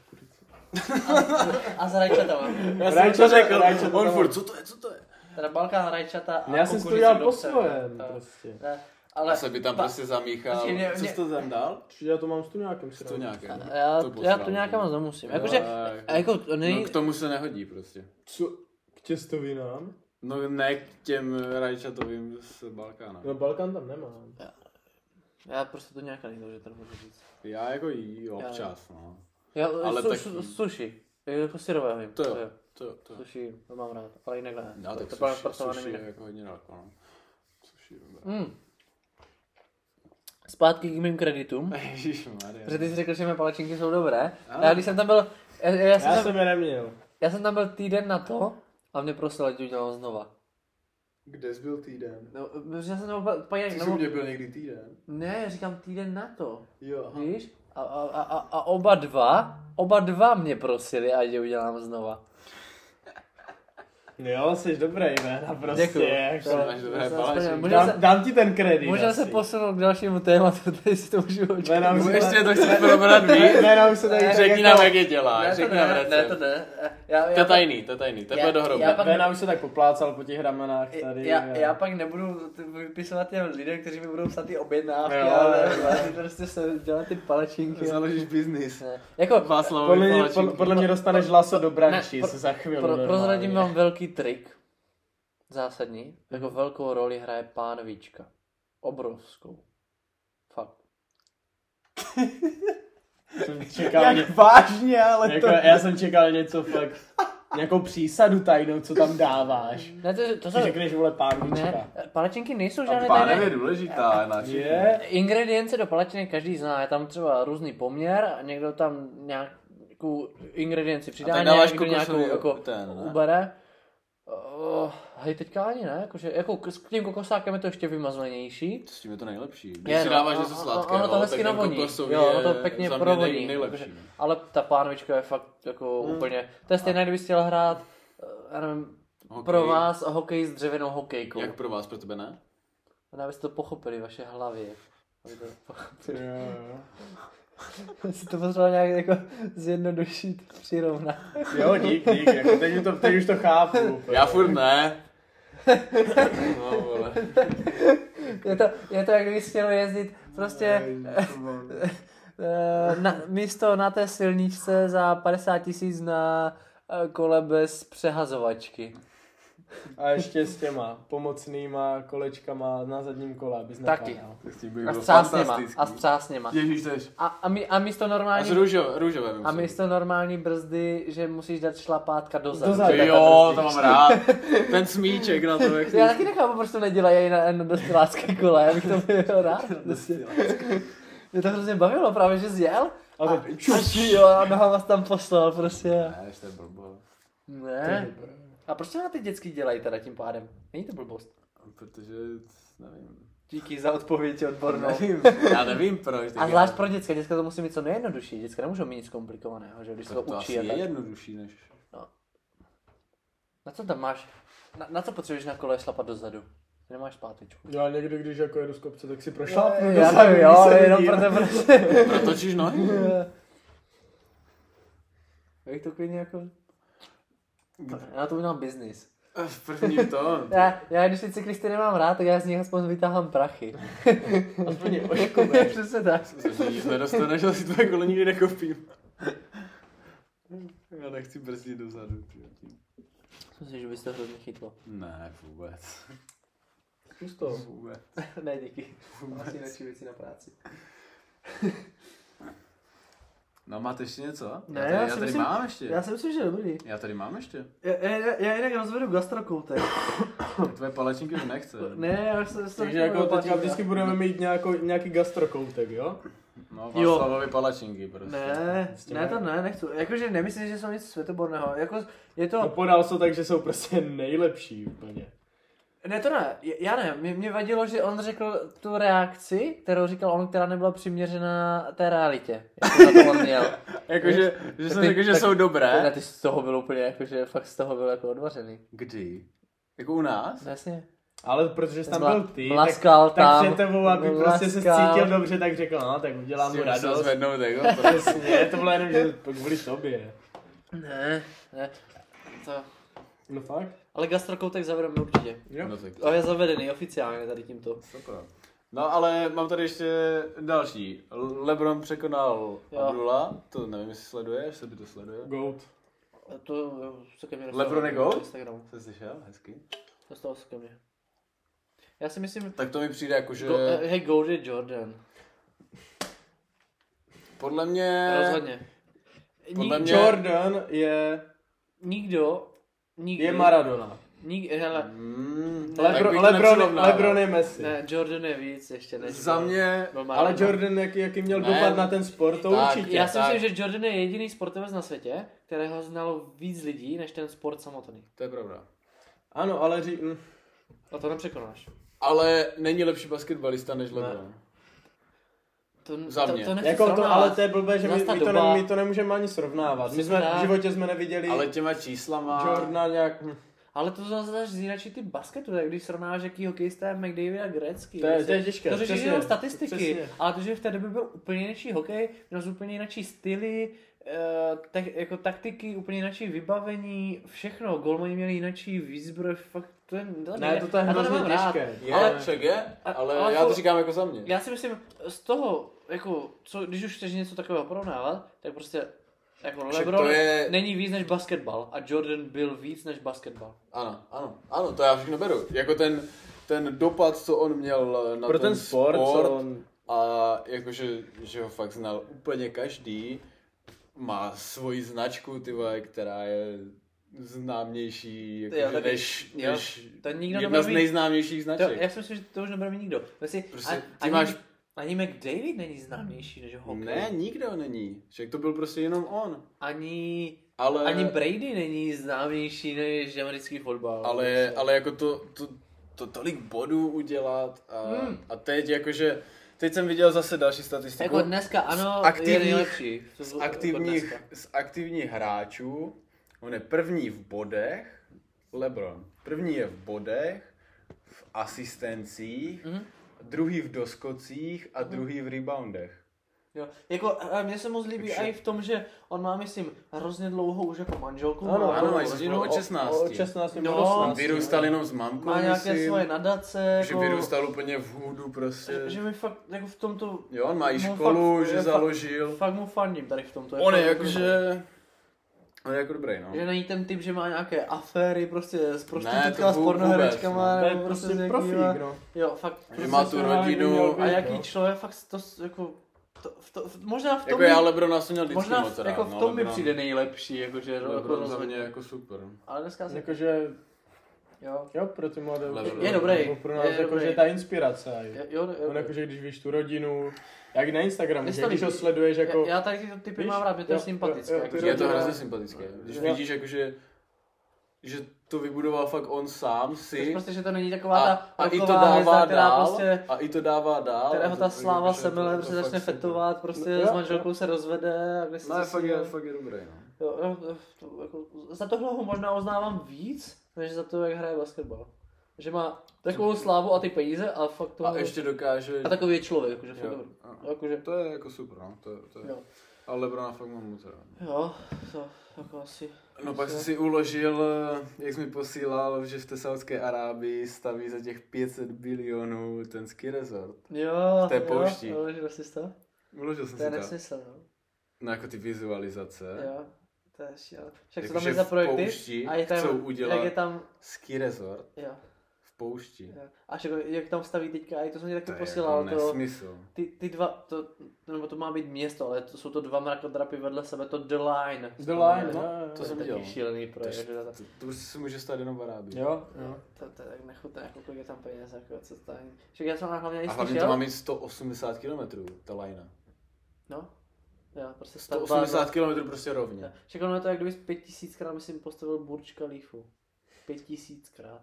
a s rajčatama. Já jsem to řekl, on furt, co to je? Teda Balkán, rajčata a kukuřice. Já jsem to dělal po svém, prostě. Ale se by tam prostě zamíchal. Co jsi to tam dal? Já to mám s tuňákem. Já tuňáka moc nemusím. No k tomu se nehodí prostě. Co? K těstovinám? No ne k těm rajčatovým z Balkána. No Balkán tam nemám. Já prostě tuňáka nejde, že to nemůžu říct. Já jako jí občas, no. Ale sushi. Jako syrového jim. To. Sushi, to mám rád, ale jinak ne. No, tak sushi je jako hodně daleko, no. Sushi je dobré. Zpátky k mým kreditům. Ježišmarja. Protože ty jsi řekl, že mé palačinky jsou dobré. Já když jsem tam byl... Já jsem je neměl. Já jsem tam byl týden na to a mě prosil, ať udělám znova. Kde jsi byl týden? No, já jsem tam byl... Ty jsi u mě byl někdy týden? Ne, říkám týden na to. Jo. Víš? A oba dva mě prosili, ať je udělám znova. Jo, jsi dobrý, ne? Prostě. Dám ti ten kredit. Možná se posunout k dalšímu tématu, tady si to můžu očkat. Ještě to chceš probrat víc? Řekni nám, jak je děláš. Ne, to ne. To je tajný, to bude dohromady. Vena už se tak poplácal po těch ramenách tady. Já pak nebudu vypisovat těm lidem, kteří mi budou psát ty objednávky, ale prostě se dělat ty palačinky. Založíš biznis. Podle mě dostaneš laso do branči za chvíli. Prozradím vám velký trik. Zásadní. Jako velkou roli hraje pánvička. Obrovskou. Fakt. Vážně, ale jako, já jsem čekal něco fakt, nějakou přísadu tajnou, co tam dáváš. Ne, to ty řekneš, vole, pánvička. Ne, palačinky nejsou žádné pánev je důležitá. Ingredience do palačinek každý zná. Je tam třeba různý poměr a někdo tam nějakou ingredienci přidá, někdo nějakou jako ubere. Hej, teďka ani ne, jako s tím kokosákem je to ještě vymazlenější. S tím je to nejlepší. Když si dáváš něco sladkého, ono to hezky navoní. Jo, ono to pěkně provoní. Ale ta pánvička je fakt jako úplně, to je stejné, kdyby jsi chtěl hrát, já nevím, pro vás hokej s dřevěnou hokejkou. Jak pro vás, pro tebe ne? Abyste to pochopili, vaše hlavy. Aby to pochopili. Si to potřeboval nějak jako zjednodušit, přirovnat. Jo, dík, jako teď už to chápu. Já furt ne. No, vole. Je to jak kdybys chtěl jezdit prostě místo na té silničce za 50 000 na kole bez přehazovačky. A ještě s těma pomocnýma kolečkama na zadním kole, abys nepadal. A s třásněma. Ježíš, tež. A místo normální... A růžové. A místo normální brzdy, že musíš dát šlapátka dozadu. Jo, to mám rád. Ten smíček na to, jak já taky nechápu, proč to nedělají na dostilácké kole, já bych to byl rád. Mě to hrozně bavilo právě, že zjel. A noha vás tam poslal prostě. Ne, to je blbo. Ne. A proč to na ty dětský dělají teda tím pádem? Není to blbost? Protože, nevím. Díky za odpověď odbornou. Já nevím proč. A zvlášť pro děcka. Děcka to musí mít co nejjednodušší. Děcka nemůžou mít nic komplikovaného, že když se to učí. To asi je jednodušší než... No. Na co tam máš? Na co potřebuješ na kole šlapat dozadu? Nemáš zpátečku. Já někdy, když jako jedu z kopce, tak si prošlápnu. Já jo, jenom protočíš nohy? Jak to klidně jako... Já to udělám biznis. V prvním to. Já když ty cyklisty nemám rád, tak já z nich aspoň vytáhám prachy. Aspoň je oškubeš. Přesně tak. Nic nedostaneš, ale si tvoje kolo nikdy nekoupím. Já nechci brzdit dozadu. Myslím, že bys to hrozně chytlo. Ne, vůbec. Zkus to. Vůbec. Ne, díky. Asi jinak věci na práci. No máte ještě něco? Ne, já tady mám ještě. Já si myslím, že je dobrý. Já tady mám ještě. Já jinak rozvedu gastrokoutek. Tvoje palečinky už nechce. Ne, já se takže jako teďka vždycky budeme mít nějaký gastrokoutek, jo? No, Václavovi palačinky prostě. Ne, to ne, nechci. Jakože nemyslím, že jsou něco světoborného. Jako, je to... No podal se tak, že jsou prostě nejlepší úplně. Ne, to ne, já ne, mě vadilo, že on řekl tu reakci, kterou říkal on, která nebyla přiměřená té realitě. Jak na to on měl. Jakože, že jsem řekl, že jsou dobré. Ty z toho byl úplně, jakože fakt z toho byl jako odvařený. Kdy? Jako u nás? Jasně. Ale protože jsi tam byl ty, tak před tebou, aby prostě se cítil dobře, tak řekl, no, tak udělám mu radost. Zvednout, jako, přesně, to bylo jenom, že kvůli tobě. Ne, to... No fakt? Ale gastrokoutek zavedeme určitě. Jo. No, tak. A je zavedený oficiálně tady tímto. Super. No ale mám tady ještě další. LeBron překonal Abdula, to nevím, jestli sleduješ, jestli by to sleduje. Goat. To se ke mně LeBron je Goat? Jsi slyšel? Hezky. Dostal se ke mně. Já si myslím... Tak to mi přijde jako, že... Hej, Goat je Jordan. Podle mě... Rozhodně. Jordan je... Nikdo. Je Maradona. LeBron je Messi. Ne, Jordan je víc ještě než... Za mě... Ale Jordan, jaký měl dopad na ten sport, to tak, určitě. Já si myslím, že Jordan je jediný sportovec na světě, kterého znalo víc lidí, než ten sport samotný. To je pravda. Ano, ale A to nepřekonáš. Ale není lepší basketbalista než LeBron. Za mě. Ale to je blbé, že my to nemůžeme ani srovnávat. My jsme v životě neviděli... Ale těma číslama... Jordana nějak... Ale to zase zjínačí ty basketu, když srovnáš, jaký hokejista je McDavid a Gretzky. To je těžké. To řeší jenom statistiky, ale to, že v té době byl úplně jiný hokej, měl úplně jiný styly, jako taktiky, úplně jiný vybavení, všechno. Golmani měli jiný výzbroj, fakt to je... To je hrozně těžké. Ale já to říkám jako za mě. Já si myslím, z toho, jako, když už chceš něco takového porovnávat, tak prostě jako LeBron není víc než basketbal a Jordan byl víc než basketbal. Ano, to já všechno beru. Jako ten dopad, co on měl na ten sport a jakože že ho fakt znal úplně každý, má svoji značku, která je známější jako než jedna z nejznámějších značek. Já si myslím, že to už nebude mít nikdo. Ani McDavid není známější než hokej. Ne, nikdo není. Však to byl prostě jenom on. Ani Brady není známější než americký fotbal. Ale jako to tolik bodů udělat a teď jakože... Teď jsem viděl zase další statistiku. Jako dneska, ano, je nejlepší. Z aktivních hráčů, on je první v bodech, LeBron. První je v bodech, v asistencích, druhý v doskocích a druhý v reboundech. Jo, jako mně se moc líbí i v tom, že on má, myslím, hrozně dlouhou už jako manželku. Ano, mají rodinu od 16. On vyrůstal jenom s mamkou, má nějaké svoje nadace. Že vyrůstal úplně v hůdu prostě. Že mi fakt jako v tomto... Jo, on má i školu, že založil. Fakt mu fandím tady v tomto. On je jakože... On je jako dobrý, no. Že není ten typ, že má nějaké aféry prostě s prostitutkama, s pornoherečkama. To je prostě profík, no. Jo, fakt. Že má tu rodinu. A jaký člověk fakt to jako... možná v tom jako já LeBrona jsem měl vždycky moc rád. Jako v tom mi přijde nejlepší, jakože LeBron za mě jako super. Ale dneska se... Jakože... Jo, pro ty mladé. Je dobrý. Pro nás jakože ta inspirace. On jakože když víš tu rodinu, jak na Instagramu, když ho sleduješ jako... Já tady tyto typy mám rád, mě to je sympatické. Je to hrozně sympatické. Když vidíš jakože... že to vybudoval fakt on sám si. Prostě, že to není taková ta i to dává dál, prostě, a i to dává dál. Kterého ta sláva semele prostě začne fetovat, prostě s manželkou se rozvede. A fakt je dobrý, no. Jo, jako, za tohle ho možná oznávám víc, než za to, jak hraje basketbal. Že má takovou slávu a ty peníze a fakt to... A ještě dokáže... A takový je člověk, jakože jakože... To je jako super, no. To je... Ale LeBrona fakt mám moc rád. Jo, to jako asi... No pak si uložil, jak jsi mi posílal, že v té Saudské Arábii staví za těch 500 bilionů ten ski resort. Jo, v té poušti. Jo, uložil jsi to? Uložil jsem si to. To je nesmysl, no. No jako ty vizualizace. Jo, to je šílené. Však co tam je za projekty? A je tam, chcou udělat jak je tam... ski resort. Jo. V poušti. Jo. A jak tam staví teďka, a to jsem ti taky To posílal. je jako nesmysl. Ty dva, nebo to má být město, ale jsou to dva mrakodrapy vedle sebe, to The Line. The Line, no. To jsem viděl. Šílený projekt. To prostě se může stát jenom v Arábii. Jo. To je tak nechutné, jako kolik je tam peněz, jako co tam. Však já jsem hlavně a hlavně to má mít 180 km, ta Line. No. Jo, prostě 180 km prostě rovně. Však ono je to, jak kdybys 5000krát, myslím, postavil Burj Khalifu. 5000krát.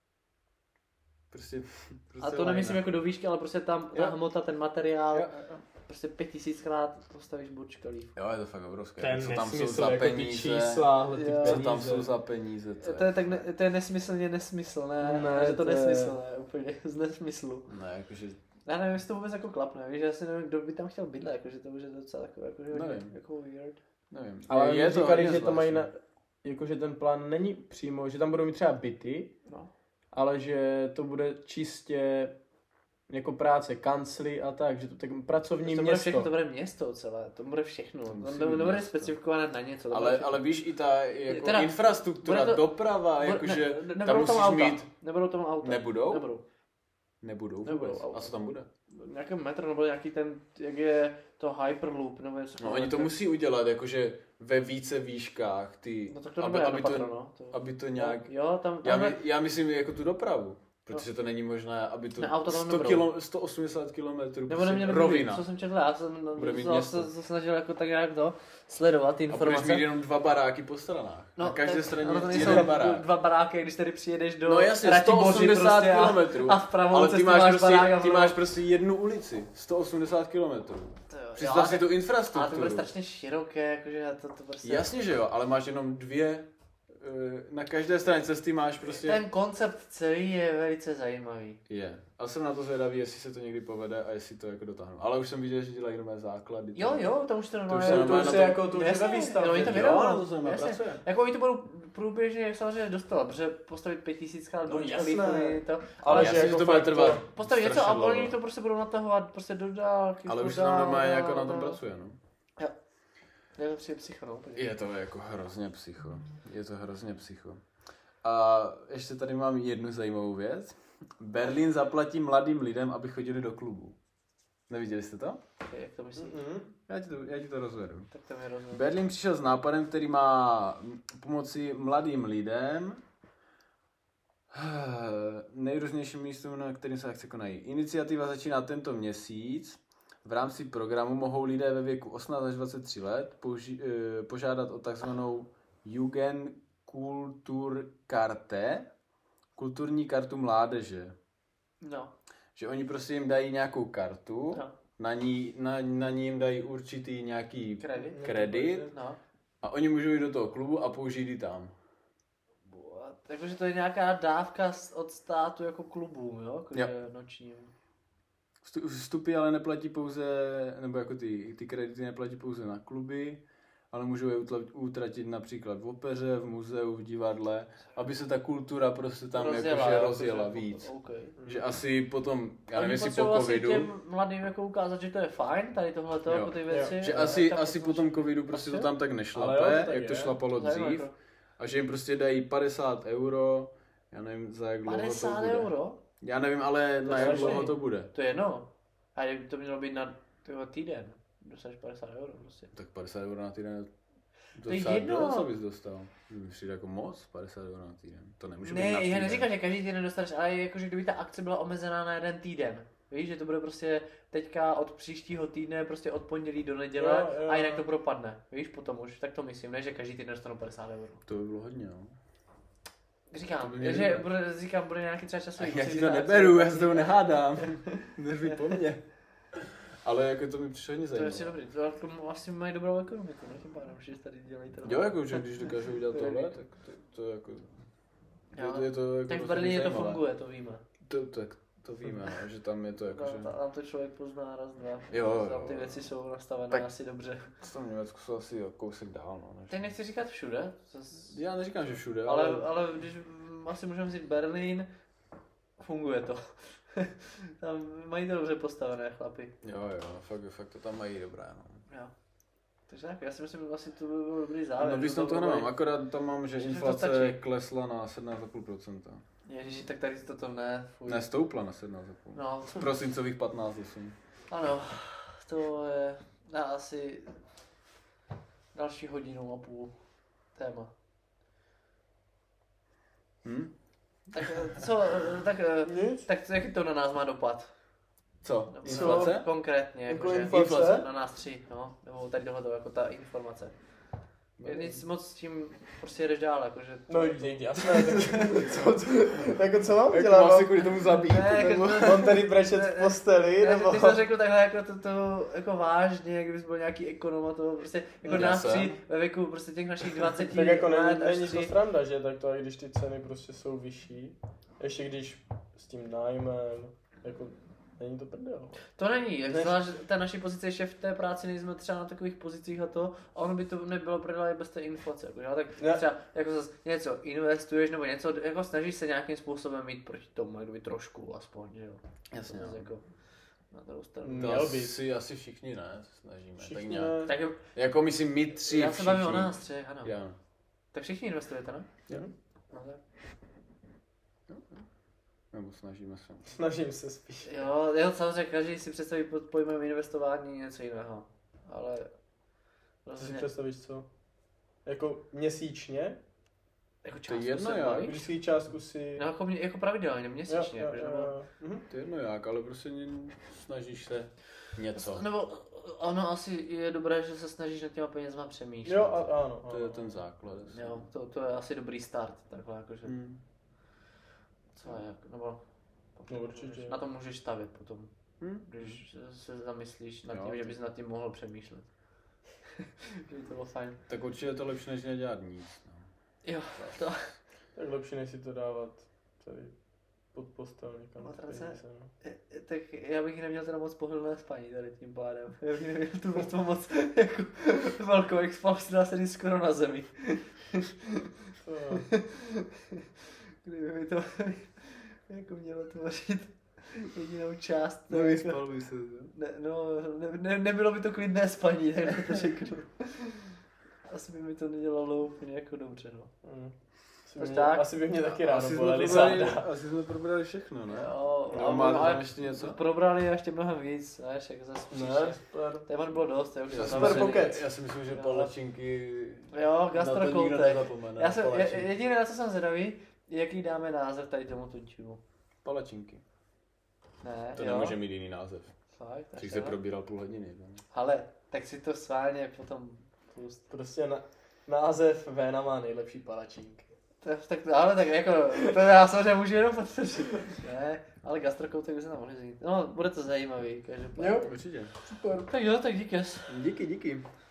Prostě a to nemyslím jako do výšky, ale prostě tam ta hmota, ten materiál, prostě 5000krát postavíš Burj Khalifu. Jo, je to fakt obrovské. Co tam jsou za peníze? Co tam jsou za peníze? To je nesmyslně nesmyslné, že to nesmyslné, úplně z nesmyslu. Ne, jakože... Já nevím, jestli to vůbec jako klapne, víš, já si nevím, kdo by tam chtěl bydlet, jakože to už je docela takové, jako weird. Nevím. Ale je to říkali, že to mají jakože ten plán není přímo, že tam budou mít třeba byty, ale že to bude čistě jako práce, kancly a tak, že to tak pracovní to město. Všechno, to bude město celé, to bude všechno, to nebude specifikované na něco. Ale víš, i ta jako teda, infrastruktura, doprava, jakože tam musíš mít... Nebudou tam auta. Nebudou? Nebudou vůbec. A co tam bude? Nějaký metro, nebo nějaký ten, jak je to Hyperloop, nebo něco. No oni to musí udělat, jakože ve více výškách, ty, no, tak to aby to nějak, jo, já myslím jako tu dopravu. Protože to není možné, aby to 180 km rovina. Co jsem četl, já jsem se snažil jako tak nějak sledovat ty informace. A budeš mít jenom 2 baráky po stranách. No, na každé straně jeden barák. 2 baráky, když tady přijedeš do no jasně, 180 km. A vpravou ale ty máš prostě jednu ulici, 180 km. Představ si tu infrastrukturu. Ale to bude strašně široké, jakože to prostě... Jasně, že jo, ale máš jenom 2... Na každé straně cesty máš prostě... Ten koncept celý je velice zajímavý. Je. Ale jsem na to zvědavý, jestli se to někdy povede a jestli to jako dotáhnu. Ale už jsem viděl, že dělají nové základy. Jo, to už to normálně. To už je jako tu ve výstavě. Oni to vydává. Na to se pracuje. Jako oni to budou průběžně samozřejmě dostat, protože postavit 5000 krát no, jasné. To. Ale že jako to bude trvat. Postavit něco a oni to prostě budou natahovat prostě do dálky. Ale už se tam normálně jako na tom pracuje, no. Je to přijde psycho, no. Je to jako hrozně psycho. A ještě tady mám jednu zajímavou věc. Berlín zaplatí mladým lidem, aby chodili do klubu. Neviděli jste to? Jak to myslíš? Já ti to rozvedu. Tak to mi rozvedu. Berlín přišel s nápadem, který má pomoci mladým lidem nejrůznějším místům, na kterým se akce konají. Iniciativa začíná tento měsíc. V rámci programu mohou lidé ve věku 18 až 23 let požádat o takzvanou Jugendkulturkarte, kulturní kartu mládeže. No. Že oni prostě jim dají nějakou kartu, no. na ní jim dají určitý nějaký kredit no. A oni můžou jít do toho klubu a použít ji tam. Takže to je nějaká dávka od státu jako klubům, jo? Nočním. Vstupy ale neplatí pouze, nebo jako ty kredity neplatí pouze na kluby, ale můžou je utratit například v opeře, v muzeu, v divadle, aby se ta kultura prostě tam rozjela víc. Okay. Že asi potom, já nevím, jestli po covidu... těm mladým jako ukázat, že to je fajn, tady tohleto, jako ty věci. Že asi po tom covidu prostě to tam tak nešlape, jak to šlapalo dřív. A že jim prostě dají 50 €, já nevím, za jak dlouho to bude. 50 €? Já nevím, ale na jak dlouho to bude. To je jedno. A to mělo být na týden. Dostaneš 50 € prostě. Tak 50 € na týden to je jedno. Co bys dostal? Mi přijde jako moc, 50 € na týden. To nemůže být na týden. Já neříkám, že každý týden dostaneš, ale jakože kdyby ta akce byla omezená na jeden týden. Víš, že to bude prostě teďka od příštího týdne, prostě od pondělí do neděle a jinak to propadne. Víš, potom už, tak to myslím, ne, že každý týden dostanu 50 €. To by bylo hodně, no. Říkám, bude nějaký třeba časový. Já ti to neberu, já se toho nehádám. Neřvi po mně. Ale jako to mi přišlo hodně zajímavé. To je dobrý, to asi mají dobrou ekonomiku, ne? Tím pádem, že tady dělají to. Jo, jako, že když dokážou udělat tohle, tak to jako... Je to jako tak v Berlíně to funguje, to víme. To víme, že tam je to jako, že... Tam to člověk pozná raz, dva. Jo. Tam ty věci jsou nastavené asi dobře. V tom Německu jsou asi kousek dál, no. Teď nechci říkat všude. Já neříkám, že všude, ale když asi můžeme říct Berlín, funguje to. Tam mají to dobře postavené chlapi. Jo, fakt to tam mají dobré, no. Jo. Takže tak, já si myslím, že asi to by byl dobrý závěr. No víc tam toho nemám, akorát tam mám, že inflace klesla na 17,5%. Ježiši, tak tady to ne. Fuj. Ne, stoupla na 17,5%. No. Z prosincových 15,8. Ano, to je asi další 1,5 hodiny téma. Tak co, tak jaký to na nás má dopad? Co? Inflace? Konkrétně, jako inflace na nás 3, no, nebo tady tohleto, jako ta informace. Nic moc s tím prostě jedeš dál, jakože... No jasné, jako co mám dělat? Mám si kvůli tomu zabít? On tady brečet v posteli, nebo... Ty jsi to řekl takhle jako to jako vážně, jak bys byl nějaký ekonom a to prostě, jako nás 3 ve věku prostě těch našich 20 tak jako není to sranda, že? Tak to i když ty ceny prostě jsou vyšší, ještě když s tím nájmem, jako... Není to prdel. To není, jak že ta naší pozice ještě v té práci nejsme třeba na takových pozicích a ono by to nebylo prdel bez té inflace. Jako, tak třeba jako zase něco investuješ nebo něco, jako snažíš se nějakým způsobem mít proti tomu, kdyby trošku aspoň, že jo. Jasně, no. Jako, na druhou stranu. Měl by si asi všichni, ne? Snažíme. Všichni, tak jako myslím my 3 Já se bavím o nás 3, ano. Já. Tak všichni investujete, ne? Jo. No, tak. Nebo snažíme se. Snažím se spíš. Jo, samozřejmě každý si představí pod pojmem investování něco jiného. Ale... Ty si představíš co? Jako měsíčně? Jako částku to je jedno jak. Vždycky částku si... No jako pravidelně, měsíčně. Jo. To je jedno jak, ale prostě snažíš se něco. Nebo ono asi je dobré, že se snažíš nad těma penězma přemýšlet. Jo, ano. To je ten základ. Jo, to je asi dobrý start, takhle jakože. Co je, nebo... No určitě. Na tom můžeš stavět potom, když se zamyslíš nad tím, že bys nad tím mohl přemýšlet. Že by to bylo fajn. Tak určitě je to lepší, než nedělat nic. No. Jo, to... Tak lepší, než si to dávat tady pod postel někam. Tak já bych neměl teda moc pohodlné spaní tady tím pádem. Já bych neměl tu vrstvu moc jako velkou expansi, dá se skoro na zemi. Kdyby mi to jako mělo tvořit jedinou část. Nevyspal by se. Nebylo by to klidné spaní, tak to řeknu. Asi by mi to nedělalo úplně jako dobře, no. Asi by mě taky ráno boleli záda. Asi jsme probrali všechno, ne? Jo, no, máte tam ještě něco? Probrali ještě mnohem víc, než jak zase super. Témat bylo dost, super pokec. Já si myslím, že palačinky... Jo, gastrokoutek. Jediné, na co jsem zvědavý, jaký dáme název tady tomuto dílu. Palačinky. Ne, to nemůže mít jiný název. Fakt? Když se probíral půl hodiny. Ne? Ale, tak si to sválně potom pust. Prostě název Véna má nejlepší palačinky. Ale tak jako, to já samozřejmě můžu jenom potvrdit. Ne, ale gastrokoutek by se tam mohli zjít. No, bude to zajímavý, každopádně. Jo, určitě. Super. Tak jo, tak díky. Díky.